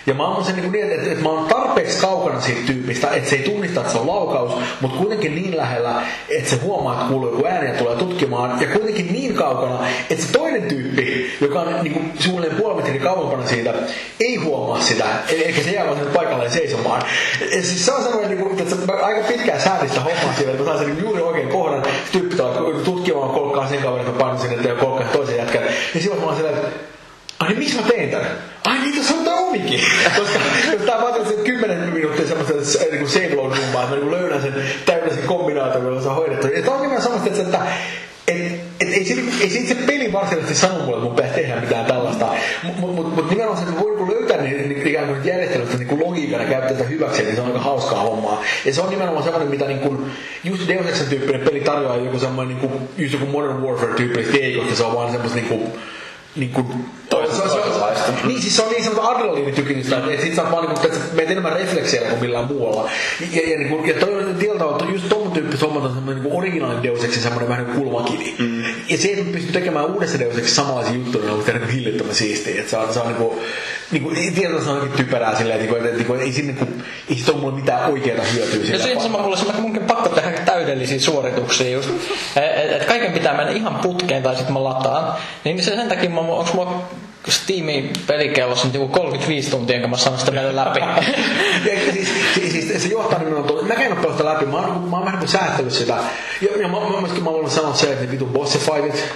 Ja mä oon sen niin, niin että, että mä oon tarpeeksi kaukana siitä tyypistä, että se ei tunnista, että se on laukaus, mutta kuitenkin niin lähellä, että se huomaa, että kuuluu joku ääni ja tulee tutkimaan. Ja kuitenkin niin kaukana, että se toinen tyyppi, joka on niin kuin suunnilleen puoli metrin kauempana siitä, ei huomaa sitä. Eikä se jää vaan sinne paikalleen seisomaan. Ja siis se on sellainen, niin kuin, että se aika pitkään säännistä hommaa siellä, että mä saan sen juuri oikein kohdan. Se tyyppi tutkimaan kolkkaan sen kaverin, että mä painin sinne ja kolkkaan toisen jätkän. Ja silloin mä oon sellainen, että ai niin, miksi mä tein tän? Ai niin, tässä on tää omikin. Koska tää vaatii sen kymmenen minuuttia semmoista niin save-load-rummaa, että mä niin löydän sen täydellisen kombinaation, jolla se on hoidettu. Ja tää on nimenomaan samasta, että, että et, et, ei, se, ei se itse peli varsinaisesti sano mulle, että mun pitäisi tehdä mitään tällaista. Mutta mut, mut nimenomaan se, että voi niin löytää niin, niin, ikään kuin järjestelmästä niin logiikan ja käyttää sitä hyväkseen, niin se on aika hauskaa hommaa. Ja se on nimenomaan semmoinen, mitä niin kuin, just Deus Exen tyyppinen peli tarjoaa joku semmoinen, niin kuin, just joku Modern Warfare-tyyppinen, ei, koska se on vaan semmoista niin kuin, niin kuin, se, se, se, niin, siis se on niin semmoista adrenaliinitykitystä, että sit sä oot vaan niinku, että meet enemmän reflekseillä kuin millään muualla. Ja, ja, niinku, ja toi on tietyllä tavalla, just tommo tyyppistä hommat on semmoinen niinku originaalinen Deus Exin semmoinen vähän niin kulmakivi. Mm. Ja se, että pysty tekemään uudessa Deus Exin samanlaisia juttuja, on niinku hillittömän siistiä. Että se on, se on niinku, niinku tietyllä se on jotenkin typerää silleen, että niinku, niinku, ei siinä niinku, ei sit ole mulle mitään oikeata hyötyä. Ja siinä samalla mulla on munkin pakko tehdä täydellisiä suorituksia just. Että et kaiken pitää mennä ihan putkeen tai sit mä lataan. Niin se sen takia, onko mulla Steamin pelikellossa niin kolmekymmentäviisi tuntia, enkä mä sanon sitä meille läpi. ja, siis, siis, siis se johtaa nimenomaan tuolla. Mäkään ole pelata läpi, mä oon, mä oon vähän kuin säättänyt sitä. Ja, ja mä, mä, mä, mä voin sanoa se, että ne vitun bossifightit,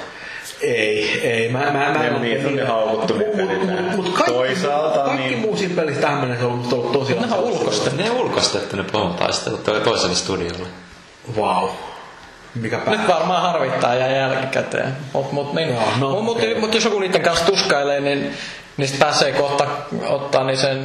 ei, ei, mä, mä, mä en ole niitä. Ne on haukuttu niitä pelit. Mut kaikki, toisaalta kaikki niin muu siinä pelissä tähän mennessä on ollut tosi ne on ulkostettu, ne on ulkostettu ne pommotaistelut toiselle studiolle. Vau. Wow. Mikä pää? Nyt varmaan harvittaa ja jälkikäteen. Mut, mut, niin, no, no, mut, okay. mut, mut jos joku niiden kanssa tuskailee, niin niistä pääsee kohta ottaa niin sen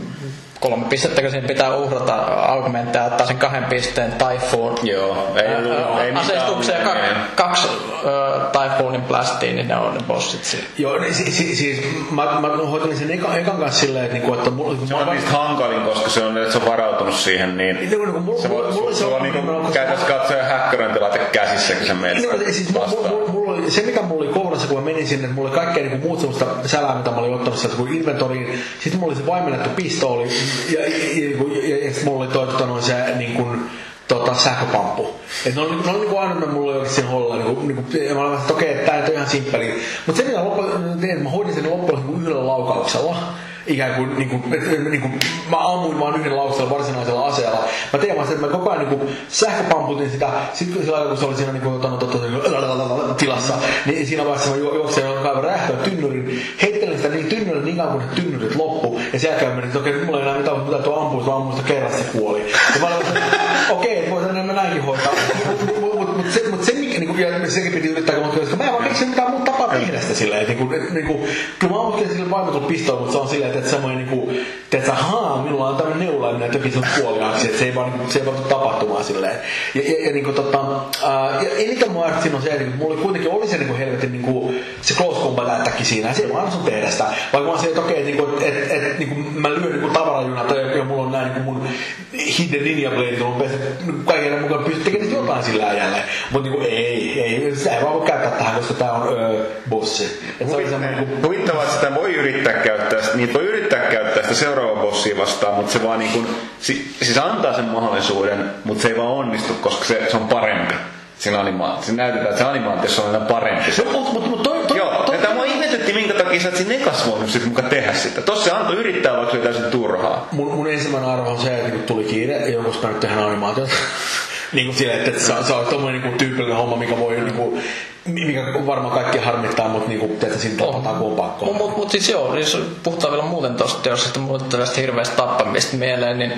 kolme pistettä, kun siinä pitää uhrata argumentteja, ottaa sen kahden pisteen Typhoon. Joo, ei, ää, ei aseistuksen ja ka- kaksi äh, Typhoonin blastiin, niin ne on ne bossit siinä. Joo, niin, siis, siis, siis mä, mä hoitin sen ekan, ekan kanssa silleen, että, niinku, että mulla, se on niistä hankalin, koska se on, että se on varautunut siihen, niin niin niinku, mulla, se voi, mulla, mulla, sulla on niinku käytännössä katsoja häkkäröintilaite käsissä, kun sä menet no, siis, vastaan. Mulla, mulla, mulla, se mikä mulla oli kourassa, kun mä menin sinne, että mulla oli kaikkea niinku muut semmoista sälää, mitä mä olin ottanut sieltä kuin inventoriin. Sitten mulla oli se vaimennettu pistooli ja, ja, ja, ja, ja sitten mulla oli toivottu noin se niin kuin, tota, sähköpamppu. Et ne oli, ne oli niinku aina, että mulla oli oikein holla. Niinku, niinku, ja mä olin että okei, okay, tää nyt on ihan simppeli. Mut se mitä loppujen, että mä hoidin sen loppujen niinku yhdellä laukauksella. Ikään kuin, niinku, et, niinku, mä ammuin vaan yhden lauksella varsinaisella aseella. Mä tein vaan sen, että mä koko ajan niinku, sähköpamputin sitä. Sitten kun, sillä, kun se oli siinä niinku, tota, tota, tota, tilassa, niin siinä vaiheessa mä juoksin kaivan rähtöä tynnyrin. Heittelin sitä niin tynnyrin niin kauan, kun ne tynnyrit loppu. Ja sen jälkeen menin, että okei, nyt mulla ei enää mitään, mutta mitä tuo ampuu, se ampuu sitä kerran se kuoli. Ja mä olin, että okei, että voisin enemmän näinkin hoitaa. Mutta se, mut se mikä, niinku, ja sekin piti yrittää, koska mä en vaan keksinyt mitään muuta tapaa tehdä sitä silleen. Niinku, niinku, kyllä mä ammuttiin sille vaimetulla pistoilla, mutta se on silleen, että semmoinen niinku, että haa, minulla on tämmöinen neulainen, että jokin sun kuoliaaksi, että se ei vaan, se ei vaan tapahtumaan silleen. Ja, ja, ja niinku tota, ää, ja eniten mua siinä on se, että mulla kuitenkin oli se niinku helvetin niinku, se close combat attacki siinä, ja se ei vaan sun tehdä sitä. Vaikka mä se, että okei, niinku, että et, et, niinku, mä lyön niinku tavarajunat, ja, ja mulla on nää niinku mun hidden ninja blade, kun mä kaikille mukaan pysty tekemään jotain sillä äijälle. Mut niinku ei, ei, sitä ei vaan voi käyttää tähän, koska tää on öö, bossi. Huvittavaa, että sitä voi yrittää käyttää, niitä voi yrittää käyttää sitä seuraavaa bossia vastaan, mutta se vaan niin kuin, siis antaa sen mahdollisuuden, mutta se ei vaan onnistu, koska se, se on parempi. Siinä animaatiossa. Se näytetään, että se animaatiossa on aina parempi. No, mutta mut, mut, toi, toi, joo, toi, ja tämä mua ihmetytti, minkä takia sä et siinä ekas voinut sit muka tehdä sitä. Tossa se antoi yrittää, vaikka se oli täysin turhaa. Mun, mun ensimmäinen arvo on se, että kun tuli kiire, ei ole koskaan nyt tehdä animaatiota. Niin kuin silleen, että se, se on tommoinen niin tyypillinen homma, mikä voi niin kuin, mikä varmaan kaikki harmittaa, mutta niin kuin, että siinä tapataan, kun on pakko. Mutta mut, mut siis joo, jos puhutaan vielä muuten tosta teosta, että mulle tällaista hirveästä tappamista mieleen, niin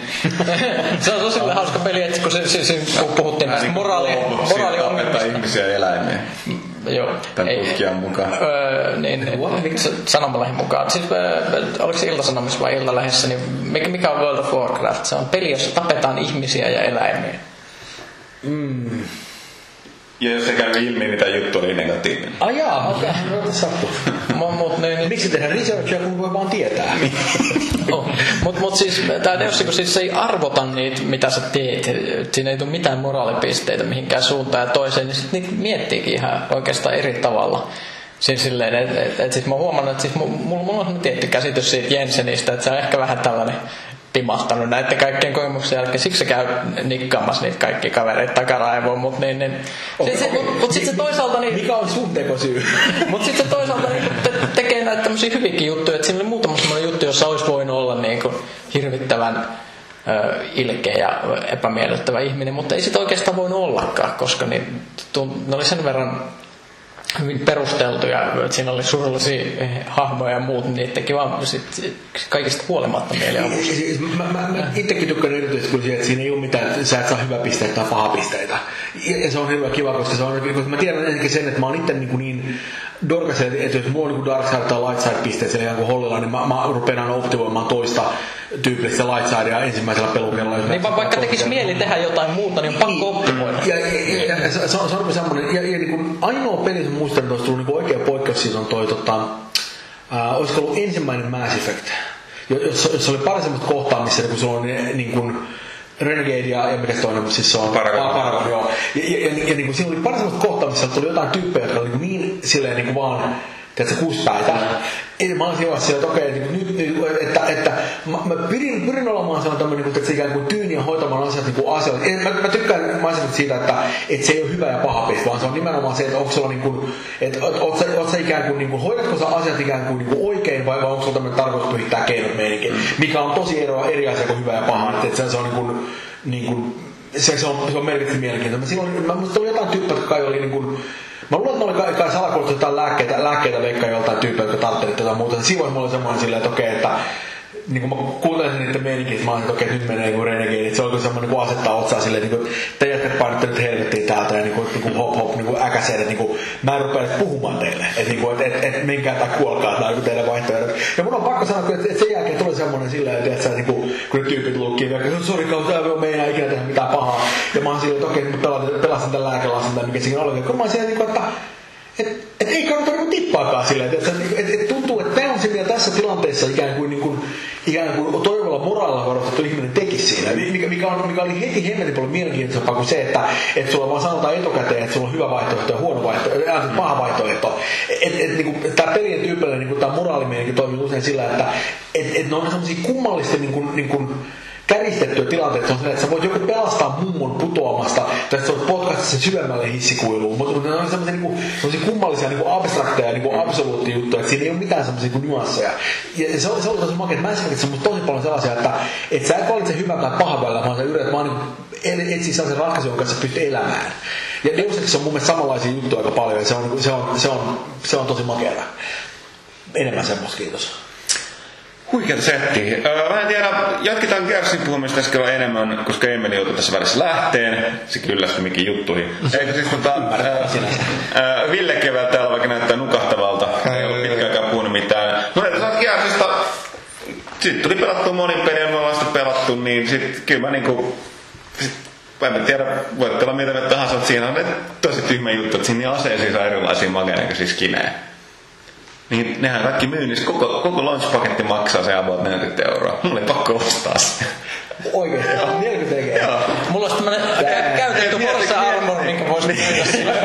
se on silleen hauska peli, että kun, se, se, se, kun puhuttiin näistä moraali, moraaliongelmista. Ihmisiä ja eläimiä. Joo. Tämän tutkijan mukaan. Öö, niin, sanomalehden mukaan. Siis, oliko se Ilta-Sanomissa vai Ilta-lehdessä, niin mikä on World of Warcraft? Se on peli, jossa tapetaan ihmisiä ja eläimiä. Mm. Ja jos se käy ilmi, mitä juttu oli negatiivinen. Ai jaa, okei, okay, no sattuu. Mut, niin, niin. Miksi tehdään researchia, kun voi vaan tietää? no, Mutta mut siis, tää Deus, kun siis se ei arvota niitä, mitä sä teet. Siinä ei tule mitään moraalipisteitä mihinkään suuntaan ja toiseen, niin sit niitä miettiikin ihan oikeastaan eri tavalla. Siis silleen, että et, et sit mä oon huomannut, että siis mulla, mulla on tietty käsitys siitä Jensenistä, että se on ehkä vähän tällainen timahtanut näiden kaikkien kokemuksien jälkeen. Siksi se käy nikkaamassa niitä kaikki kavereita takaraivoon, mutta niin, niin. Sit se, mut, mut sit se toisaalta niin. Mikä on sun tekosyy? Mut sit se toisaalta niin, te, tekee näitä tämmösiä hyviäkin juttuja, että siinä oli muutama semmoinen juttu, jossa olisi voinut olla niin kuin hirvittävän ö, ilkeä ja epämiellyttävä ihminen, mutta ei sit oikeastaan voinut ollakaan, koska niin, tunt, ne oli sen verran hyvin perusteltuja, että siinä oli surullisia hahmoja ja muut, niin teki vaan sit kaikista huolimatta mieliavusta. Mä, mä, mä itsekin tykkään erityisesti kyllä siihen, että siinä ei ole mitään, että sä et saa hyvä pisteitä tai paha pisteitä. Ja se on hyvä kiva, koska, se on, koska mä tiedän ennenkin sen, että mä oon itse niin, niin dorkasen, että jos mulla on niin dark side tai light side pisteet siellä ihan kuin hollilla, niin mä, mä rupean aina optimoimaan toista tyypillistä light sidea ensimmäisellä pelukellolla. Niin va- vaikka tekisi mieli tehdä jotain muuta, niin on pakko optimoida. Ja, ja, ja, ja se, se on semmoinen, ja, ja niin kuin ainoa peli, sen muistan, että olisi tullut niin oikea poikkeus, siitä on toi, tota, ää, olisiko ollut ensimmäinen Mass Effect, jossa, jossa oli pari semmoista kohtaa, missä niin sulla on niin kuin Renegade ja, ja mikä toinen, siis se on Paragon. Paragon, joo. Ja, ja, ja, ja niin kuin siinä oli pari semmoista kohtaa, missä tuli jotain tyyppejä, jotka oli niin, niin silleen niin kuin vaan, tiedätkö, kuuspäitä. Eli mä oon siellä että okei, nyt, nyt, että, että mä, mä pyrin, pyrin olemaan sellainen tämmöinen, että se ikään kuin tyyni ja hoitamaan asiat niin kuin asioita. Mä, mä tykkään mä siitä, että, että se ei ole hyvä ja paha piste, vaan se on nimenomaan se, että onko sulla niin kuin, että oot sä, oot sä ikään kuin, niin kuin, hoidatko sä asiat ikään kuin, niin kuin oikein vai, vai onko sulla tämmöinen tarkoitus pyhittää keinot meininki, mikä on tosi eroa eri asia kuin hyvä ja paha, että se, se on niin kuin, niin kuin se, se on, se on merkittävä mielenkiintoinen. Silloin, mä muistin, oli jotain tyyppejä, jotka kai oli niin kuin, mä luulen, että ne oli kai, kai salakuuluttu jotain lääkkeitä, lääkkeitä veikkaa joltain tyyppejä, jotka tarttelivat jotain muuta. Silloin mulla oli semmoinen silleen, että okei, että niin kun mä kuuntelin niiden meininkin, että mä olin, että okei, nyt menee joku Renegade. Se oli semmoinen, kun asettaa otsaa silleen, että te jätkät painitte nyt helvettiin täältä ja niin kuin, niin kuin hop hop niin kuin äkäseen, että niin kuin, mä en rupea puhumaan teille. Että niin kuin, et, et, et menkää tai kuolkaa, että nämä on teidän vaihtoehdot. Ja mun on pakko sanoa, että, että sen jälkeen tuli semmoinen silleen, että niin kuin, kun ne tyypit lukkii, että sori kautta, täällä me ei enää ikinä tehdä mitään pahaa. Ja mä oon silleen, että okei, mä pelasin tämän lääkelasin tai mikä siinä oli. Kun mä oon siellä, että et, et ei kannata niinku tippaakaan silleen, että et, et, et tuntuu, että tämä on siinä tässä tilanteessa ikään kuin, niin kuin, ikään kuin toivolla moraalilla varustettu ihminen tekisi siinä, mikä, mikä, on, mikä oli heti hemmetin paljon mielenkiintoisempaa kuin se, että et sulla vaan sanotaan etukäteen, että sulla on hyvä vaihtoehto ja huono vaihtoehto, ja paha vaihtoehto. Et, et, niin kuin, tämä pelien tyypillinen niin tämä moraalimielenkin toimii usein sillä, että et, et ne on sellaisia kummallista niin kuin, niin kuin, käristettyä tilanteet on sellainen, että sä voit joku pelastaa mummon putoamasta, tai että sä voit potkaista sen syvemmälle hissikuiluun, mutta ne on sellaisia, niinku, sellaisia kummallisia niinku abstrakteja ja niinku absoluuttia juttuja, että siinä ei ole mitään sellaisia niinku nyansseja. Ja se on, se on tosi makea, että mä ensin se on tosi paljon sellaisia, että et sä et valitse hyvän tai pahan välillä, vaan sä yrität vaan niinku etsiä sellaisen ratkaisun, jonka sä pystyt elämään. Ja Deus Ex on mun mielestä samanlaisia juttuja aika paljon, ja se on, se on, se on, se on tosi makeata. Enemmän semmoista, kiitos. Huikeata settiä. Öö, mä en tiedä, jatketaan Gearsin puhumista tässä kerran enemmän, koska Emeli joutui tässä välissä lähteen. Se kyllästyi mikin juttuihin. Eikö siis tota, öö, Ville keväällä täällä vaikka näyttää nukahtavalta. Ei ollut pitkään aikaa puhunut mitään. No näitä saa Gearsista. Sitten tuli pelattua monin peliä, me ollaan sitä pelattu, niin sit kyllä mä niinku... Sit, en tiedä, voit olla mitä tahansa, että siinä on tosi tyhmä juttu, että siinä aseisiin saa erilaisia magenäköisiä skinejä. Niin nehän kaikki myynnissä, koko, koko launch-paketti maksaa se about neljäkymmentä euroa. Mulla oli pakko ostaa se. Oikeesti? neljäkymmentä euroa? Joo. Mulla olisi tämmönen kä- käytetty Forza Armor, minkä voisi myydä sillä.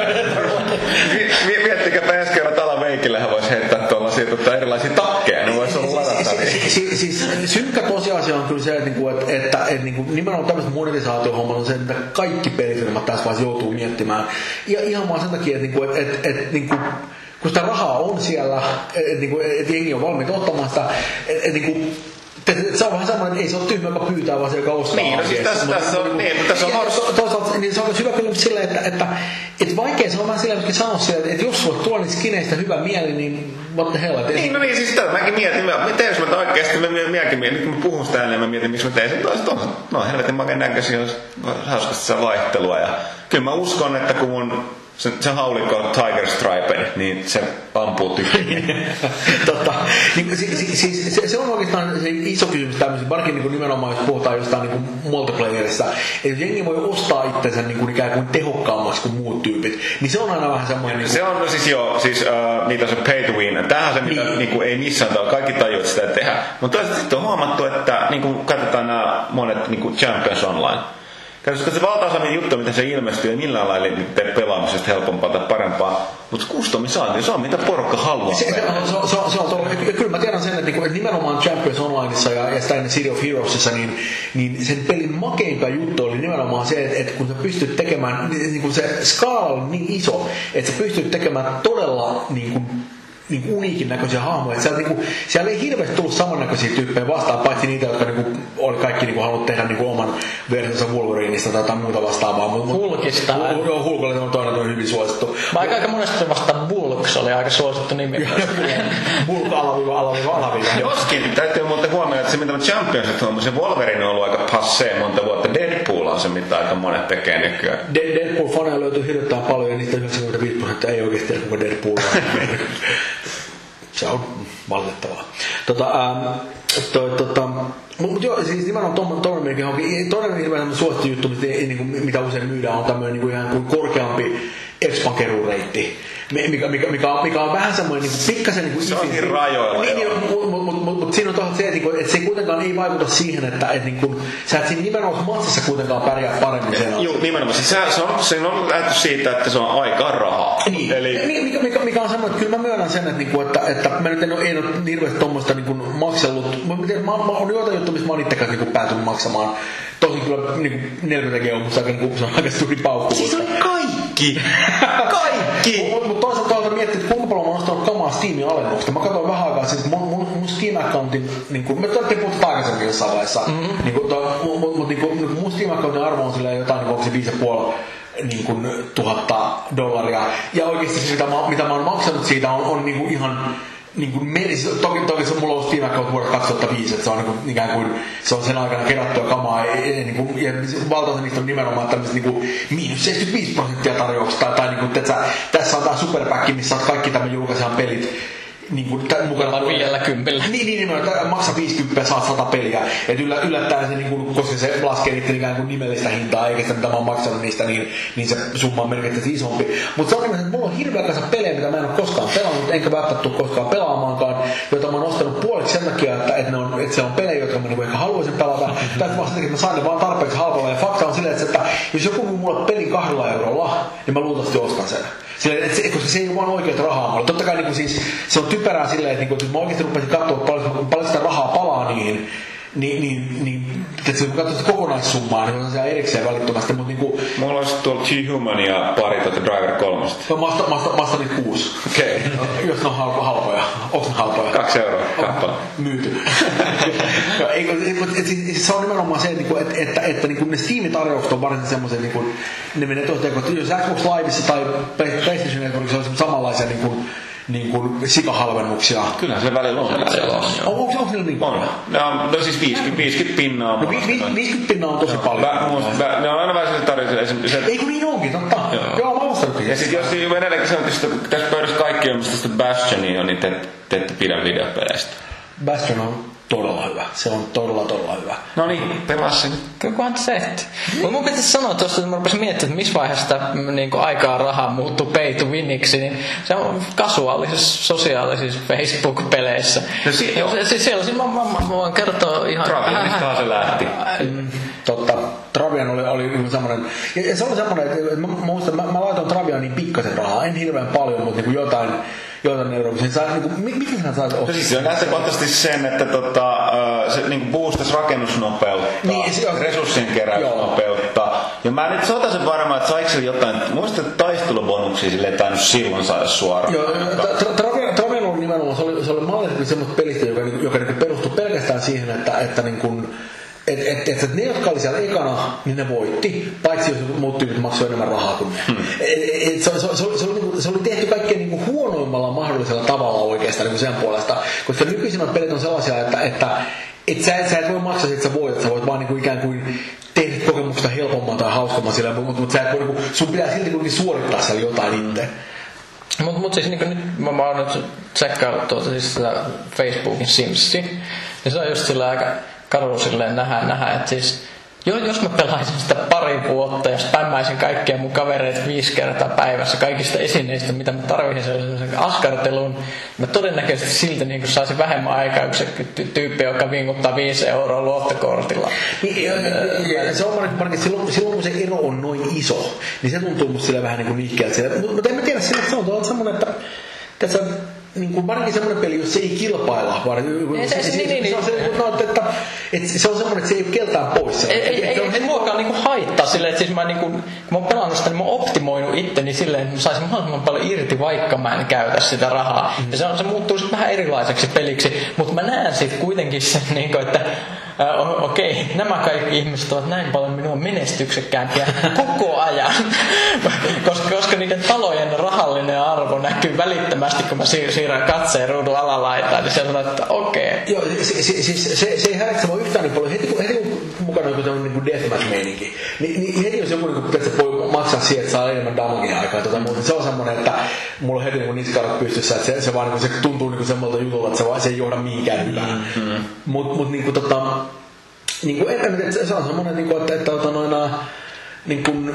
Miettikääpä ensi kerran Tala Veikillähän voisi heittää tuollaisia tota, erilaisia takkeja, ne voisi olla ladattavia. Siis, siis synkkä tosiasia on kyllä se, että, että, että, että nimenomaan tämmöistä monetisaatiohommalla on se, että kaikki pelifirmat tässä vaiheessa joutuu miettimään. Ja ihan vaan sen takia, että, että, että, että, että kun sitä rahaa on siellä, että et, et jengi on valmiita ottamaan sitä, että et, niin se on vähän semmoinen, että ei se ole tyhmä, joka pyytää, vaan se, joka ostaa. Niin, no siis tässä, tässä on, niin, tässä on hors... Toisaalta niin se on myös hyvä kyllä silleen, että, että, että vaikea se on vähän silleen, että sanoa silleen, että jos sulla tuolla niistä skineistä hyvä mieli, niin what the hell. Niin, no niin, siis tätä mäkin mietin. Mä tein, jos mä oikeasti, mä minäkin mietin, nyt kun mä puhun sitä ääneen, mä mietin, miksi mä tein sen toista. No helvetin makeen näköisiä, jos hauskasti saa vaihtelua. Ja kyllä mä uskon, että kun mun Se, se haulikko on Tiger Stripen, niin se ampuu tyhjiin. Totta. Niin, siis, siis, se, se on oikeastaan se iso kysymys tämmöisiä, varsinkin niin nimenomaan jos puhutaan jostain niin multiplayerissa. Että jengi voi ostaa itsensä niin kuin, ikään kuin tehokkaammaksi kuin muut tyypit. Niin se on aina vähän semmoinen... Niin se on, no siis joo, siis uh, niitä on se pay to win. Tämähän on se, mitä niin. Niin kuin, ei missään tavalla, kaikki tajuat sitä tehdä. Mutta sitten on huomattu, että niin kuin katsotaan nämä monet niin kuin Champions Online. koska se valtaosa niitä juttuja, mitä se ilmestyy, ei millään lailla tee pelaamisesta helpompaa tai parempaa. Mutta custom saanti, se on mitä porukka haluaa. Se, se, se, se, se on tolla, kyllä mä tiedän sen, että niinku, nimenomaan Champions Onlineissa ja, ja sitä ennen City of Heroesissa, niin, niin sen pelin makeimpia juttu oli nimenomaan se, että, että kun sä pystyt tekemään, niin kun se skaala oli niin iso, että sä pystyt tekemään todella niin kuin, niin kuin uniikin näköisiä hahmoja. Siellä, niin kuin, siellä ei hirveästi tullut samannäköisiä tyyppejä vastaan, paitsi niitä, jotka niin kuin, oli kaikki niin kuin, halunnut tehdä niin kuin, oman versionsa Wolverineista tai jotain muuta vastaavaa. Hulkista. Joo, Hulk oli toinen, toinen hyvin suosittu. Mä aika, aika monesti vastaan Bulks oli aika suosittu nimi. Bulk alaviva, alaviva, alaviva. Joskin täytyy muuten huomioida, että se mitä Championsit on, se Wolverine on ollut aika passee monta vuotta. Deadpool on se, mitä aika monet tekee nykyään. Deadpool-faneja löytyy hirveän paljon ja niistä yhdeksänkymmentäviisi prosenttia ei oikeasti tiedä, kuinka Deadpool on. Se on valitettavaa. Tota, ähm, toi, tota, mutta joo, siis nimenomaan toinen onkin, toinen hirveän suosittu juttu, mitä usein myydään, on tämmöinen niin kuin ihan kuin korkeampi expankerureitti. Mikä, mikä, mikä, on, mikä on vähän semmoinen niin pikkasen niin kuin se on niin rajoilla. Niin, niin, mutta mut, mut, mut, mut siinä on toisaalta se, että, että se kuitenkaan ei vaikuta siihen, että et, niin kuin, sä et siinä nimenomaan matsissa kuitenkaan pärjää paremmin sen. Joo, nimenomaan. Siis se, se, on, se on lähdetty siitä, että se on aikaa rahaa. Niin. Eli... Mikä, mikä, mikä on semmoinen, että kyllä mä myönnän sen, että, että, että, että mä nyt en ole, en ole hirveästi tommoista niin kuin maksellut. Mä, mä, mä, on jotain juttuja, missä mä oon itsekään niin kuin päätynyt maksamaan. Tosin kyllä niin neljäkymmentä euroa, mutta se on aika suuri paukku. Siis on kaikki! Kaikki! Mutta mut toisaalta toisaalta miettii, että kuinka paljon mä oon ostanut kamaa Steamin alennuksesta. Mä katsoin vähän aikaa sitten, mun, mun, mun Steam-accountin, niin kuin, me tarvittiin puhuttu aikaisemmin jossain vaiheessa, mm-hmm. niin kuin, to, mut, mut, niin kuin, mun Steam-accountin arvo on silleen jotain, niin onko se viisi pilkku viisi niin kuin, tuhatta dollaria. Ja oikeasti se, mitä mä, mitä mä oon maksanut siitä, on, on niin kuin ihan... Niin kuin merisi, toki, toki se mulla on Steam account vuodesta kaksituhattaviisi, että se on niin kuin, ikään kuin se on sen aikana kerättyä kamaa, niin kuin, ja valtaosa niistä on nimenomaan tämmöiset niin kuin miinus seitsemänkymmentäviisi prosenttia tarjouksista, tai, tai niin kuin, että tässä on tää superpäkki, missä on kaikki tämän julkaisijan pelit, niin kuin tämän mukana viidellä kympillä. Niin, niin, niin maksaa viisikymmentä ja saat sata peliä. Et yllä, yllättäen se, niin kuin, koska se laskee niiden ikään kuin nimellistä hintaa, eikä sitä mitä mä oon maksanut niistä, niin, niin se summa on merkittävästi isompi. Mutta se on että mulla on hirveä kanssa pelejä, mitä mä en ole koskaan pelannut, enkä välttämättä tule koskaan pelaamaankaan, joita mä oon ostanut puoliksi sen takia, että, että, ne on, että se on pelejä, jotka mä niin ehkä haluaisin pelata. Tai vaan sen takia, että mä saan ne vaan tarpeeksi halvalla. Ja fakta on silleen, että jos joku myy mulle pelin kahdella eurolla, niin mä luultavasti ostan sen. Sille, et se, koska se ei ole vaan oikeat rahaa mulle. Totta kai niin kuin, siis, se on typerää silleen, että, niin kuin, että mä oikeasti rupesin katsoa, paljon, paljon sitä rahaa palaa niihin, niin, niin, niin että kun katsoo sitä kokonaissummaa, niin se on siellä erikseen välittömästi. Mutta, niin kuin, mulla olisi tuolla G-Human ja pari tuota Driver kolmosta. No, mä ostan, mä ostan, mä ostan niitä kuusi. Okei. Okay. Jos ne on halpo, halpoja. Onko ne halpoja? Kaksi euroa kappale. Myyty. no, ei, et, et, se on nimenomaan se, että, että, että, että niin ne Steam-tarjoukset on varsin semmoisia, niin ne menee toistaan, että jos Xbox Liveissa tai PlayStation Networkissa on samanlaisia niin kuin, niin kuin sikahalvennuksia. Kyllä se välillä on. On, onko, onko niillä niin paljon? No, no siis viisikymmentä pinnaa on. No viisikymmentä pinnaa on tosi no, paljon. Mä, ne on aina vähän tarjouksia. Ei kun niin onkin, totta. Joo, Joo mä ostanutkin. Ja sit jos edelleenkin sanot, että tässä pöydässä kaikki on, mistä tästä Bastionia on, niin te, te ette pidä videopeleistä. Bastion on todella hyvä. Se on todella, todella hyvä. No niin, pelaa sen. Kukaan tehty. Mutta mun pitäisi sanoa tuossa, että mä rupesin miettimään, että missä vaiheessa sitä niin aikaa rahaa muuttuu pay to winiksi, niin se on kasuaalisissa sosiaalisissa Facebook-peleissä. No si- joo. Se, siellä siis mä, mä, mä voin kertoa ihan... Travianistahan se lähti. Mm, totta. Travian oli, oli semmoinen... Ja, ja se oli semmoinen, että mä, mä muistan, mä, mä laitoin Travianiin pikkasen rahaa. En hirveän paljon, mutta niin jotain... joitain euroa. Niin miten sinä saat ostaa? No siis se on lähtökohtaisesti sen, että tota, se niin boostasi rakennusnopeutta, niin, se on resurssien keräysnopeutta. Ja mä nyt sotasen varmaan, että saiko se jotain, muistat, että taistelubonuksia sille ei tainnut silloin saada suoraan. Joo, Travian oli nimenomaan, se oli, se oli mallisesti semmoista pelistä, joka, joka niin perustui pelkästään siihen, että, että niin kuin, et, et, et, et ne, jotka oli siellä ekana, niin ne voitti, paitsi jos muut tyypit maksoi enemmän rahaa kuin ne. Hmm. Et, et, se, se, se, se, oli, niinku, se oli tehty kaikkein niinku huonoimmalla mahdollisella tavalla oikeastaan niinku sen puolesta, koska nykyisimmät pelit on sellaisia, että, että et sä, et, sä et voi maksaa, että sä voitat, sä voit vaan niinku ikään kuin tehdä kokemusta helpomman tai hauskemman sillä, mutta mut sä et voi, niinku, sun pitää silti kuitenkin suorittaa siellä jotain itse. Mutta mut siis niinku nyt mä, mä oon nyt tsekkaillut tuota siis sitä Facebookin Simsia, niin se on just sillä aika karu silleen nähdä, nähdä että siis Jos mä pelaisin sitä pari vuotta ja spämmäisin kaikkia mun kavereita viisi kertaa päivässä kaikista esineistä, mitä mä tarvitsin sellaisen askarteluun, mä todennäköisesti silti niin kuin saisin vähemmän aikaa kuin se tyyppi, joka vinkuttaa viisi euroa luottokortilla. Se on varmaan, silloin, silloin kun se ero on noin iso, niin se tuntuu musta sillä vähän niin kuin niikkeeltä. Mutta en mä tiedä, sillä, että se on tuolla semmoinen, että tässä niin kuin varsinkin semmoinen peli, jos se ei kilpailla, vaan se, se, se, niin, niin, se on se, no, että, että se on semmoinen, että se ei ole keltään pois. Ei, ei, ei, ei se muokaan niinku haittaa silleen, että siis mä, niinku, kun mä oon pelannut sitä, niin mä oon optimoinut itteni silleen, että mä saisin mahdollisimman paljon irti, vaikka mä en käytä sitä rahaa. Mm. Ja se, on, se muuttuu sitten vähän erilaiseksi peliksi, mutta mä näen sitten kuitenkin sen, niinku, että Uh, okei, okay. Nämä kaikki ihmiset ovat näin paljon minua menestyksekkäämpiä koko ajan, koska, koska niiden talojen rahallinen arvo näkyy välittömästi, kun mä siir- siirrän katseen ruudun alalaitaan, niin se sanoo, että okei. Okay. Joo, siis se, se, se, se ei häiritse mua yhtään niin paljon. Heti kun, heti kun mukana joku tämmöinen niin deathmatch-meininki, niin, niin heti jos joku niin että se voi maksaa siihen, että saa enemmän damagea aikaa, tota, mutta se on semmoinen, että mulla on heti niin niskarat pystyssä, että se, se, vaan, niin se tuntuu niin semmoilta jutulta, että se, vaan, se ei johda mihinkään hyvään. Mm-hmm. Mutta mut, niin tota, niin kuin, en, se on semmoinen, niin kuin, että, että, että noina, niin kuin,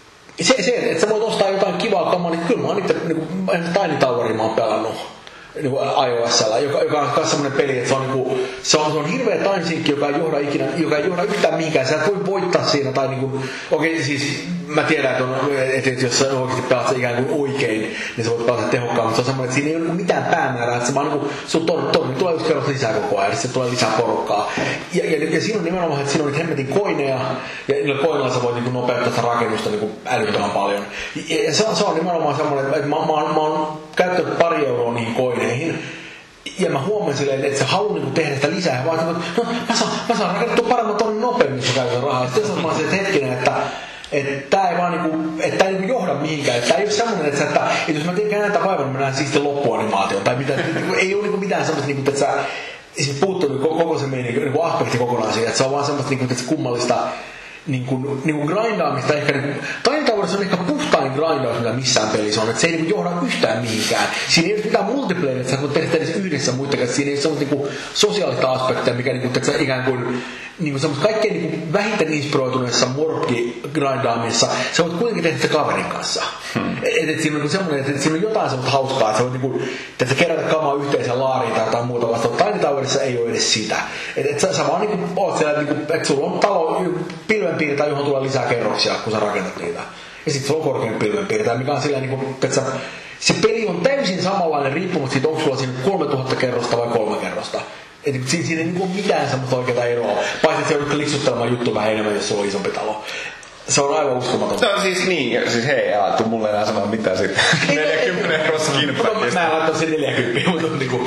se, se, että sä voit ostaa jotain kivaa kamaa, niin kyllä mä oon itse niin Tiny Toweria mä oon pelannut niin iOS:llä, joka, joka on myös semmoinen peli, että se on, niin kuin, se on, se on hirveä time-sinkki, joka ei johda ikinä, joka ei johda yhtään mihinkään. Sä et voi voittaa siinä, tai niin kuin, okei okay, siis mä tiedän, että, on, että jos sä oikeasti pelaat ikään kuin oikein, niin sä voit pelata tehokkaan, mutta se on semmoinen, että siinä ei ole mitään päämäärää, että se vaan niin kuin, sun torni, torni tulee yksi kerros lisää koko ajan, että se tulee lisää porukkaa. Ja, ja, ja siinä on nimenomaan, että siinä on niitä hemmetin koineja, ja niillä koineilla sä voit niin kuin nopeuttaa sitä rakennusta niin kuin älyttömän paljon. Ja, ja se, on, se on nimenomaan semmoinen, että mä, mä, mä, mä oon käyttänyt pari euroa niihin koineihin, ja mä huomaan silleen, että se haluaa niinku tehdä sitä lisää. Ja vaan, että no, mä saan, mä saan rakennettua paremmin tonne nopeammin, missä käytän rahaa. Sitten se on se, että hetkinen, että että tää ei vaan niinku, että tää ei niinku johda mihinkään. Että tää ei ole semmonen, että, että, että jos mä teen käännätä vaivan, niin mä näen siis loppuanimaation. Tai mitä, niinku, ei ole niinku mitään semmoista, niinku, että sä puuttuu koko se meidän niinku, aspekti kokonaan siitä. Että se on vaan semmoista niinku, että kummallista niinku, niinku grindaamista. Ehkä niinku, Tiny Towers on ehkä puhtain grindaus, mitä missään pelissä on. Että se ei niinku johda yhtään mihinkään. Siinä ei ole mitään multiplayeria, että sä voit tehdä edes yhdessä muitakaan. Siinä ei ole semmoista niinku, sosiaalista aspektia, mikä niinku, että sä ikään kuin niinku semmoista kaikkein niinku, vähiten inspiroituneessa morpki-grindaamissa sä voit kuitenkin tehdä sitä kaverin kanssa. Hmm. Et, et siinä on niinku semmoinen, että et siinä on jotain semmoista hauskaa, että sä voit niinku, että kerätä kamaa yhteisen laariin tai jotain muuta vasta. Tiny Towerissa ei ole edes sitä. Että et sä, sä vaan niinku, oot siellä, niinku, että sulla on talo, pilvenpiirtä, johon tulee lisää kerroksia, kun sä rakennat niitä. Ja sit sulla on korkein pilvenpiirtä, mikä on silleen, niinku, että sä, se peli on täysin samanlainen riippumatta siitä, onko sulla siinä kolmetuhatta kerrosta vai kolme kerrosta. Et siinä, siinä ei niinku ole mitään semmoista oikeaa eroa. Paitsi, että se joudut liksuttelemaan juttu vähän enemmän, jos sulla on isompi talo. Se on aivan uskomaton. No siis niin, siis hei, aa, tuu mulle enää sanoa mitään siitä. neljäkymmentä euroa skinpäkistä. Mä en laittanut sen neljäkymmentä, mutta niinku...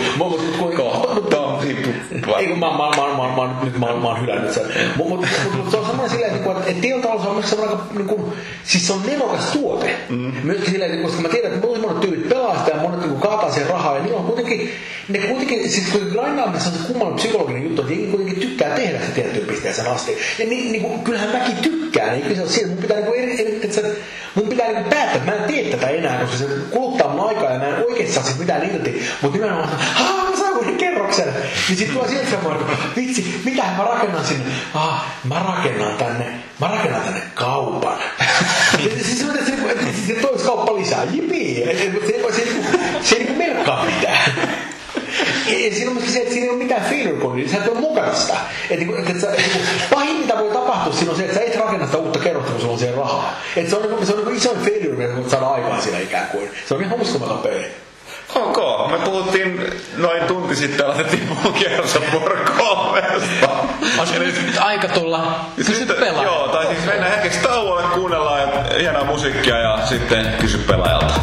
Kohta. Ei kun mä oon hylännyt sen. Mutta se on semmoinen silleen, että tietyllä tavalla se on myös semmoinen aika... Siis se on nerokas tuote. Myöskin silleen, koska mä tiedän, että monet tyylit pelaa sitä ja monet kaataa siihen rahaa. Ja niillä on kuitenkin... Ne kuitenkin... Siis kun grindaamissa on se kummallinen psykologinen juttu, että jengi kuitenkin tykkää tehdä se tiettyyn pisteeseen asti. Ja kyllähän mäkin tykkään. Siinä mun pitää, niinku eri, eri, että mun pitää niinku päättää, että mä en tee tätä enää, koska se kuluttaa mun aikaa ja mä en oikeesti saa sit mitään irti. Mut nimenomaan, haa, mä saan kuitenkin kerroksen. Niin sit tulee sieltä semmoinen, että vitsi, mitähän mä rakennan sinne? Ah, mä rakennan tänne, mä rakennan tänne kaupan. Siis se, että se, että se toisi kauppa lisää, jipii. Se, se, se, se ei niinku merkkaa mitään. Ja siinä on myöskin se, että siinä ei ole mitään failure-kodia, sä et ole mukana sitä. Että, että, että, että pahin mitä voi tapahtua siinä on se, että sä et rakenna sitä uutta kerrosta, kun sulla on siihen rahaa. Että se on, se on niin isoin failure, mitä voit saada aikaan siinä ikään kuin. Se on ihan uskomaton peli. Ok, me puhuttiin noin tunti sitten, aloitettiin mun kierrossa War kolmesta. Olisiko nyt aika tulla kysy pelaajalta? Joo, tai siis mennään hetkeksi tauolle, kuunnellaan hienoa musiikkia ja sitten kysy pelaajalta.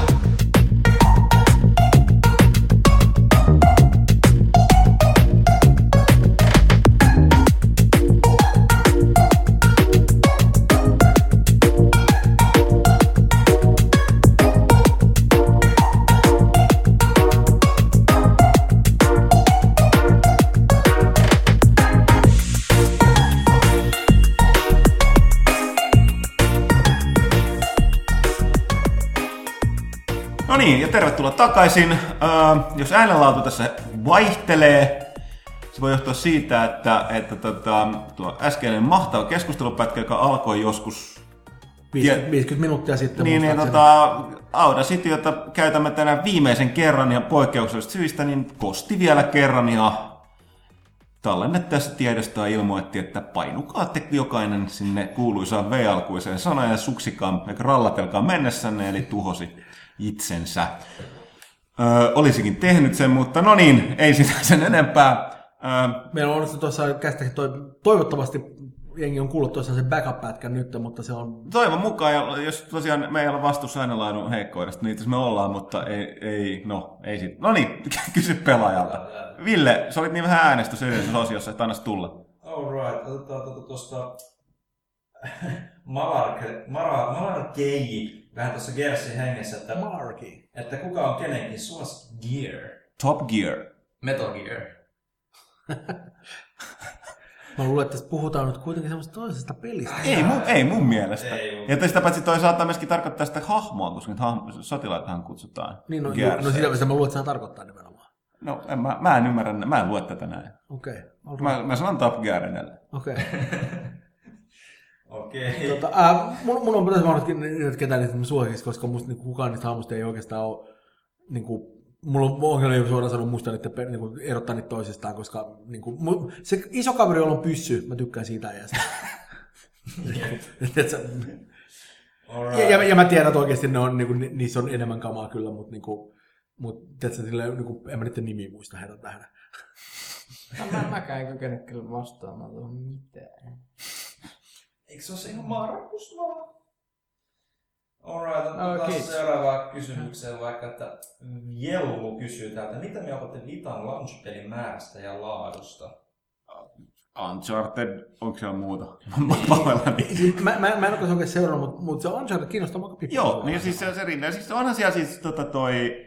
No niin, ja tervetuloa takaisin. Uh, jos äänenlaatu tässä vaihtelee, Se voi johtua siitä, että, että tota, tuo äskeinen mahtava keskustelupätkä, joka alkoi joskus viisikymmentä minuuttia sitten. Niin, niin tota, Audacity, jota käytämme tänään viimeisen kerran ja poikkeuksellisista syistä, niin kosti vielä kerran ja tallenne tässä tiedostoa ilmoitti, että painukaa te jokainen sinne kuuluisaan V-alkuiseen sanaan ja suksikaan, eikä rallatelkaa mennessänne, eli tuhosi itsensä. Öö, olisikin tehnyt sen, mutta no niin, ei sitä sen enempää. Öö, Meillä on tuossa käsittääkin toi, toivottavasti jengi on kuullut tuossa sen backup-pätkän nyt, mutta se on... Toivon mukaan, ja jos tosiaan me ei ole vastuussa aina laidun heikkoudesta, niin itse me ollaan, mutta ei, ei no, ei sit. No niin, kysy pelaajalta. Ville, sä olit niin vähän äänestys yhdessä osiossa, että annas tulla. Alright, otetaan tuosta Malarkei vähän tuossa Gearsin hengessä, että, että kuka on kenenkin suos Gear? Top Gear. Metal Gear. Mä luulen, että puhutaan nyt kuitenkin semmoista toisesta pelistä. Ei mun, ei mun mielestä. Ei, ja sitä paitsi toi saattaa myöskin tarkoittaa sitä hahmoa, koska nyt hahmo, sotilaitahan kutsutaan. Niin, no, no sitä, sitä mä luulen, että sehän tarkoittaa nimenomaan. No, en, mä, mä en ymmärrä, mä en lue tätä näin. Okei. Okay, mä, mä sanon Top Gear edelleen. Okei. Okei. Tota, äh, mun, mun on pitäisi varmastikin nyt ketään niistä suosikiksi, koska musta niin kukaan niistä hahmoista ei oikeastaan ole... Niin kuin, mulla on ongelmia suoraan sanoa musta niitä niin erottaa niitä toisistaan, koska niin kuin, se iso kaveri, jolla on pyssy, mä tykkään siitä äijästä. ja, ja, ja mä tiedän, että oikeasti ne on, niin kuin, niissä on enemmän kamaa kyllä, mutta niin kuin, mut, tiedätkö, silleen, niin kuin, en mä niiden nimiä muista herran tähän. Mä, mäkään en kykene kyllä vastaamaan tuohon mitään. Eikö se ole se ihan Markus vaan? Alright, otetaan oh, seuraavaan kysymykseen vaikka, että Jellu kysyy täältä, mitä me otatte Vitan launch-pelin määrästä ja laadusta? Uncharted, onko siellä muuta? mä, mä, mä en ole oikein seurannut, mutta, mutta se Uncharted kiinnostaa aika pitkä. Joo, niin siis se, se rinne. Siis onhan siellä siis tota toi...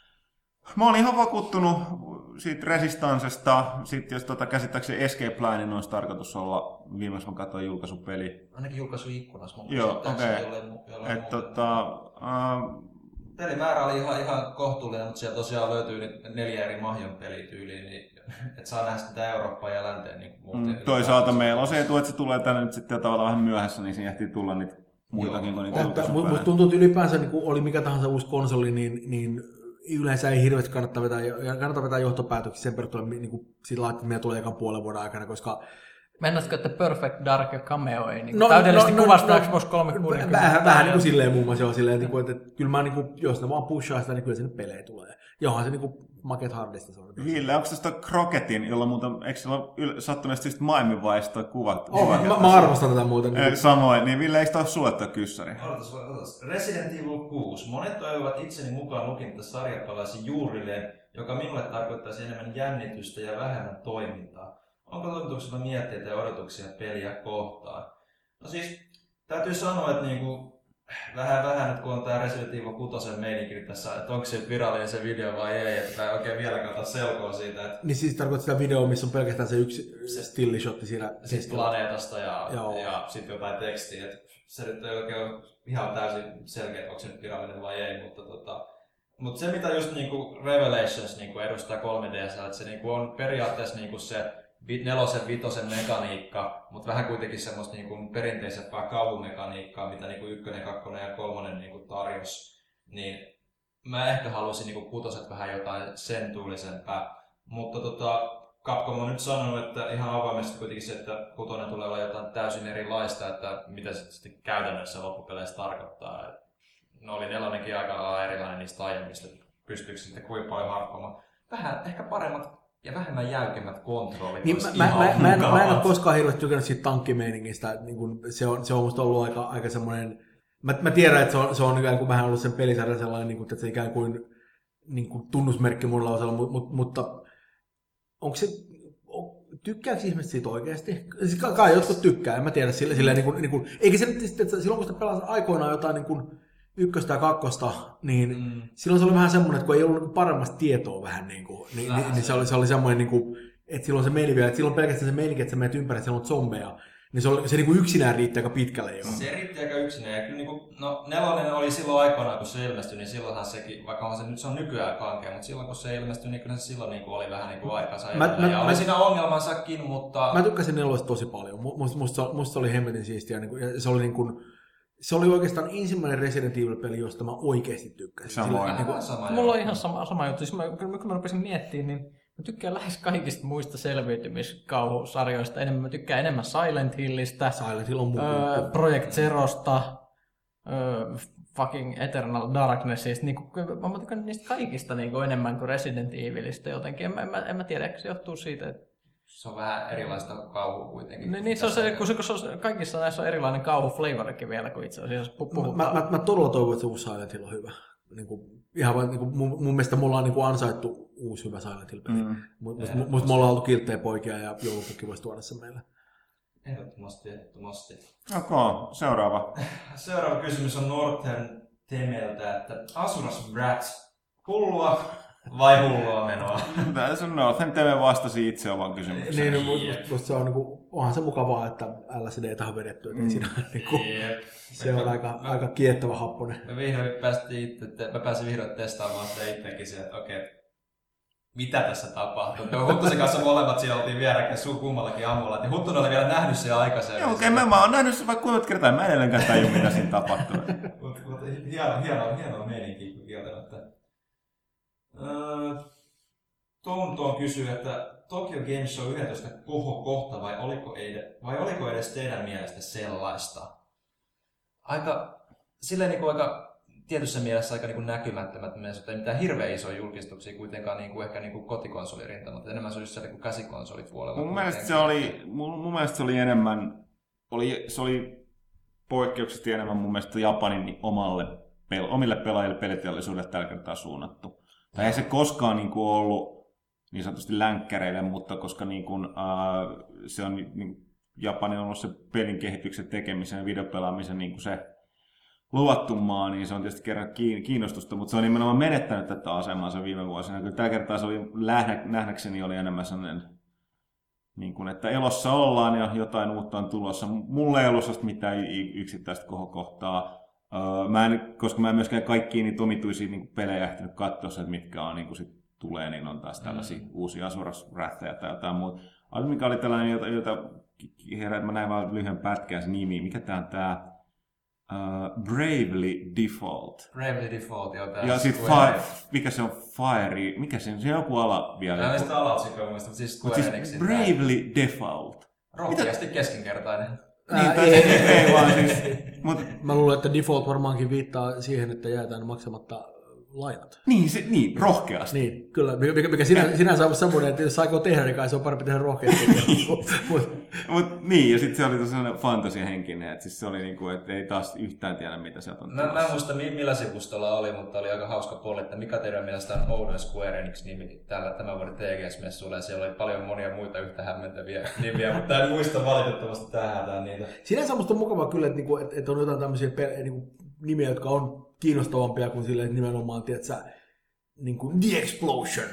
Mä olin ihan vakuuttunut siitä Resistancesta. Sitten jos tota käsittääkseni Escape Planin olisi tarkoitus olla, viimeis mä katsoin julkaisupeli. Ainakin julkaisuikkunassa mun joo, okei. Okay. Että tota... Uh... Pelimäärä oli ihan, ihan kohtuullinen, mutta siellä tosiaan löytyy neljä eri mahjon pelityyliä, niin et saa nähdä sitä Eurooppaa ja länteen. Niin mm, toisaalta meillä on se etu, että se tulee tänne nyt sitten tavallaan vähän myöhässä, niin siinä ehtii tulla niitä muitakin kuin niitä julkaisupelejä. Musta tuntuu, että ylipäänsä niin oli mikä tahansa uusi konsoli, niin, niin yleensä ei hirveästi kannata vetää, kannata vetää johtopäätöksiä sen perusteella niin siitä laittaa, että meillä tulee ekan puolen vuoden aikana, koska... Mennäisikö, että Perfect Dark ja Cameo ei niin no, täydellisesti no, kuvasta no, Xbox kolmesataakuusikymmentä? Vähän, vähän niin kuin silleen muun muassa, silleen, että, että kyllä mä, niin kuin, jos ne vaan pushaa sitä, niin kyllä sinne pelejä tulee. Johan se niin kuin maket hardista. Ville, onko tästä Crocketin, jolla muuten, eikö sillä ole sattuneesti just maiminvaista kuvat? Oh, mä, mä arvostan tätä muuten. Niin. Samoin, niin Ville, eikö tämä ole sulle tuo kyssäri? Odotas, odotas. Resident Evil kuusi. Monet toivovat itseni mukaan lukin, että sarja palaisi juurilleen, joka minulle tarkoittaisi enemmän jännitystä ja vähemmän toimintaa. Onko toimituksella mietteitä ja odotuksia peliä kohtaan? No siis, täytyy sanoa, että niinku, vähän vähän nyt kun on tää Resident Evil kuusi meininki tässä, että onko se virallinen se video vai ei, että mä en oikein vieläkään ota selkoa siitä. Että niin siis tarkoittaa sitä videoa, missä on pelkästään se yksi stillishotti siinä. Siis planeetasta ja, ja sitten jotain tekstiä. Et se nyt ei oikein ole ihan täysin selkeä, onko se nyt virallinen vai ei, mutta tota... Mutta se mitä just niinku Revelations niinku edustaa kolme D S, että se niinku on periaatteessa niinku se nelosen, vitosen mekaniikka, mutta vähän kuitenkin semmoista niinku perinteisempää kauhumekaniikkaa, mitä niinku ykkönen, kakkonen ja kolmonen niinku tarjosi. Niin mä ehkä halusin niinku kutoset vähän jotain sen tyylisempää. Mutta tota, Capcom on nyt sanonut, että ihan avoimesti kuitenkin se, että kutonen tulee olla jotain täysin erilaista, että mitä se sitten käytännössä loppupeleissä tarkoittaa. Et no oli nelonenkin aika erilainen niistä aiemmista, pystyykö sitten kuinka paljon harppamaan. Vähän ehkä paremmat ja vähemmän jäykemmät kontrollit. Niin, mä, mä, mä, mä, en, mä en ole koskaan hirveästi tykännyt siitä tankkimeiningistä. Niin kun se, on, se on musta ollut aika, aika semmoinen... Mä, mä tiedän, että se on, se on ikään kuin vähän ollut sen pelisarjan sellainen, niin kuin, että se ikään kuin, niin kuin tunnusmerkki mun lausella, mutta, mutta, mutta onko se... Tykkääkö ihmiset siitä oikeasti? Siis kai jotkut tykkää, en mä tiedä. Sillä, sillä, niin kuin, niin kuin, eikä se nyt, että silloin kun sitä pelasi aikoinaan jotain niin kuin ykköstä ja kakkosta, niin mm. silloin se oli vähän semmoinen, että kun ei ollut niin paremmasta tietoa vähän, niin, kuin, niin, niin, niin se, oli, se oli semmoinen, niin kuin, että silloin se meni vielä, että silloin pelkästään se menikin, että sä menet ympäri, että siellä on zombeja, Niin se, oli, se niinku yksinään riitti aika pitkälle jo. Se riitti aika yksinään. Ja kyllä niinku, no nelonen oli silloin aikoinaan, kun se ilmestyi, niin silloinhan sekin, vaikka se nyt se on nykyään kankea, mutta silloin kun se ilmestyi, niin kyllä se silloin niinku oli vähän niinku aikansa mä, mä, ja mä, oli siinä ongelmansakin, mutta... Mä tykkäsin nelosta tosi paljon. Musta, musta, musta se oli hemmetin siistiä. Niin kuin, ja se oli niin kuin, se oli oikeastaan ensimmäinen Resident Evil-peli, josta mä oikeasti tykkäsin. Samoin. Niin kuin, sama mulla on ihan sama, sama juttu. Siis mä, kun mä rupesin miettimään, niin mä tykkään lähes kaikista muista selviytymiskauhusarjoista. Enemmän, mä tykkään enemmän Silent Hillistä, Silent Hill on öö, Project Zerosta, öö, fucking Eternal Darknessista. Niin kuin, mä tykkään niistä kaikista niin kuin enemmän kuin Resident Evilistä jotenkin. En, en, mä, en mä tiedä, eikö se johtuu siitä, että se on vähän erilaista kauhua kuitenkin. Niin, niin se on se, kun se, kun se on, kaikissa näissä on erilainen kauhuflavorikin vielä, kuin itse asiassa puhutaan. Mä, mä, mä todella toivon, että se uusi Silent Hill on hyvä. Niin kuin, ihan vaan, niin kuin, mun, mun mielestä mulla on niin kuin ansaittu uusi hyvä Silent Hill-peli. Mm. Musta mu, mu, me ollaan oltu kilttejä poikia ja joulupukki voisi tuoda sen meille. Ehdottomasti, ehdottomasti. Okei, okay, seuraava. Seuraava kysymys on Northern Temeltä, että Asuras Brats, hullua vai hullua menoa? Tässä on Northern Teme vastasi itse oman kysymyksen. Niin, musta, musta se on, niin kuin, onhan se mukavaa, että L S D on vedetty. Mm. Siinä, niin kuin, se on aika, mä, aika kiettävä happonen. Me vihdoin päästiin itse, te, mä pääsin vihdoin testaamaan sitä itsekin sieltä, että okei, mitä tässä tapahtuu. Me Huttusen kanssa molemmat siellä oltiin vierekkäin sun kummallakin aamulla, niin Huttunen oli vielä nähnyt sen aikaisemmin. Joo, okei, okay, mä, mä oon nähnyt sen vaikka kuinka kertaa, mä edelleenkään tajua, mitä siinä tapahtuu. Mutta mut, hienoa, hienoa, hienoa meininkiä kieltämättä. Öö, Tom kysyy, että Tokyo Game Show yksitoista koho kohta vai oliko, edes, vai oliko edes teidän mielestä sellaista? Aika, silleen niin kuin aika tietyssä mielessä aika niin kuin näkymättömät, ei mitään hirveän isoja julkistuksia kuitenkaan niin kuin ehkä niin kuin kotikonsolirintamat, enemmän se olisi siellä niin käsikonsolipuolella. Mun mielestä se oli, mun, mun mielestä se oli enemmän, oli, se oli poikkeuksesti enemmän mun mielestä Japanin omalle, pel, omille pelaajille peliteollisuudelle tällä kertaa suunnattu. Tai ei se koskaan niin kuin ollut niin sanotusti länkkäreille, mutta koska niin kuin, äh, se on, niin, Japani on ollut se pelin kehityksen tekemisen ja videopelaamisen niin kuin se luvattu maa, niin se on tietysti kerran kiinnostusta, mutta se on nimenomaan menettänyt tätä asemaa viime vuosina. Kyllä tällä kertaa se oli nähdäkseni oli enemmän sellainen, niin kuin, että elossa ollaan ja jotain uutta on tulossa. Mulla ei ollut sellaista mitään yksittäistä kohokohtaa. Mä en, koska mä en myöskään kaikkiin niitä omituisia niin pelejä ehtinyt katsoa, että mitkä on, niin kun sit tulee, niin on taas tällaisia mm. uusia Asuras-rättäjä tai jotain muuta. Ainut mikä oli tällainen, jota, jota herää, mä näin vaan lyhyen pätkään sen nimi. Mikä tää on tää? Uh, Bravely Default. Bravely Default, joo. Ja sit Fire, mikä se on Fire, mikä se on? Se on joku ala vielä. Tää on sitä alaotsikkoa mun mielestä, mutta siis Square Enixin. Bravely Default. Rohkeasti keskinkertainen. Niin, ei, ei, ei vaan siis. Mut, mä luulen, että default varmaankin viittaa siihen, että jäätään maksamatta lainat. Niin, se, niin rohkeasti. Niin, kyllä. Mikä, mikä sinä, sinänsä on semmoinen, että jos aikoo tehdä, niin kai se on parempi tehdä rohkeasti. Mut, mut, niin, ja sitten se oli tosiaan fantasiahenkinen, että siis se oli niinku, että ei taas yhtään tiedä, mitä sieltä on tulossa. Mä en muista, millä sivustolla oli, mutta oli aika hauska polli, että mikä teidän mielestä on Ouden Square Enix-nimi tällä tämän vuoden T G S-messuilla, ja siellä oli paljon monia muita yhtä hämmentäviä nimiä, mutta en muista valitettavasti tähän niitä. Sinänsä musta on mukavaa kyllä, että, niinku, että, että on jotain tämmöisiä niinku, nimiä, jotka on kiinnostavampia kuin silleen, että nimenomaan, tiedätkö, niin kuin The Explosion.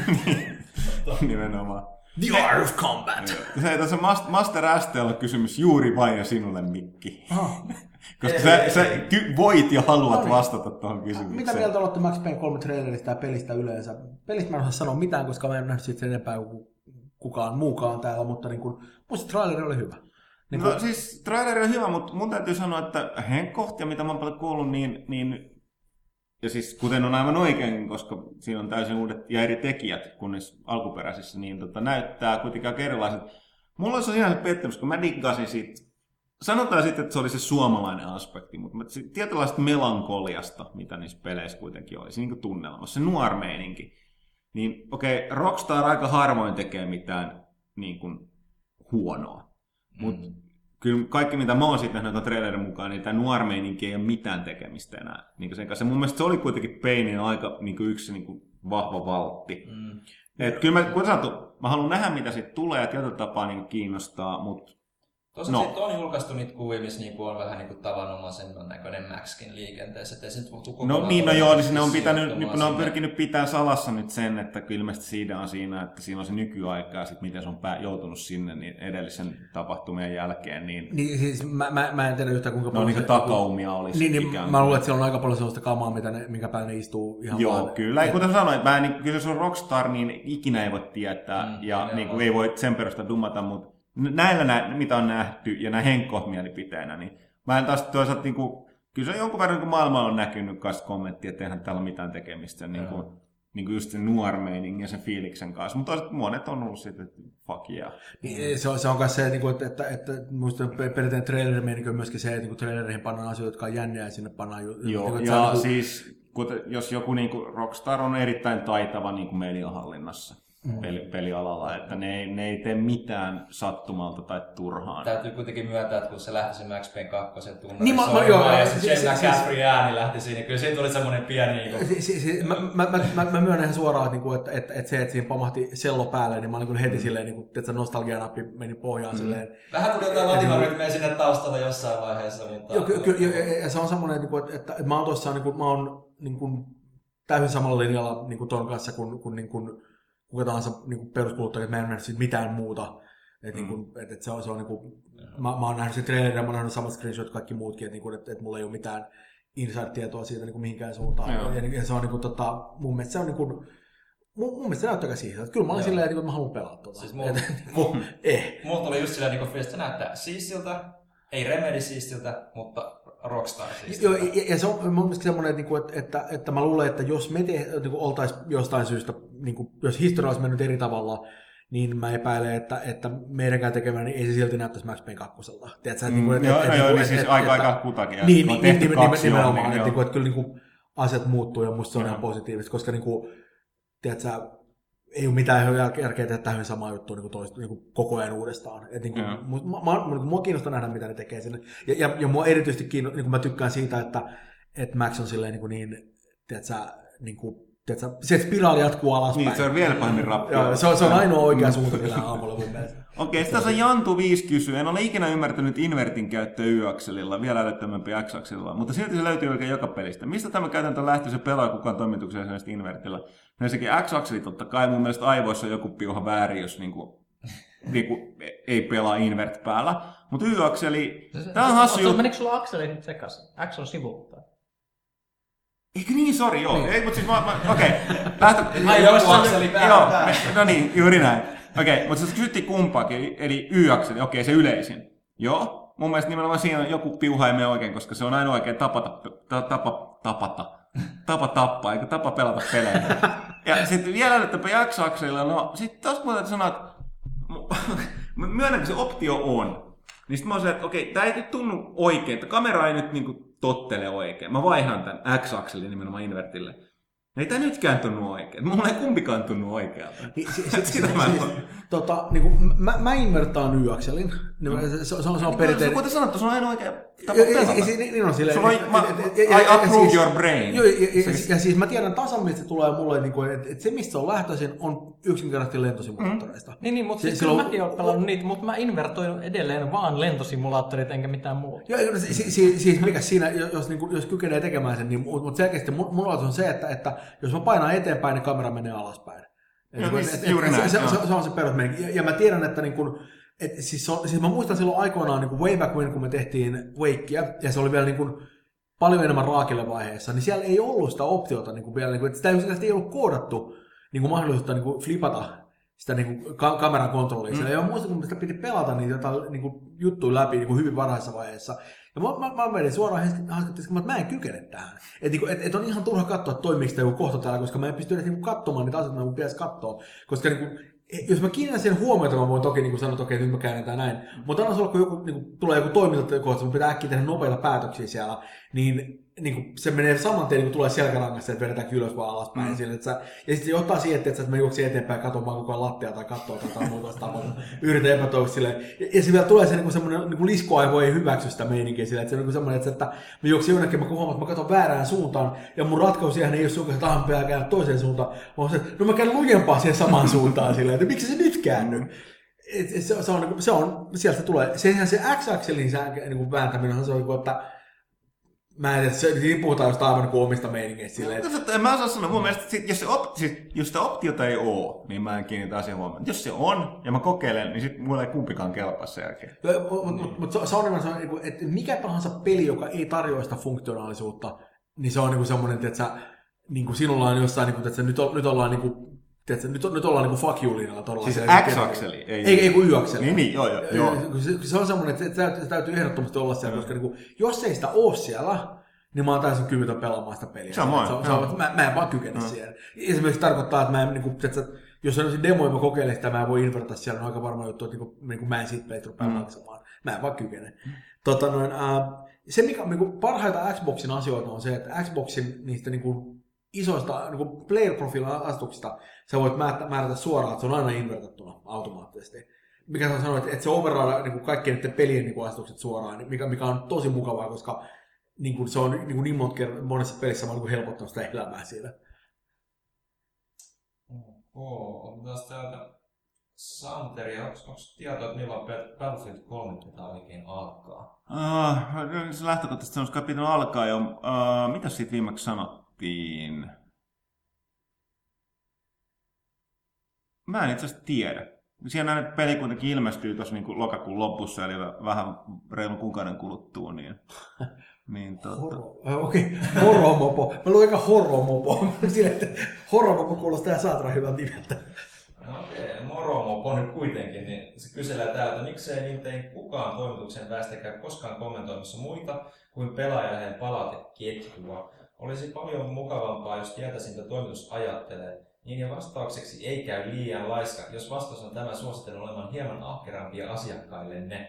Nimenomaan. The Art of Combat. Se, tässä Master St:llä kysymys juuri vain ja sinulle, Mikki. Aha. Koska sä, sä voit ja haluat no niin. vastata tuohon kysymykseen. Mitä mieltä olette Max Payne kolme trailerista ja pelistä yleensä? Pelistä mä en osaa sanoa mitään, koska mä en nähnyt siitä sen enempää kuin kukaan muukaan täällä, mutta niin kuin, musta traileri oli hyvä. Niin no kun... siis traileri on hyvä, mutta mun täytyy sanoa, että henkkohtia, mitä mä oon paljon kuullut, niin, niin ja siis kuten on aivan oikein, koska siinä on täysin uudet ja eri tekijät kuin niissä alkuperäisissä, niin tota, näyttää kuitenkin aika erilaiset. Mulla olisi ihan pettymys, kun mä diggasin siitä, sanotaan sitten, että se oli se suomalainen aspekti, mutta tietynlaista melankoliasta, mitä niissä peleissä kuitenkin oli, se niin kuin tunnelmassa, se nuormeininki. Niin okei, okay, Rockstar aika harvoin tekee mitään niin kuin huonoa, mutta mm. kyllä kaikki, mitä mä oon sitten nähnyt trailerin mukaan, niin tämä nuormeininki ei ole mitään tekemistä enää. Niin sen kanssa. Mun mielestä se oli kuitenkin Paynein aika niin kuin yksi niin kuin vahva valtti. Mm. Et kyllä mä, kuten sanottu, mä haluan nähdä, mitä siitä tulee, ja tietyllä tapaa niin kiinnostaa, mutta Tuossa No. sitten on julkaistu niitä kuvia, missä niinku on vähän niinku tavanomaisen näköinen Maxkin liikenteessä. Ettei se nyt koko No niin, no joo, niin ne on, pitänyt, sijoittumaan ne on sinne. pyrkinyt pitämään salassa nyt sen, että kyllä ilmeisesti siinä on siinä, että siinä on se nykyaika ja sitten miten se on pää, joutunut sinne niin edellisen tapahtumien jälkeen. Niin, Niin siis mä, mä, mä en tiedä yhtään kuinka ne on paljon... niinku takaumia olisi Niin, niin ikään mä kuin. luulen, että siellä on aika paljon sellaista kamaa, mitä ne, minkä päälle ne istuu ihan Joo, vaan. kyllä. Et, Kuten sanoin, mä, niin, kyllä se on Rockstar, niin ikinä ei voi tietää Mm, ja joo. niin kuin, ei voi sen perusta dumata, mutta näillä, nä, mitä on nähty ja näin henkkohmielipiteenä, niin mä en taas toisaalta, niin kuin, kyllä se jonkun verran niin maailmalla on näkynyt kanssa kommentti, että eihän täällä ole mitään tekemistä sen, niin kuin, niin kuin just sen nuormeiningin ja sen fiiliksen kanssa, mutta toisaalta monet on ollut siitä, että fuck yeah. Niin, se on, se on myös se, että, että, että, että muista perinteinen trailerimeininki on myöskin se, että niin trailereihin pannaan asioita, jotka on jänniä ja sinne pannaan... Joo, niin, ja niin, siis kuten, jos joku niin kuin Rockstar on erittäin taitava niin kuin mediahallinnassa mm. peli, pelialalla, että ne ei, ne ei tee mitään sattumalta tai turhaan. Täytyy kuitenkin myöntää, että kun se lähti se Max Payne kaksi tunnari Niin, mä- mä- soimaan joo, ja siis- se Jenna siis- Caffrey ääni lähti siinä, niin kyllä siinä tuli semmoinen pieni... Niin Si, si, si, mä, mä, mä, mä, mä myönnän ihan suoraan, että, niinku, että, että, että se, että siinä pamahti sello päälle, niin mä olin heti mm. silleen, niin kuin, että se nostalgianappi meni pohjaan mm. silleen. Vähän tuli jotain latinarytmeä sinne taustalla jossain vaiheessa, mutta... Joo, ky, ky, ja, ja se on semmoinen, että, että, että, että mä oon tuossa niin kuin, mä oon, niin kuin, täysin samalla linjalla niin kuin ton kanssa kuin, kuin, niin kuin kuka tahansa niin peruskuluttaja, että mä en nähnyt siitä mitään muuta. Että, mm. niin että, että se on, se on niin kuin, mä, mä oon nähnyt sen trailerin ja mä oon nähnyt samat screenshot kaikki muutkin, että, että, että mulla ei ole mitään inside-tietoa siitä niin kuin mihinkään suuntaan. Ja, ja se on niin kuin, tota, mun mielestä se on niin kuin, mun, mun mielestä se näyttää aika siitä. Kyllä mä olin silleen, että mä haluan pelata tuota. Siis mulla, mulla, eh. mulla tuli just silleen, että se näyttää siistiltä, ei Remedy siistiltä, mutta Rockstar siistiltä. Joo, ja, ja se on mun mielestä semmoinen, että, että, että, että mä luulen, että jos me te, niin oltaisiin jostain syystä, niin kuin, jos historia olisi mennyt eri tavalla, niin mä epäilen, että, että meidänkään tekemään niin ei se silti näyttäisi Max Payne kakkoselta. Tiedätkö, mm, niin kuin, että, joo, että, joo, että, niin siis että, aika, että, aika kutakin. Niin, on niin, tehty niin, kaksi nimenomaan, joo, että, niin, että, että kyllä niin kuin, asiat muuttuu ja musta se on joo. ihan positiivista, koska niin kuin, tiedätkö, ei ole mitään järkeä tehdä tähän samaa juttua niin toista, niin koko ajan uudestaan. Et, niin kuin, mä, mä, mä, mua kiinnostaa nähdä, mitä ne tekee sinne. Ja, ja, ja mua erityisesti kiinnostaa, niin mä tykkään siitä, että, että Max on silleen niin, niin tiedätkö, niin kuin, tiedätkö, se spiraali jatkuu alaspäin. Niin, se on vielä pahemmin rappia. Joo, se on, se on ainoa oikea suunta vielä aamulla mun mielestä. Okei, okay, tässä Jantu viisi kysyy. En ole ikinä ymmärtänyt invertin käyttöä Y-akselilla, vielä älyttömämpi X-akselilla, mutta silti se löytyy oikein joka pelistä. Mistä tämä käytäntö on lähtöisin pelaa kukaan toimitukseen sellaista invertillä? No sekin X-akseli totta kai, mun mielestä aivoissa on joku piuha väärin, jos niinku, niinku ei pelaa invert päällä. Mutta Y-akseli, tää on hassu juttu. Menikö sulla akseli nyt sekaisin? X on sivulta. Eikö niin, sori, joo. Niin. Ei, mutta siis mä, mä okei. Okay. Ai joku akseli päällä. Joo, me, no niin, juuri näin. Okei, okay, mutta se kysyttiin kumpaakin, eli Y-akseli, okei, okay, se yleisin. Joo, mun mielestä nimenomaan siinä on joku piuha ei mene oikein, koska se on aina oikein tapata, ta, tapa, tapata, tapa tappaa, eikä tapa pelata pelejä. Ja sitten vielä älyttäpä X-akselilla, no sitten taas muuta sanoa, että myönnän, kun se optio on. Niin sitten mä oon se, että okei, tää ei nyt tunnu oikein, että kamera ei nyt niinku tottele oikein. Mä vaihdan tän X-akselin nimenomaan invertille. Ei tää nytkään tunnu oikein. Mulla ei kumpikaan tunnu oikealta. Niin, si, si, Sitä si, mä siis, tota, niin kuin, mä, mä invertaan Y-akselin. Niin, se, se, on, se on Se perinteinen. kuten sanottu, se on aina oikea tapa Ja- ja- pelata. ja- ja- Niin on silleen. Sulla on- et- mä- et- et- ja- I ja- ja approve siis- your brain. Joo, ja, ja, Siis- ja siis mä tiedän tasan, mistä se tulee mulle, niin kuin, että, että se mistä se on lähtöisin on yksinkertaisesti lentosimulaattoreista. Mm. Niin, niin mutta Se- siis silloin- kyllä mäkin olen pelannut niitä, mutta mä invertoin edelleen vaan lentosimulaattorit enkä mitään muuta. Joo, joo, siis, siis, siis mikä siinä, jos, niin kuin, jos kykenee tekemään sen, niin, mutta selkeästi mun, mun on se, että, että jos mä painan eteenpäin, niin kamera menee alaspäin. Joo, Et- niin, et- et- juuri se, näin, se, joo. se, se on se perusmeininki. Ja, ja mä tiedän, että niin kun, et, siis, se on, siis mä muistan silloin aikoinaan niin kuin way back when, kun me tehtiin Wakea, ja se oli vielä niin kuin, paljon enemmän raakille vaiheessa, niin siellä ei ollut sitä optiota niin kuin vielä, niin kuin, että sitä ei, ei ollut koodattu niin kuin mahdollisuutta niin kuin flipata sitä niin kuin ka- kameran kontrollia. Mm. Ja mä muistan, kun sitä piti pelata niitä jotain niin kuin juttuja läpi niin kuin hyvin varhaisessa vaiheessa. Ja mä, mä, mä menin suoraan hanskattiin, että mä en kykene tähän. Että et, et on ihan turha katsoa, että toimiiko sitä joku kohta täällä, koska mä en pysty edes niin kuin katsomaan niitä asioita, mitä mun pitäisi katsoa. Koska niin kuin, jos mä kiinnitän siihen huomiota, mä voin toki niin sanoa, että okei, nyt mä käännetään näin. Mutta aina kun joku, niin kuin, tulee joku toimintakohta, mun pitää äkkiä tehdä nopeita päätöksiä siellä, niin, niin kuin, se menee saman tien, niin tulee selkärangassa, että vedetään ylös vaan alaspäin. Mm. Sille, että sä, ja sitten se johtaa siihen, että, että mä juoksin eteenpäin katsomaan koko ajan lattiaa tai katsoa tai muuta vastaavaa. Yritän epätoivoksi silleen. Ja, ja se vielä tulee se niin semmoinen niin liskoaivo ei hyväksy sitä meininkiä silleen, että se on niin semmoinen, että, että mä juoksin jonnekin, mä huomaan, että mä katson väärään suuntaan ja mun ratkaisu siihen ei ole sun kanssa, että ah, pitää käännä toiseen suuntaan. Mä oon se, no mä käyn lujempaa siihen samaan suuntaan silleen, että miksi se nyt käänny? et, et, se, se, on, se on, sieltä tulee, sehän se X-akselin niin vääntäminen, se on, että mä en tiedä, siinä puhutaan jostain aivan niin omista meiningeistä silleen. En mä osaa sanoa, mun mielestä, jos, se op, siis, jos sitä optiota ei oo, niin mä en kiinnitä asian huomioon. Jos se on, ja mä kokeilen, niin sit mulla ei kumpikaan kelpaa sen jälkeen. Mutta mut, mut, se on nimenomaan, että mikä tahansa peli, joka ei tarjoa sitä funktionaalisuutta, niin se on niinku semmoinen, että sä, niinku sinulla on jossain, niinku, että nyt, nyt ollaan niinku, Tiedätkö, nyt, nyt ollaan niinku fuck you -linjalla todella. Siis X-akseli? Ei, ei, ei kun Y-akseli. Niin, niin, joo, joo. joo. Se, se on semmoinen, että se täytyy, se täytyy ehdottomasti olla siellä, koska niinku, jos ei sitä ole siellä, niin mä oon täysin kyvytön pelaamaan sitä peliä. Samoin. Se, se on, mä, mä en vaan kykene no. siihen. Esimerkiksi tarkoittaa, että mä en, niinku, tiedätkö, jos on demoja, mä kokeilen sitä, mä en voi invertaa siellä, on aika varma juttu, että niinku, niinku, mä en siitä pelit rupea mm. maksamaan. Mä en vaan kykene. Mm. Tota, noin, äh, se, mikä niinku, parhaita Xboxin asioita on se, että Xboxin niistä niinku, isoista niin player-profiil-asetuksista sä voit määrätä, määrätä suoraan, että se on aina invertattuna automaattisesti. Mikä sä sanoit, että se override niin kaikkien niiden pelien niin asetukset suoraan, mikä, mikä on tosi mukavaa, koska niin kuin, se on niin, niin monta kertaa, monessa pelissä mä niin helpottanut sitä elämää siellä. Oo, on taas täältä Santeri, onko tietoa, että milloin Battlefield kolme pitää oikein alkaa? Uh, se lähtökohtaisesti sanoisi, että pitää alkaa jo. Uh, mitä siitä viimeksi sanottiin? Mä en itse asiassa tiedä. Siellä näin peli kuitenkin ilmestyy tuossa niin lokakuun lopussa, eli vähän reilun kuukauden kuluttua. Niin, niin totta. Okei, okay. Horomopo. Mä luin aika horomopo. Silleen, että horomopo kuulostaa saatana hyvän nimeltä. No okei, okay. Moromopo nyt kuitenkin, niin se kyselee täällä, että miksei niitä kukaan toimituksen väestä käy koskaan kommentoimassa muita kuin pelaajan palauteketjua. Olisi paljon mukavampaa, jos tietäisin, mitä toimitus ajattelee. Niin ja vastaukseksi ei käy liian laiska, jos vastaus on tämä, suosittelen olemaan hieman ahkerampia asiakkaillenne.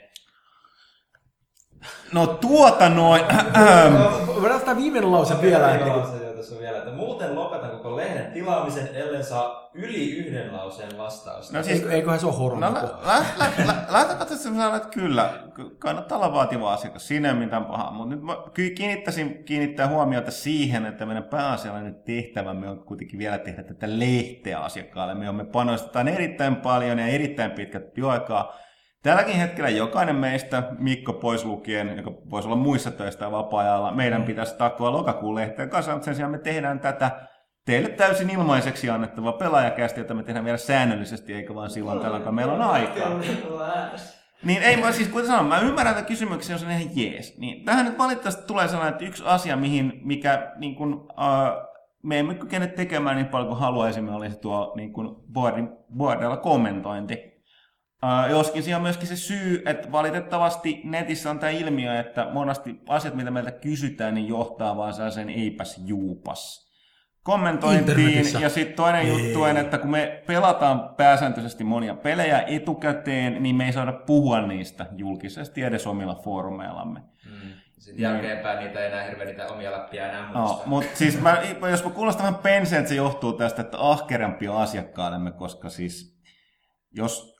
No tuota noin. Voidaan ottaa viimeinen lause vielä. Viimeinen lause tässä vielä. Että muuten lopetan koko lehden tilaamisen, ellen saa yli yhden lauseen vastausta. No siis, eiköhän se ole hormonko. No, lähdetään katsomaan, että kyllä, kannattaa olla vaativa asiakas. Siinä ei mitään pahaa. Mutta nyt mä kiinnittäisin kiinnittää huomiota siihen, että meidän pääasiallinen tehtävämme on kuitenkin vielä tehdä tätä lehteä asiakkaalle. Me, me panostetaan erittäin paljon ja erittäin pitkät työaikaa. Tälläkin hetkellä jokainen meistä, Mikko pois lukien, joka voisi olla muissa töistä vapaa-ajalla, meidän pitäisi takoa lokakuun lehteen kanssa, mutta sen sijaan me tehdään tätä teille täysin ilmaiseksi annettavaa pelaajakästä, jota me tehdään vielä säännöllisesti, eikä vaan silloin tällä, kun meillä on aikaa. Niin ei mä siis, kuten sanoin, mä ymmärrän, että kysymyksiä on se ihan jees. Niin, tähän nyt valitettavasti tulee sellainen, että yksi asia, mihin, mikä niin kun, uh, me emme kykene tekemään niin paljon kuin haluaisimme, olisi tuo niin kun boardilla kommentointi. Uh, joskin siinä on myöskin se syy, että valitettavasti netissä on tämä ilmiö, että monesti asiat, mitä meiltä kysytään, niin johtaa vaan sellaisen eipäs juupas kommentointiin. Ja sitten toinen juttu on, että kun me pelataan pääsääntöisesti monia pelejä etukäteen, niin me ei saada puhua niistä julkisesti edes omilla foorumeillamme. Mm. Sitten jälkeenpäin niitä ei enää hirveä niitä omia läppiä enää muista. No, mutta siis mä, jos mä kuulostan vähän penseen, että se johtuu tästä, että ahkerampia asiakkaallemme, koska siis jos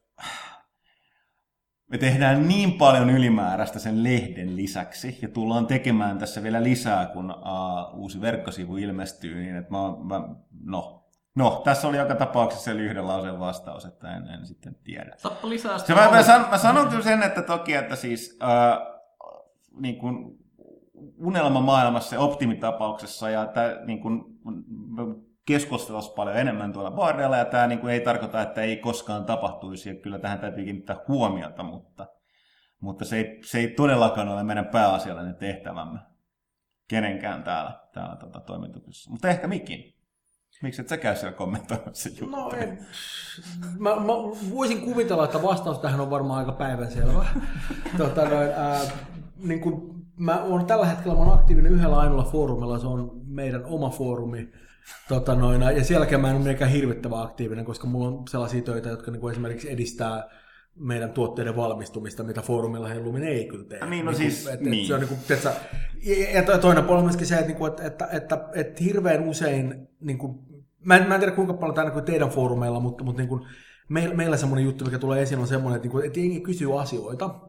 me tehdään niin paljon ylimääräistä sen lehden lisäksi, ja tullaan tekemään tässä vielä lisää, kun uh, uusi verkkosivu ilmestyy, niin että mä, mä no, no, tässä oli joka tapauksessa se yhden lauseen vastaus, että en, en sitten tiedä. Tappa lisää sitä. Mä, mä, san, mä sanon kyllä sen, että toki, että siis uh, niin kuin unelmamaailmassa ja optimitapauksessa, ja tää, niin kuin, keskustelussa paljon enemmän tuolla boardilla, ja tämä niin ei tarkoita, että ei koskaan tapahtuisi, ja kyllä tähän täytyy kiinnittää huomiota, mutta, mutta se, ei, se ei todellakaan ole meidän pääasiallinen tehtävämme kenenkään täällä, täällä tota, toimituksessa. Mutta ehkä Mikin. Miksi et sä käy siellä kommentoimassa juttuja? No en. Mä, mä voisin kuvitella, että vastaus tähän on varmaan aika päivänselvä. tota, noin, ää, niin kun mä oon tällä hetkellä mä oon aktiivinen yhdellä ainoalla foorumilla, se on meidän oma foorumi. Tota noin, ja sielläkään mä en ole mitenkään hirvittävän aktiivinen, koska mulla on sellaisia töitä, jotka niin esimerkiksi edistää meidän tuotteiden valmistumista, mitä foorumilla helluminen ei kyllä tee. Niin, no niin siis, et, niin. Et se on, niin kuin, tiiätkö, ja toinen puoli on myöskin se, että, että, että, että, että hirveän usein, niin kuin, mä, en, mä en tiedä kuinka paljon tämä niin teidän foorumeilla, mutta, mutta niin kuin, meillä, meillä semmoinen juttu, mikä tulee esiin, on semmoinen, että, niin kuin, että jengi kysyy asioita,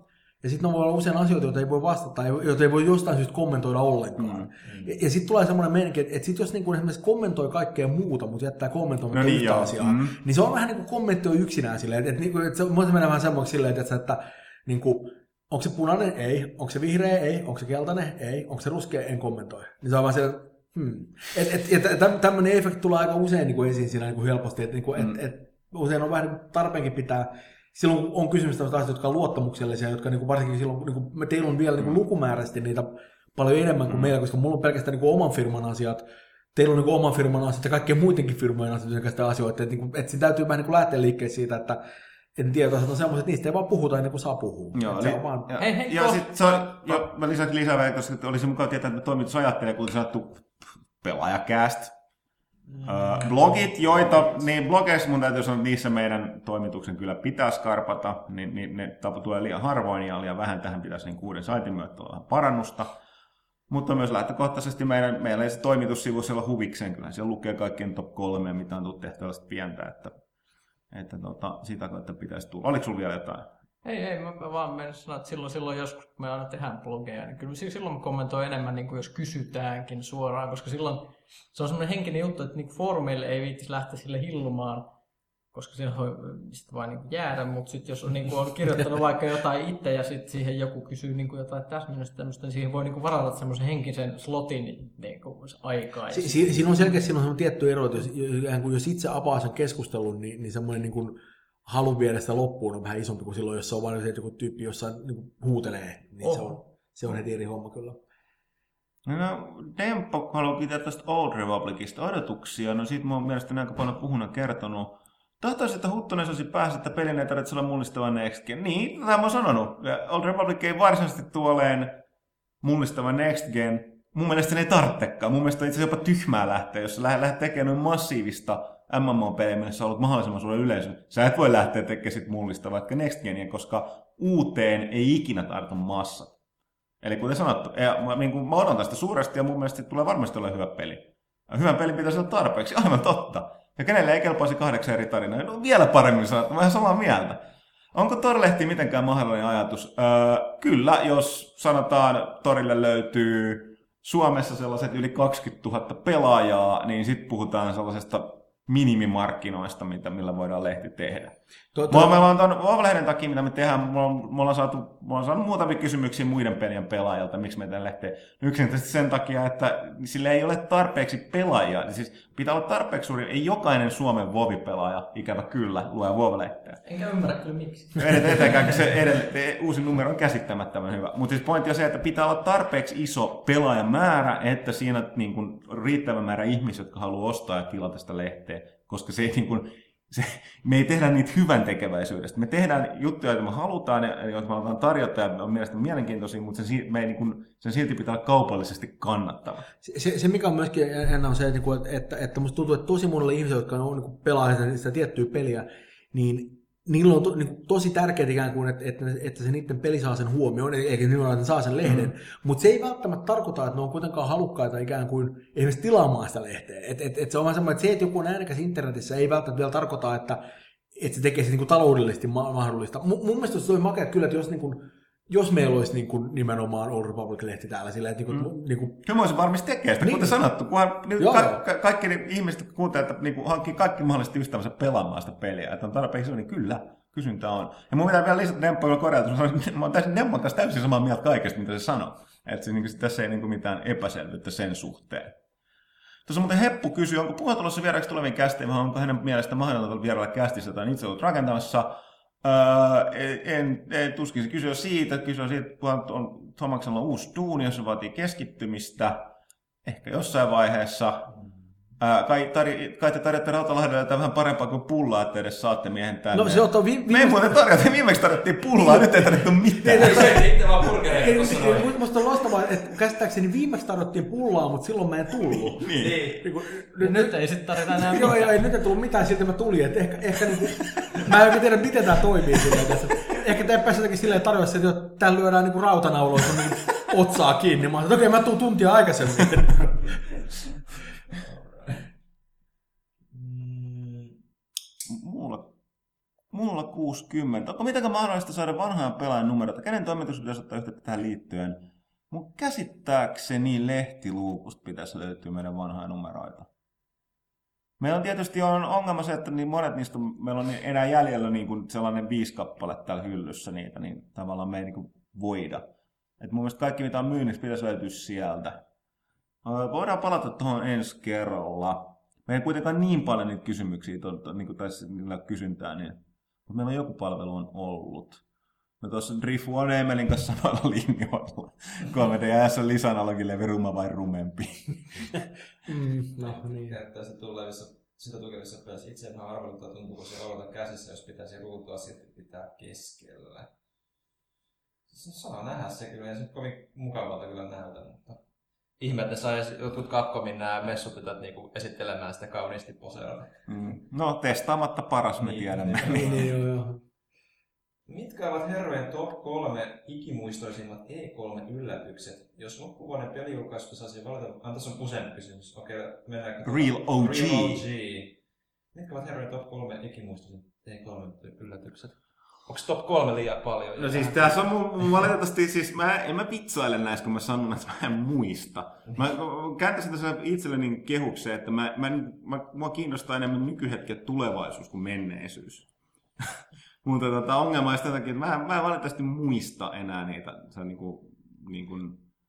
Ja sitten on voi olla usein asioita, joita ei voi vastata, joita ei voi jostain syystä kommentoida ollenkaan. Mm. Ja, ja sitten tulee semmoinen meininki, että, että sit jos niinku esimerkiksi kommentoi kaikkea muuta, mutta jättää kommentoimatta no niin, yhtä asiaa, mm. niin se on vähän niin kuin kommentti on yksinään silleen. Että, että, että, että se menee vähän semmoiksi silleen, että, että niin kuin, onko se punainen? Ei. Onko se vihreä? Ei. Onko se keltainen? Ei. Onko se ruskea? En kommentoi. Niin se on vaan siellä, hmm. Että et, et, et, tämmöinen efekti tulee aika usein niin kuin esiin siinä niin kuin helposti, että niin mm. et, et, usein on vähän niin tarpeenkin pitää. Silloin on kysymys tämmöistä asioista, jotka on luottamuksellisia, jotka niin kuin varsinkin silloin, niin kuin, teillä on vielä niin kuin lukumääräisesti niitä paljon enemmän kuin mm. meillä, koska mulla on pelkästään niin kuin oman firman asiat, teillä on niin kuin oman firman asiat ja kaikkien muidenkin firmojen asioita, että, että, että siinä täytyy vähän niin kuin lähteä liikkeelle siitä, että en tiedä, että on semmoiset, että niistä ei vaan puhuta ennen kuin saa puhua. Joo, se li- on vaan... ja, hei, hei, ja sitten se on, jo, mä lisäksi lisää vielä, koska olisi mukaan tietää, että toimitus ajattelee, kuten sanottu, pelaajakäst. Mm. Uh, blogit, joita, niin blogeissa mun täytyy sanoa, että niissä meidän toimituksen kyllä pitää skarpata, niin, niin ne tulee liian harvoin ja liian vähän, tähän pitäisi niin kuuden saitin myötä olla parannusta. Mutta myös lähtökohtaisesti meidän, meillä ei se toimitussivuissa olla huvikseen, kyllä siellä lukee kaikkien top kolme, mitä on tullut tehty tällaista pientä, että, että tota, sitä kautta pitäisi tulla. Oliko sulla vielä jotain? Ei, ei, mä vaan menisin sanoa, että silloin, silloin joskus, kun me aina tehdään blogeja, niin kyllä silloin kommentoi enemmän, niin kuin jos kysytäänkin suoraan, koska silloin se on semmoinen henkinen juttu, että niin foorumeille ei viittisi lähteä sille hillumaan, koska siinä voi sitten vain niin jäädä, mutta sitten jos on, niin kuin on kirjoittanut vaikka jotain itse ja sitten siihen joku kysyy niin kuin jotain täsmennystä tämmöistä, niin siihen voi niin kuin varata semmoisen henkisen slotin niin kuin aikaa. Si- si- siinä on selkeästi siinä on tietty ero, että jos, jos itse avaa sen keskustelun, niin, niin semmoinen niin kuin halun viedä sitä loppuun on vähän isompi kuin silloin, jos se on vain se, että joku tyyppi jossain niin huutelee, niin oh. se, on, se on heti eri homma kyllä. No, Demppo haluaa pitää tästä Old Republicista odotuksia. No siitä mä oon mielestäni aika paljon puhunut kertonut. Tahtoisin, että Huttunen olisi päässä, että pelin ei tarvitse olla mullistava Next Gen. Niin, tätä mä oon sanonut. Old Republic ei varsinaisesti tuoleen mullistava Next Gen. Mun mielestä ne ei tarvitsekaan. Mun mielestä on itse asiassa jopa tyhmää lähteä, jos sä lähdet tekemään noin massiivista M M O-pelejä, mennessä on ollut mahdollisimman sulle yleisö. Sä et voi lähteä tekemään sit mullista vaikka Next Genia, koska uuteen ei ikinä tartu massat. Eli kuten sanottu, ja mä, niin kuin, mä odotan tästä suuresti ja mun mielestä tulee varmasti olla hyvä peli. Ja hyvän pelin pitäisi olla tarpeeksi, aivan totta. Ja kenelle ei kelpaisi kahdeksan eri tarinaa, no vielä paremmin sanottu, mä ihan samaa mieltä. Onko Torlehti mitenkään mahdollinen ajatus? Öö, kyllä, jos sanotaan Torille löytyy Suomessa sellaiset yli kaksikymmentätuhatta pelaajaa, niin sitten puhutaan sellaisesta minimimarkkinoista, mitä, millä voidaan lehti tehdä. To, to... Mä oon tuon Vovlehden takia, mitä me tehdään, me ollaan saatu, me ollaan saanut muutamia kysymyksiä muiden pelien pelaajilta, miksi me tämän lehteen. Yksinkertaisesti sen takia, että sillä ei ole tarpeeksi pelaajia. Siis pitää olla tarpeeksi suuri, ei jokainen Suomen Vovi-pelaaja, ikävä kyllä, lue Vov-lehteä. Enkä ymmärrä kyllä miksi. Etenkään, se edelle, uusi numero on käsittämättömän hyvä. Mutta siis pointti on se, että pitää olla tarpeeksi iso pelaajamäärä, että siinä niin kun, riittävä määrä ihmisiä, jotka haluaa ostaa ja tilata sitä lehteä. Koska se ei, niin kuin, se, me ei tehdä niitä hyvän tekeväisyydestä. Me tehdään juttuja, joita me halutaan ja joita me halutaan tarjota ja on mielestäni mielenkiintoisia, mutta sen, me ei, niin kuin, sen silti pitää olla kaupallisesti kannattava. Se, se mikä on myöskin enää on se, että, että, että musta tuntuu, että tosi monelle ihmisille, jotka on niin pelaa sitä, sitä tiettyä peliä, niin niillä on to, niin tosi tärkeää ikään kuin, että, että, että se niiden peli saa sen huomioon, eikä niillä että ne saa sen lehden. Mm-hmm. Mutta se ei välttämättä tarkoita, että ne on kuitenkaan halukkaita ikään kuin esimerkiksi tilaamaan sitä lehteä. Et, et, et se on vaan semmoinen, että se, että joku on äänekäs internetissä, ei välttämättä vielä tarkoita, että, että se tekee se niin kuin taloudellisesti ma- mahdollista. M- mun mielestä se oli makea kyllä, että jos, niin kuin, jos meillä olisi niin kuin nimenomaan Old Republic-lehti täällä, sillä että niin kuin, mm. niin kuin... Kyllä mä olisin varmis tekee sitä, niin. Kuten sanottu, kunhan ka- ka- kaikki ihmiset kuuntelevat, niin kuin hankkii kaikki mahdollisesti ystävänsä pelaamaan sitä peliä, että on tarpeeksi niin kyllä. Kysyntä on. Ja mun pitää vielä lisätä Demppoilla korjata. Mä oon täysin, Demppo on tässä täysin samaa mieltä kaikesta, mitä se sanoo. Että niin tässä ei niin mitään epäselvyyttä sen suhteen. Tuossa muuten Heppu kysyy, onko Puha tulossa vieraksi tuleviin kästeihin, vai onko hänen mielestä mahdollista vierailla kästissä, jota on itse ollut rakentamassa. Öö, en, en tuskin kysyä siitä. Kysyä siitä, että Puha on Tomaksella uusi duuni, jos se vaatii keskittymistä. Ehkä jossain vaiheessa. Ää, kai, tar- kai te tarjotte Rautalahdelle jotain vähän parempaa kuin pullaa, että edes saatte miehen tänne. No se on vi- vi- Me ei muuten tarjota, viimeksi tarjottiin pullaa, nyt ei tarjottu mitään. Ei, se ei itse vaan burgereita tuossa noin. Musta on loistavaa, että käsittääkseni viimeksi tarjottiin pullaa, mutta silloin mä en tullut. niin. niin. Nyt, nyt ei sitten tarvita enää mitään. Joo, ei nyt ei tullut mitään, siltä mä tulin. Että ehkä, ehkä niin kuin, mä en oikein tiedä, miten tää toimii silleen. Ehkä te pääsi jotenkin silleen tarjoa se, että täällä lyödään niin kuin rautanauloissa niin otsaa kiinni. Mä sanoin, että okei, mä tuun tuntia aikaisemmin. Mulla, Mulla kuusikymmentä. Onko mitenkään mahdollista saada vanhojen pelaajan numeroita? Kenen toimitus pitäisi ottaa yhteyttä tähän liittyen? Mun käsittääkseni lehtiluukusta pitäisi löytyä meidän vanhoja numeroita. Meillä on tietysti on ongelma se, että niin monet niistä meillä on enää jäljellä niin kuin sellainen viisi kappale täällä hyllyssä niitä, niin tavallaan me ei niin kuin voida. Et mun mielestä kaikki mitä on myynnissä pitäisi löytyä sieltä. Voidaan palata tuohon ensi kerralla. Meillä ei kuitenkaan niin paljon niitä kysymyksiä, niin kuin tässä niillä kysyntää, niin mutta meillä on joku palvelu on ollut. No tuossa Drifu on Emelin kanssa samalla linjoilla. kolme D S on lisanalogi levi ruma vai rumempi. mm, no niin. Käyttää se tulevissa, sitä tukevissa pelissä. Itse en arvellut, että tuntuuko se olota käsissä, jos pitäisi ruutua sitten pitää keskellä. Saa nähdä se kyllä, ja se kovin mukavalta kyllä näytä, mutta... Ihme, että sais jotkut Capcomin nämä messutytöt niinku esittelemään sitä kauniisti poseerata. Mm. No, testaamatta paras me niin, tiedämme. Niin, niin, joo, joo. Mitkä ovat herrojen top kolme ikimuistoisimmat E kolme yllätykset? Jos loppuvuoden pelijulkaisu saisi valita... Ah, tässä on useampi kysymys. Okei, mennäänkö... Real O G. Real O G. Mitkä ovat herrojen top kolme ikimuistoisimmat E kolme yllätykset? Onko top kolme liian paljon? No siis tässä on mun valitettavasti, siis mä en mä vitsaile näissä, kun mä sanon, että mä en muista. Mä kääntäisin tässä itselleni kehukseen, että mä, mä, mä, mua kiinnostaa enemmän nykyhetki tulevaisuus kuin menneisyys. Mutta tota, ongelma on sitä takia, että mä, mä en valitettavasti muista enää niitä se niin kuin, niin kuin,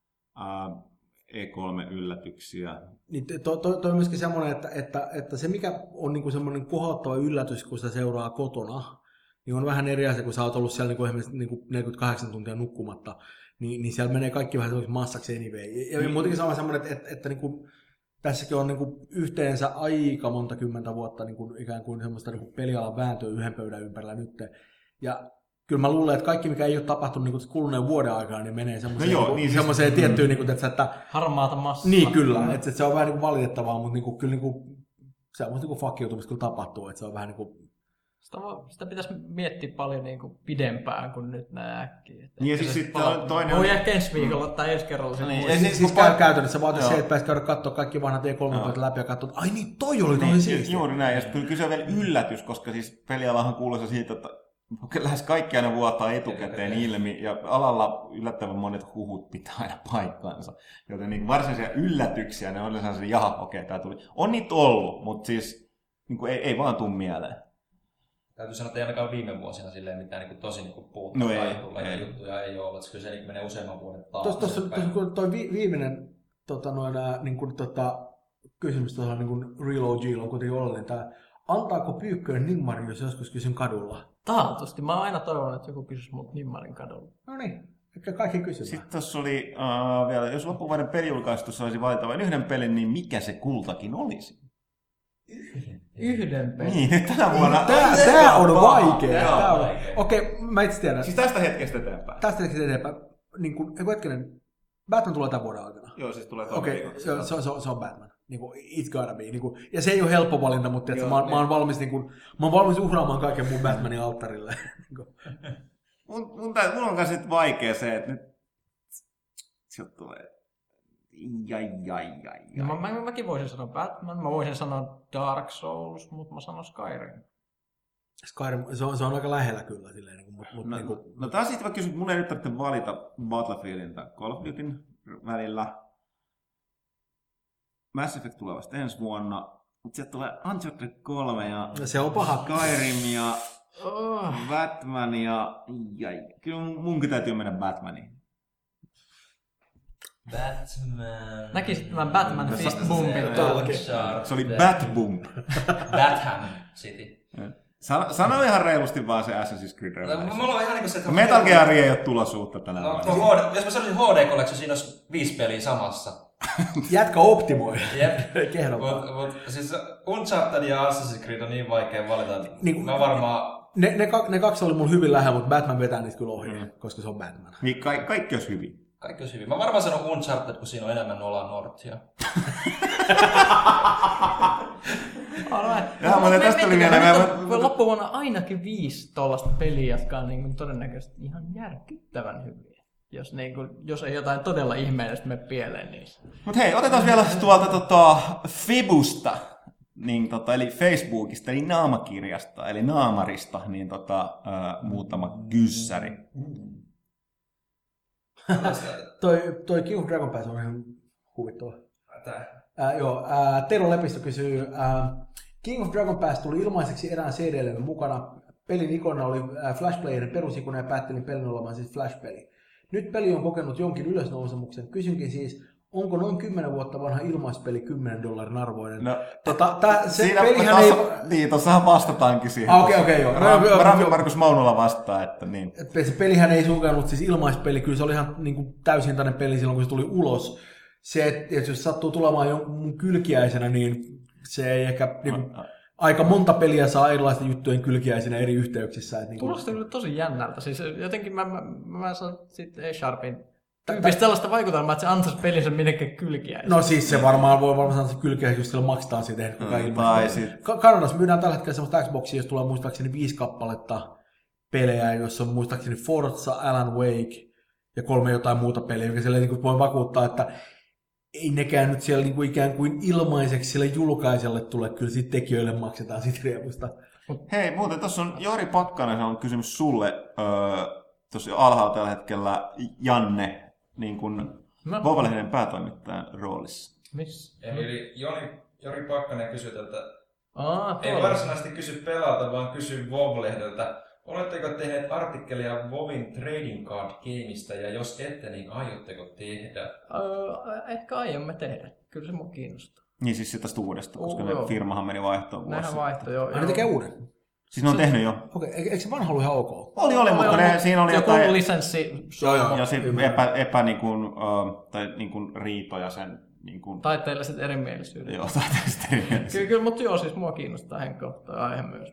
uh, E kolme yllätyksiä. Niin toi, toi, toi on myöskin semmoinen, että, että, että se mikä on niin kuin semmoinen kohottava yllätys, kun sitä seuraa kotona, niin on vähän eri asia, kun sä oot ollut siellä niin kuin esimerkiksi niin kuin neljäkymmentäkahdeksan tuntia nukkumatta, niin, niin siellä menee kaikki vähän semmoiksi massaksi anyway. Ja mm. muutenkin sama semmoinen, että, että, että niin kuin, tässäkin on niin kuin yhteensä aika monta kymmentä vuotta niin kuin ikään kuin semmoista niin kuin pelialan vääntöä yhden pöydän ympärillä nyt. Ja kyllä mä luulen, että kaikki mikä ei ole tapahtunut niin kuin kuluneen vuoden aikana, niin menee semmoiseen, no joo, niin, niin semmoiseen siis, tiettyyn, niin kuin, että, että... harmaata massaa. Niin kyllä, että, että se on vähän niin kuin valitettavaa, mutta niin kuin, kyllä niin kuin, se on niin kuin fuck-joutumista kyllä tapahtuu, että se on vähän niin kuin... Sitä, sitä pitäisi miettiä paljon niin kuin pidempään kuin nyt näin äkkiä. Niin ja siis toinen... Voi ehkä ensi viikolla tai ensi kerralla sen niin, siis, siis käy käytännössä vaan se, että pääsi käydä katsoa kaikki vanhat E kolme no. läpi ja katsoa, että ai niin, toi oli toi niin, siistiä. Juuri näin, ja kyllä kyse on vielä yllätys, koska siis pelialahan kuuluu siitä, että lähes kaikki aina vuotaa etukäteen ilmi, ja alalla yllättävän monet huhut pitää aina paikkaansa. Joten niin varsinaisia yllätyksiä, ne on sellaisia, jaha, okei, okay, tää tuli. On niitä ollut, mutta siis niin kuin, ei, ei vaan tuu mieleen. Täytyy sanoa, että ei ainakaan viime vuosina silleen mitään niin tosi niin puuttua no tai tulla ja juttuja ei ole ollut. Kyllä se niin menee useamman vuoden taas. Tuossa kun toi vi, viimeinen tota, noina, niin kuin, tota, kysymys tuolla niin kuin Real O G on kuitenkin oleellinen. Tämä, antaako Pyykkönen nimmarin, jos joskus kysyn kadulla? Taatusti. Mä oon aina toivonut, että joku kysyisi mut nimmarin kadulla. No niin, ehkä kaikki kysymään. Sitten tuossa oli uh, vielä, jos loppuvuoden pelijulkaistussa olisi valita vain yhden pelin, niin mikä se kultakin olisi? Yhden pelin. Niin, nyt tänä vuonna... Tää, tää on vaikea. Tää on vaikea. Okei, okay, mä itse tiedän. Siis tästä hetkestä eteenpäin. Tästä hetkestä eteenpäin. Niin kuin, eiku hetkinen, Batman tulee tämän vuoden aikana. Joo, siis tulee tämän Okei, okay, se, se, se, se on Batman. Niin kuin, it's gotta be. Niin kuin, ja se ei ole helppo valinta, mutta joo, mä, mä, oon valmis, niin kuin, mä oon valmis uhraamaan kaiken mun Batmanin alttarille. mun, mun, mun on kanssa nyt vaikea se, että nyt... Sieltä tulee... Jai, jai, jai, jai. No, mä, mä, mäkin voisin sanoa Batman, mä voisin sanoa Dark Souls, mutta mä sanon Skyrim. Skyrim, se on, se on aika lähellä kyllä. Silleen, niin kuin, mut, no, niin kuin... no taas sitten vaikka mun ei nyt tarvitse valita Battlefieldin tai Call of Dutyn välillä. Mass Effect tulee vasta ensi vuonna, mutta sieltä tulee Uncharted kolme ja se on paha. Skyrim ja oh. Batman ja... Jai. Kyllä munkin täytyy mennä Batmaniin. Batman. Näkisit tämän Batman no, Fist Bumpin. Se oli Batbump. Batham City. Sano, sano ihan reilusti vaan se Assassin's Creed Revelation. Mulla on ihan niinku se, että... Metal Gear ei ole tulosuutta tänään. No, no, jos mä sanoisin H D-kolleksio, siinä olisi viisi peliä samassa. Jätkä optimoi. Jep. Mut, mut siis Uncharted ja Assassin's Creed on niin vaikea valita, että niin, mä varmaan... Ne, ne, ne kaksi oli mun hyvin lähellä, mutta Batman vetää niitä kyllä ohi, mm. koska se on Batman. Niin ka- kaikki olisi hyvin. Kaikki olisi hyvin. Mä varmaan sanon Uncharted, kun siinä on enemmän Nolan Northia. Jaa, mutta tästä oli vielä... Loppuvuonna ainakin viisi tollaista peliä, jotka on niin todennäköisesti ihan järkyttävän hyviä. Jos, niin kuin, jos ei jotain todella ihmeellistä mene pieleen niissä. Mut hei, otetaan vielä tuolta tota, Fibusta niin tota, eli Facebookista, eli naamakirjasta, eli naamarista, niin tota, ää, muutama kyssäri. toi, toi King of Dragon Pass on ihan huvittava. Tää. Ää, joo, ää, Tero Lepistö kysyy, ää, King of Dragon Pass tuli ilmaiseksi erään C D-levyn mukana. Pelin ikona oli Flash-playerin perusikona ja päättelin pelin olemaan siis Flash-peli. Nyt peli on kokenut jonkin ylösnousemuksen. Kysynkin siis, onko noin kymmenen vuotta vanha ilmaispeli kymmenen dollarin arvoinen? No, tota, tää, se siinä, pelihän tossa, ei... Niin, tuossahan vastataankin siihen. Ah, okei, okei, joo. Ra- Raffi Markus Maunola vastaa, että niin. Se pelihän ei suinkaan ollut siis ilmaispeli, kyllä se oli ihan niin kuin täysintainen peli silloin, kun se tuli ulos. Se, että jos sattuu tulemaan jonkun kylkiäisenä, niin se ei ehkä... Niin kuin, aika monta peliä saa erilaisten juttujen kylkiäisenä eri yhteyksissä. Että niin kuin... Kuulostaa kyllä tosi jännältä. Siis jotenkin mä, mä, mä saan sitten A-Sharpin tyypistä tällaista vaikutelmaa, että se antaisi pelinsä mitenkään kylkiäisen. No siis se varmaan voi varmaan sanoa, että se kylkiäisen, jos sillä maksetaan siitä tehdä kukaan mm, ilmaista. Ka- Kanadassa myydään tällä hetkellä sellaista Xboxia, jos tulee muistaakseni viisi kappaletta pelejä, jossa on muistaakseni Forza, Alan Wake ja kolme jotain muuta peliä, joka siellä niin voi vakuuttaa, että ei nekään nyt siellä niin kuin ikään kuin ilmaiseksi sille julkaiselle tule, kyllä siitä tekijöille maksetaan siitä riemusta. Hei, muuten tuossa on Jori Pakkanen on kysymys sulle, öö, tuossa alhaalla tällä hetkellä Janne, niin kuin no. Vovalehden päätoimittajan roolissa. Missä? Eli Joni, Jori Pakkanen kysyy tältä, Aa, ei varsinaisesti kysy pelaalta, vaan kysy Vov-lehdeltä. Oletteko tehneet artikkelia Vovin Trading Card Gameista, ja jos ette, niin aiotteko tehdä? Öö, ehkä aiomme tehdä. Kyllä se mua kiinnostaa. Niin siis sitä tästä uudesta, koska oh, ne joo. firmahan meni vaihtoon vuosi. Nehän vaihtoi, joo. Ja ne tekee uuden? Siis ne on se, tehnyt jo. Okei, okay, eikö se vanha ollut ihan ok? Oli, oli, mutta ne, siinä oli joku jotain... lisenssi. Joo, joo. Ja sitten epä, epä niin kuin, uh, tai niin kuin riitoja sen... Niin kuin... Taiteelliset erimielisyydet. Joo, taiteelliset erimielisyydet. Kyllä, kyllä, mutta joo, siis mua kiinnostaa henkilökohtainen aihe myös.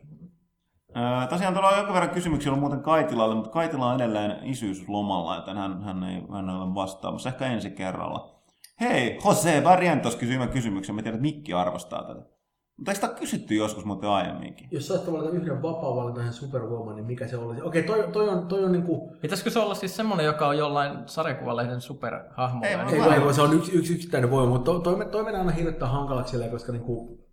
Öö, tosiaan tuolla on jonkun verran kysymyksiä ollut muuten Kaitilalle, mutta Kaitila on edelleen isyyslomalla, joten hän, hän ei hän ei ole vastaamassa. Ehkä ensi kerralla. Hei, Jose Barrientos kysyi hyvän kysymyksen. Mä tiedän, että Mikki arvostaa tätä. Mutta eikö sitä kysytty joskus muuten aiemminkin? Jos saisit valita yhden vapaa-valintaisen Superwoman, niin mikä se olisi? Okei, toi, toi on, toi on niinku... Pitäisikö se olla siis semmonen, joka on jollain sarjakuvalehden superhahmo? Ei, Ei, ei, ei, se on yksi, yksi yksittäinen voima, mutta toi, toi, toi menee aina hirveän hankalaksi silleen, koska niinku...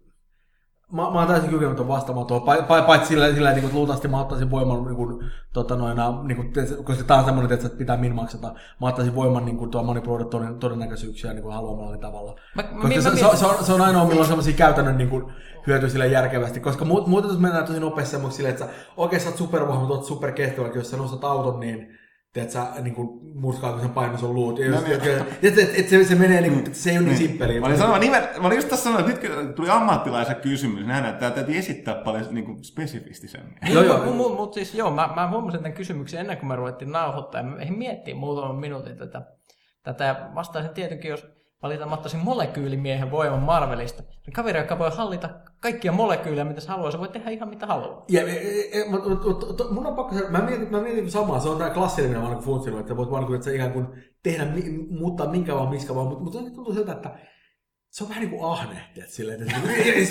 Mä, mä oon täysin kykenemätön vastaamaan tuohon, paitsi sillä, sillä että niin luultavasti mä ottaisin voiman, niin kuin, tota noina, niin kuin, koska tää on semmoinen, että pitää min maksata, mä ottaisin voiman niin kuin, tuo manipuloida todennäköisyyksiä niin haluamalla tavalla. Mä, koska mä, se, mä, se, se, on, se on ainoa, milloin on semmoisia käytännön niin kuin, hyötyä sille järkevästi, koska muuten jos mennään tosi nopeasti semmoiksi silleen, että sä oikein sä oot supervohma, mutta oot superkestävä, jos sä nostat auton, niin teet sä niinku murskaako sen paino sun luut. Ja just, et, et, et, et se, se menee niinku, että se ei ole niin simppeliä. Mä olin, sanoma, mä olin just tässä sanonut, että nyt kun tuli ammattilaisen kysymys, niin nähdään, että täytyy esittää paljon niinku spesifistisemmin. Joo, joo. Mutta mut, mut siis joo, mä, mä huomasin tämän kysymyksen ennen kuin me ruvettiin nauhoittaa. Mä ehdin miettiä muutaman minuutin tätä. tätä ja vastaisin tietenkin, jos valitaan, mä ottaisin molekyylimiehen voiman Marvelista. Se kaveri, joka voi hallita kaikkia molekyylejä, mitä se haluaa, se voi tehdä ihan mitä haluaa. Ja, e, e, mut, mut, mut, mun on pakko sanoa, mä mietin, mä mietin samaa, se on tää klassinen, mitä mä oon funtsinut, että voit vaan että sä ikään kuin tehdä, muuttaa minkä vaan, miskä vaan, mutta mut tuntuu siltä, että se on vähän niin kuin ahne, että silleen, että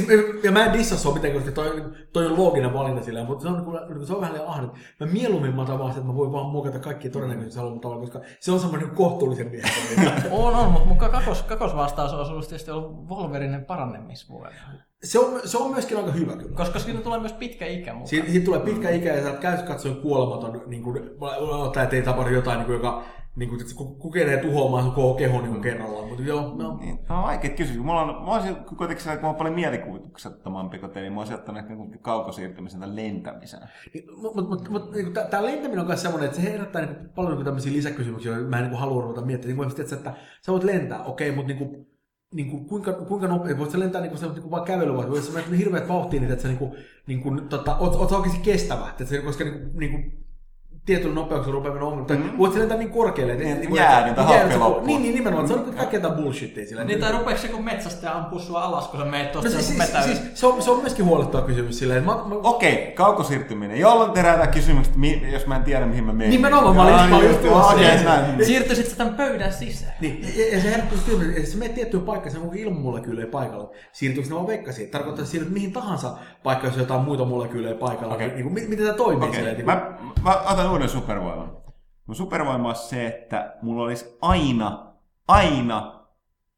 ja mä en dissa sua mitenkään, koska toi, toi on looginen valinta silleen, mutta se on, niin se on vähän liian ahne. Mä mieluummin mä otan että mä voin vaan muokata kaikkia todennäköisesti haluamaan tavalla, koska se on semmoinen kohtuullisen mies. on, on, mutta mun kakos, kakosvastaus on ollut tietysti ollut Wolverinen parannemisvuoden. Se on, se on myöskin aika hyvä kyllä. Koska siinä tulee myös pitkä ikä mukaan. Siitä, siitä tulee pitkä ikä ja sä oot käytössä katsoen kuolematon, niin kuin, tai ettei tapahdu jotain, niin kuin, joka niin kuin, että kukenee tuhoamaan sun koko kehon niin kerrallaan. Mutta joo, no. Niin, tämä on vaikea kysymys. Mulla on, mä olisin kuitenkin sellainen, kun mä oon paljon mielikuvituksettomampi kuin tein, niin mä olisin ottanut ehkä kaukosiirtymisen tai lentämisen. Mutta mut, mut, niin tämä lentäminen on myös semmoinen, että se herättää niin paljon niin tämmöisiä lisäkysymyksiä, joita mä en niin haluan ruveta miettimään. Niin kuin, että sä voit lentää, okei, mutta niin kuin, niin kuin, kuinka, kuinka nopeasti, voit sä lentää niin kuin, niin kuin vaan kävelyä, voit sä mennä hirveät vauhtiin, että sä niin kuin, niin kuin, tota, oot, oot sä oikeasti kestävä, että se, koska niin kuin, niin kuin, tietyllä nopeuksella rupeaa mennä ongelma. Mm-hmm. Voit sä lentää niin korkealle, että niin, jää niitä happea loppuun. Niin, niin nimenomaan, se on kaikkea jotain bullshittia sillä. Niin, tai rupeeko se kun metsästä ampuu sua alas, kun sä meet tuosta no, siis, metäyä? Siis, siis, se, on, se on myöskin huolettava kysymys silleen. Mä, mä... Okei, okay, kaukosiirtyminen. Jolloin terätään kysymykset, jos mä en tiedä mihin mä menen. Nimenomaan, mä olin, mä olin just tulossa. Siirtyisit sä tämän pöydän sisään? Niin, ja, ja se herättää kysymys, että sä menet tiettyyn paikkaan, se on ilmamolekyylejä paikalla. Siirtyykö ne vaan vekkasiin? Tarkoittaa, että siirryt mihin tahansa paikkaan, jos on jotain muita molekyylejä paikalla. Okay. Niin, niin, miten tämä toimii? Okay. Silleen, mä, mä otan uuden supervoiman. Mun supervoima on se, että mulla olisi aina, aina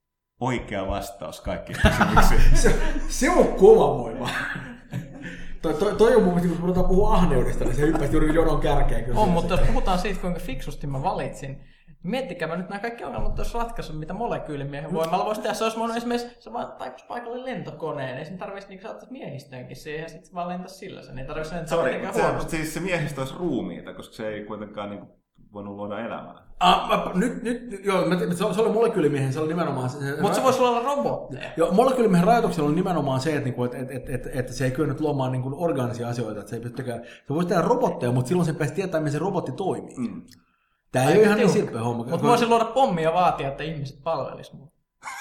oikea vastaus kaikkiin kysymyksiin. se, se on kova voima. Toi, toi, toi on mun mielestä, kun puhutaan puhua ahneudesta, niin se hyppäsi juuri jonon kärkeen. On, mutta jos puhutaan siitä, kuinka fiksusti mä valitsin, miettikää mä nyt nämä kaikki ongelmat olisi ratkaissut, mitä molekyylimiehen voimalla voisi tehdä. Se olisi voinut esimerkiksi, se vaan taipuisi paikalle lentokoneen, ei sen tarvitsisi niin saattaa miehistöönkin siihen, ja sitten vaan lentäisi sillä sen. Ei tarvitsisi lentää Sorry, mitenkään huonosti. se, siis se miehistö olisi ruumiita, koska se ei kuitenkaan niin voinut luoda elämää. Ah, mä, nyt, nyt, joo, mä, se, se oli molekyylimiehen, se oli nimenomaan se. Mutta se voisi olla robotteja. Joo, molekyylimiehen rajoituksella on nimenomaan se, että, että, että, että, että se ei kyennyt luomaan niin kuin orgaanisia asioita, että se ei pysty tekemään. Se voisi tehdä robotteja, mutta silloin se pääsi tietää, miten se robotti toimii. Mm. Tämä ei ole ihan niin silppeä homma. Mutta voisin luoda pommia ja vaatia, että ihmiset palvelisivat mua.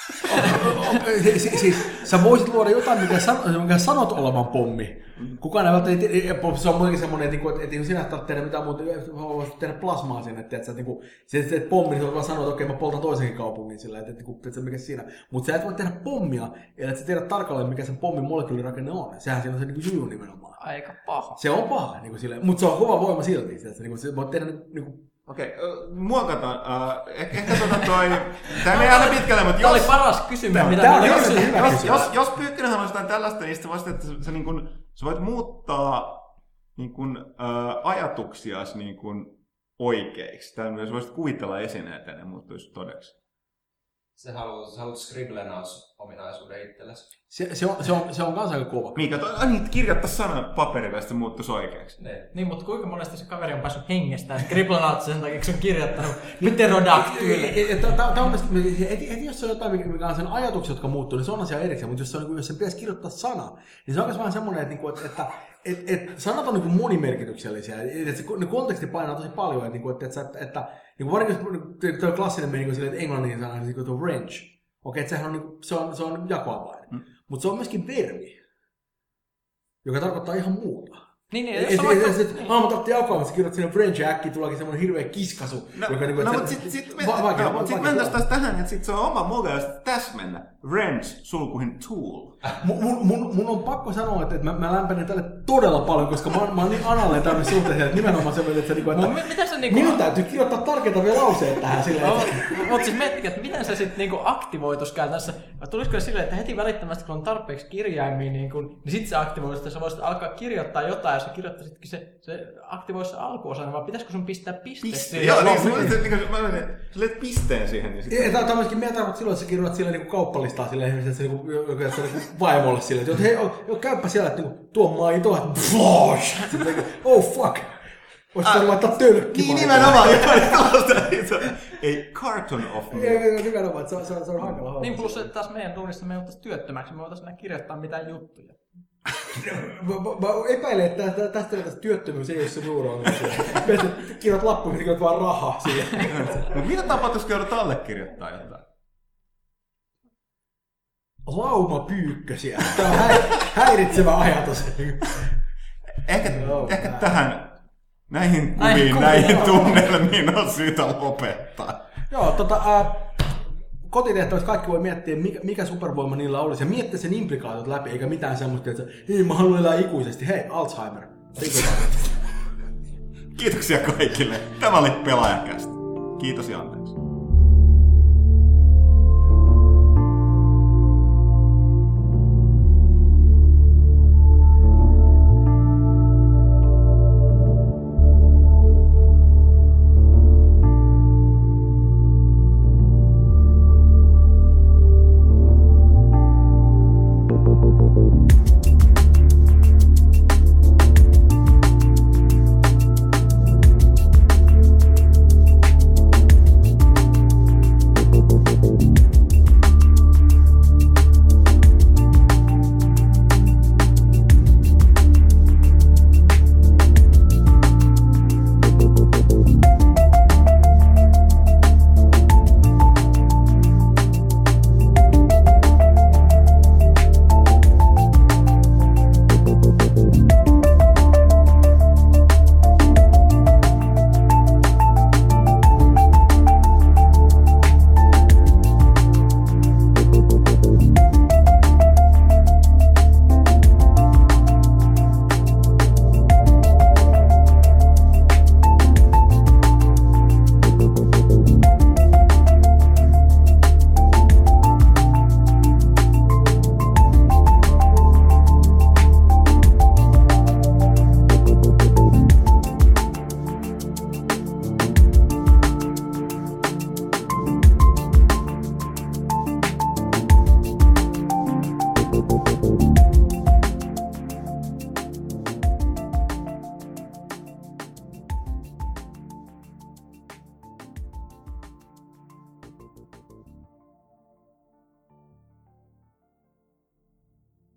siis, siis sä voisit luoda jotain, mikä, san, mikä sanot olevan pommi. Kukaan ei välttämättä, se on muutenkin semmoinen, että, että, että sinä et tarvitse tehdä mitään muuta, voisit tehdä plasmaa sinne, että sä teet pommi, niin sä vaan sanoa, että okei, mä poltan toisenkin kaupungin sillä, että, että, että, että mikä siinä. Mutta sä et voi tehdä pommia, että sä tiedät tarkalleen, mikä sen pommin molekyylirakenne on. Sehän siinä on se niin syy nimenomaan. Aika paha. Se on paha, niin mutta se on kova voima silti, että niin sä voit tehdä niin kuin, okei, okay, muokataan. Uh, eh, ehkä tota toi... Tämä ei aina pitkälle, mutta jos... Tämä oli paras kysymys, tämä, mitä tämä mä jos, kysyin. Jos, jos, jos Pyykkönen haluaisi jotain tällaista, niin sitten vasta, että sä, niin kun, sä voit muuttaa niin kun, uh, ajatuksiasi niin kun oikeiksi. Tämä sä voisit kuvitella esineitä ja ne muuttuisi todeksi. Sä haluat, sä haluat Scribblenauts-ominaisuuden itsellesi. Se, se, on, se, on, se on kans aika kova. Mikä toi, ai niin, kirjoittaisi sanan paperille ja sitten muuttuisi oikeaksi. Ne. Niin, mutta kuinka monesti se kaveri on päässyt hengestään Scribblenauts sen takia, kun se on kirjoittanut pterodactyli. Tämä on mielestäni, että jos se on jotain, mikä on sen ajatukset, jotka muuttuu, niin se on asia erikseen, mutta jos, se on, jos sen pitäisi kirjoittaa sana, niin se on myös vähän semmoinen, että, että, että et, et, sanat on niin monimerkityksellisiä, että se, ne konteksti painaa tosi paljon, että, että, että, että, että niin varsinkin tuo klassinen meni niin silleen, että englannin sana on niin tuo wrench. Okei, että sehän on, niin, se on, se on jakoavain, mm. mutta se on myöskin verbi, joka tarkoittaa ihan muuta. Niin, niin, et, jos et, vaikka... et, et, aamu tarvittiin jakoavain, se kirjoittaa sinne wrench ja äkkiä tuleekin semmoinen hirveä kiskasu. No, joka, niin kuin, no se, mutta sitten sit, sit, va- vaikea, no, va- sit mennään taas tähän, että sit se on oma moga ja sitten täsmennä. Wrench, sulkuhin tool. Mun, mun, mun on pakko sanoa, että mä, mä lämpenen tälle todella paljon, koska mä, mä oon niin analeen tämmöisen suhteeseen, että nimenomaan se, että, että, no, mitä se niinku... minun täytyy kirjoittaa tarkentavia lauseita tähän silleen. No, mutta siis miettikää, että miten se sitten niinku aktivoitus käytännössä. Tulisiko se silleen, että heti välittömästi kun on tarpeeksi kirjaimia, niin, kun, niin sitten se aktivoisi, että sä voisit alkaa kirjoittaa jotain, ja sä kirjoittaisitkin se, se aktivoisi se alkuosan, vaan pitäisikö sun pistää piste? Piste, joo, niin, sä löit pisteen siihen. Niin Tämä on myöskin, mitä tarkoittaa silloin, että sä kirjoitat silleen niin kauppalistaa silleen, että se niin vaimolle silleen, että hei, jo, käyppä siellä, että niin, tuo maito, että flosh! Oh fuck! Voisi ah, laittaa tölkki. Niin nimenomaan, ei carton of me. Ei, nimenomaan, se on, se on, se on hankala homma. Niin plus, että taas meidän duunissa me joutuisi työttömäksi, me voitaisiin kirjoittaa mitään juttuja. mä, mä epäilen, että tästä, tästä, tästä työttömyys ei ole se juuro. Kirjoit lappuun, että kirjoit vaan rahaa siihen. Mutta mitä tapahtuisi, kun joudut allekirjoittaa jotain? Lauma pyykkösiä. Tämä on hä- häiritsevä ajatus. Ehkä, no, ehkä tähän, näihin kuviin, näihin tunnelmiin on syytä lopettaa. Joo, tota, äh, kotitehtävässä kaikki voi miettiä, mikä, mikä supervoima niillä olisi, ja miettiä sen implikaatiot läpi, eikä mitään semmoista, että hei, mä haluan elää ikuisesti. Hei, Alzheimer. Kiitoksia kaikille. Tämä oli Pelaajakästä. Kiitos Janne.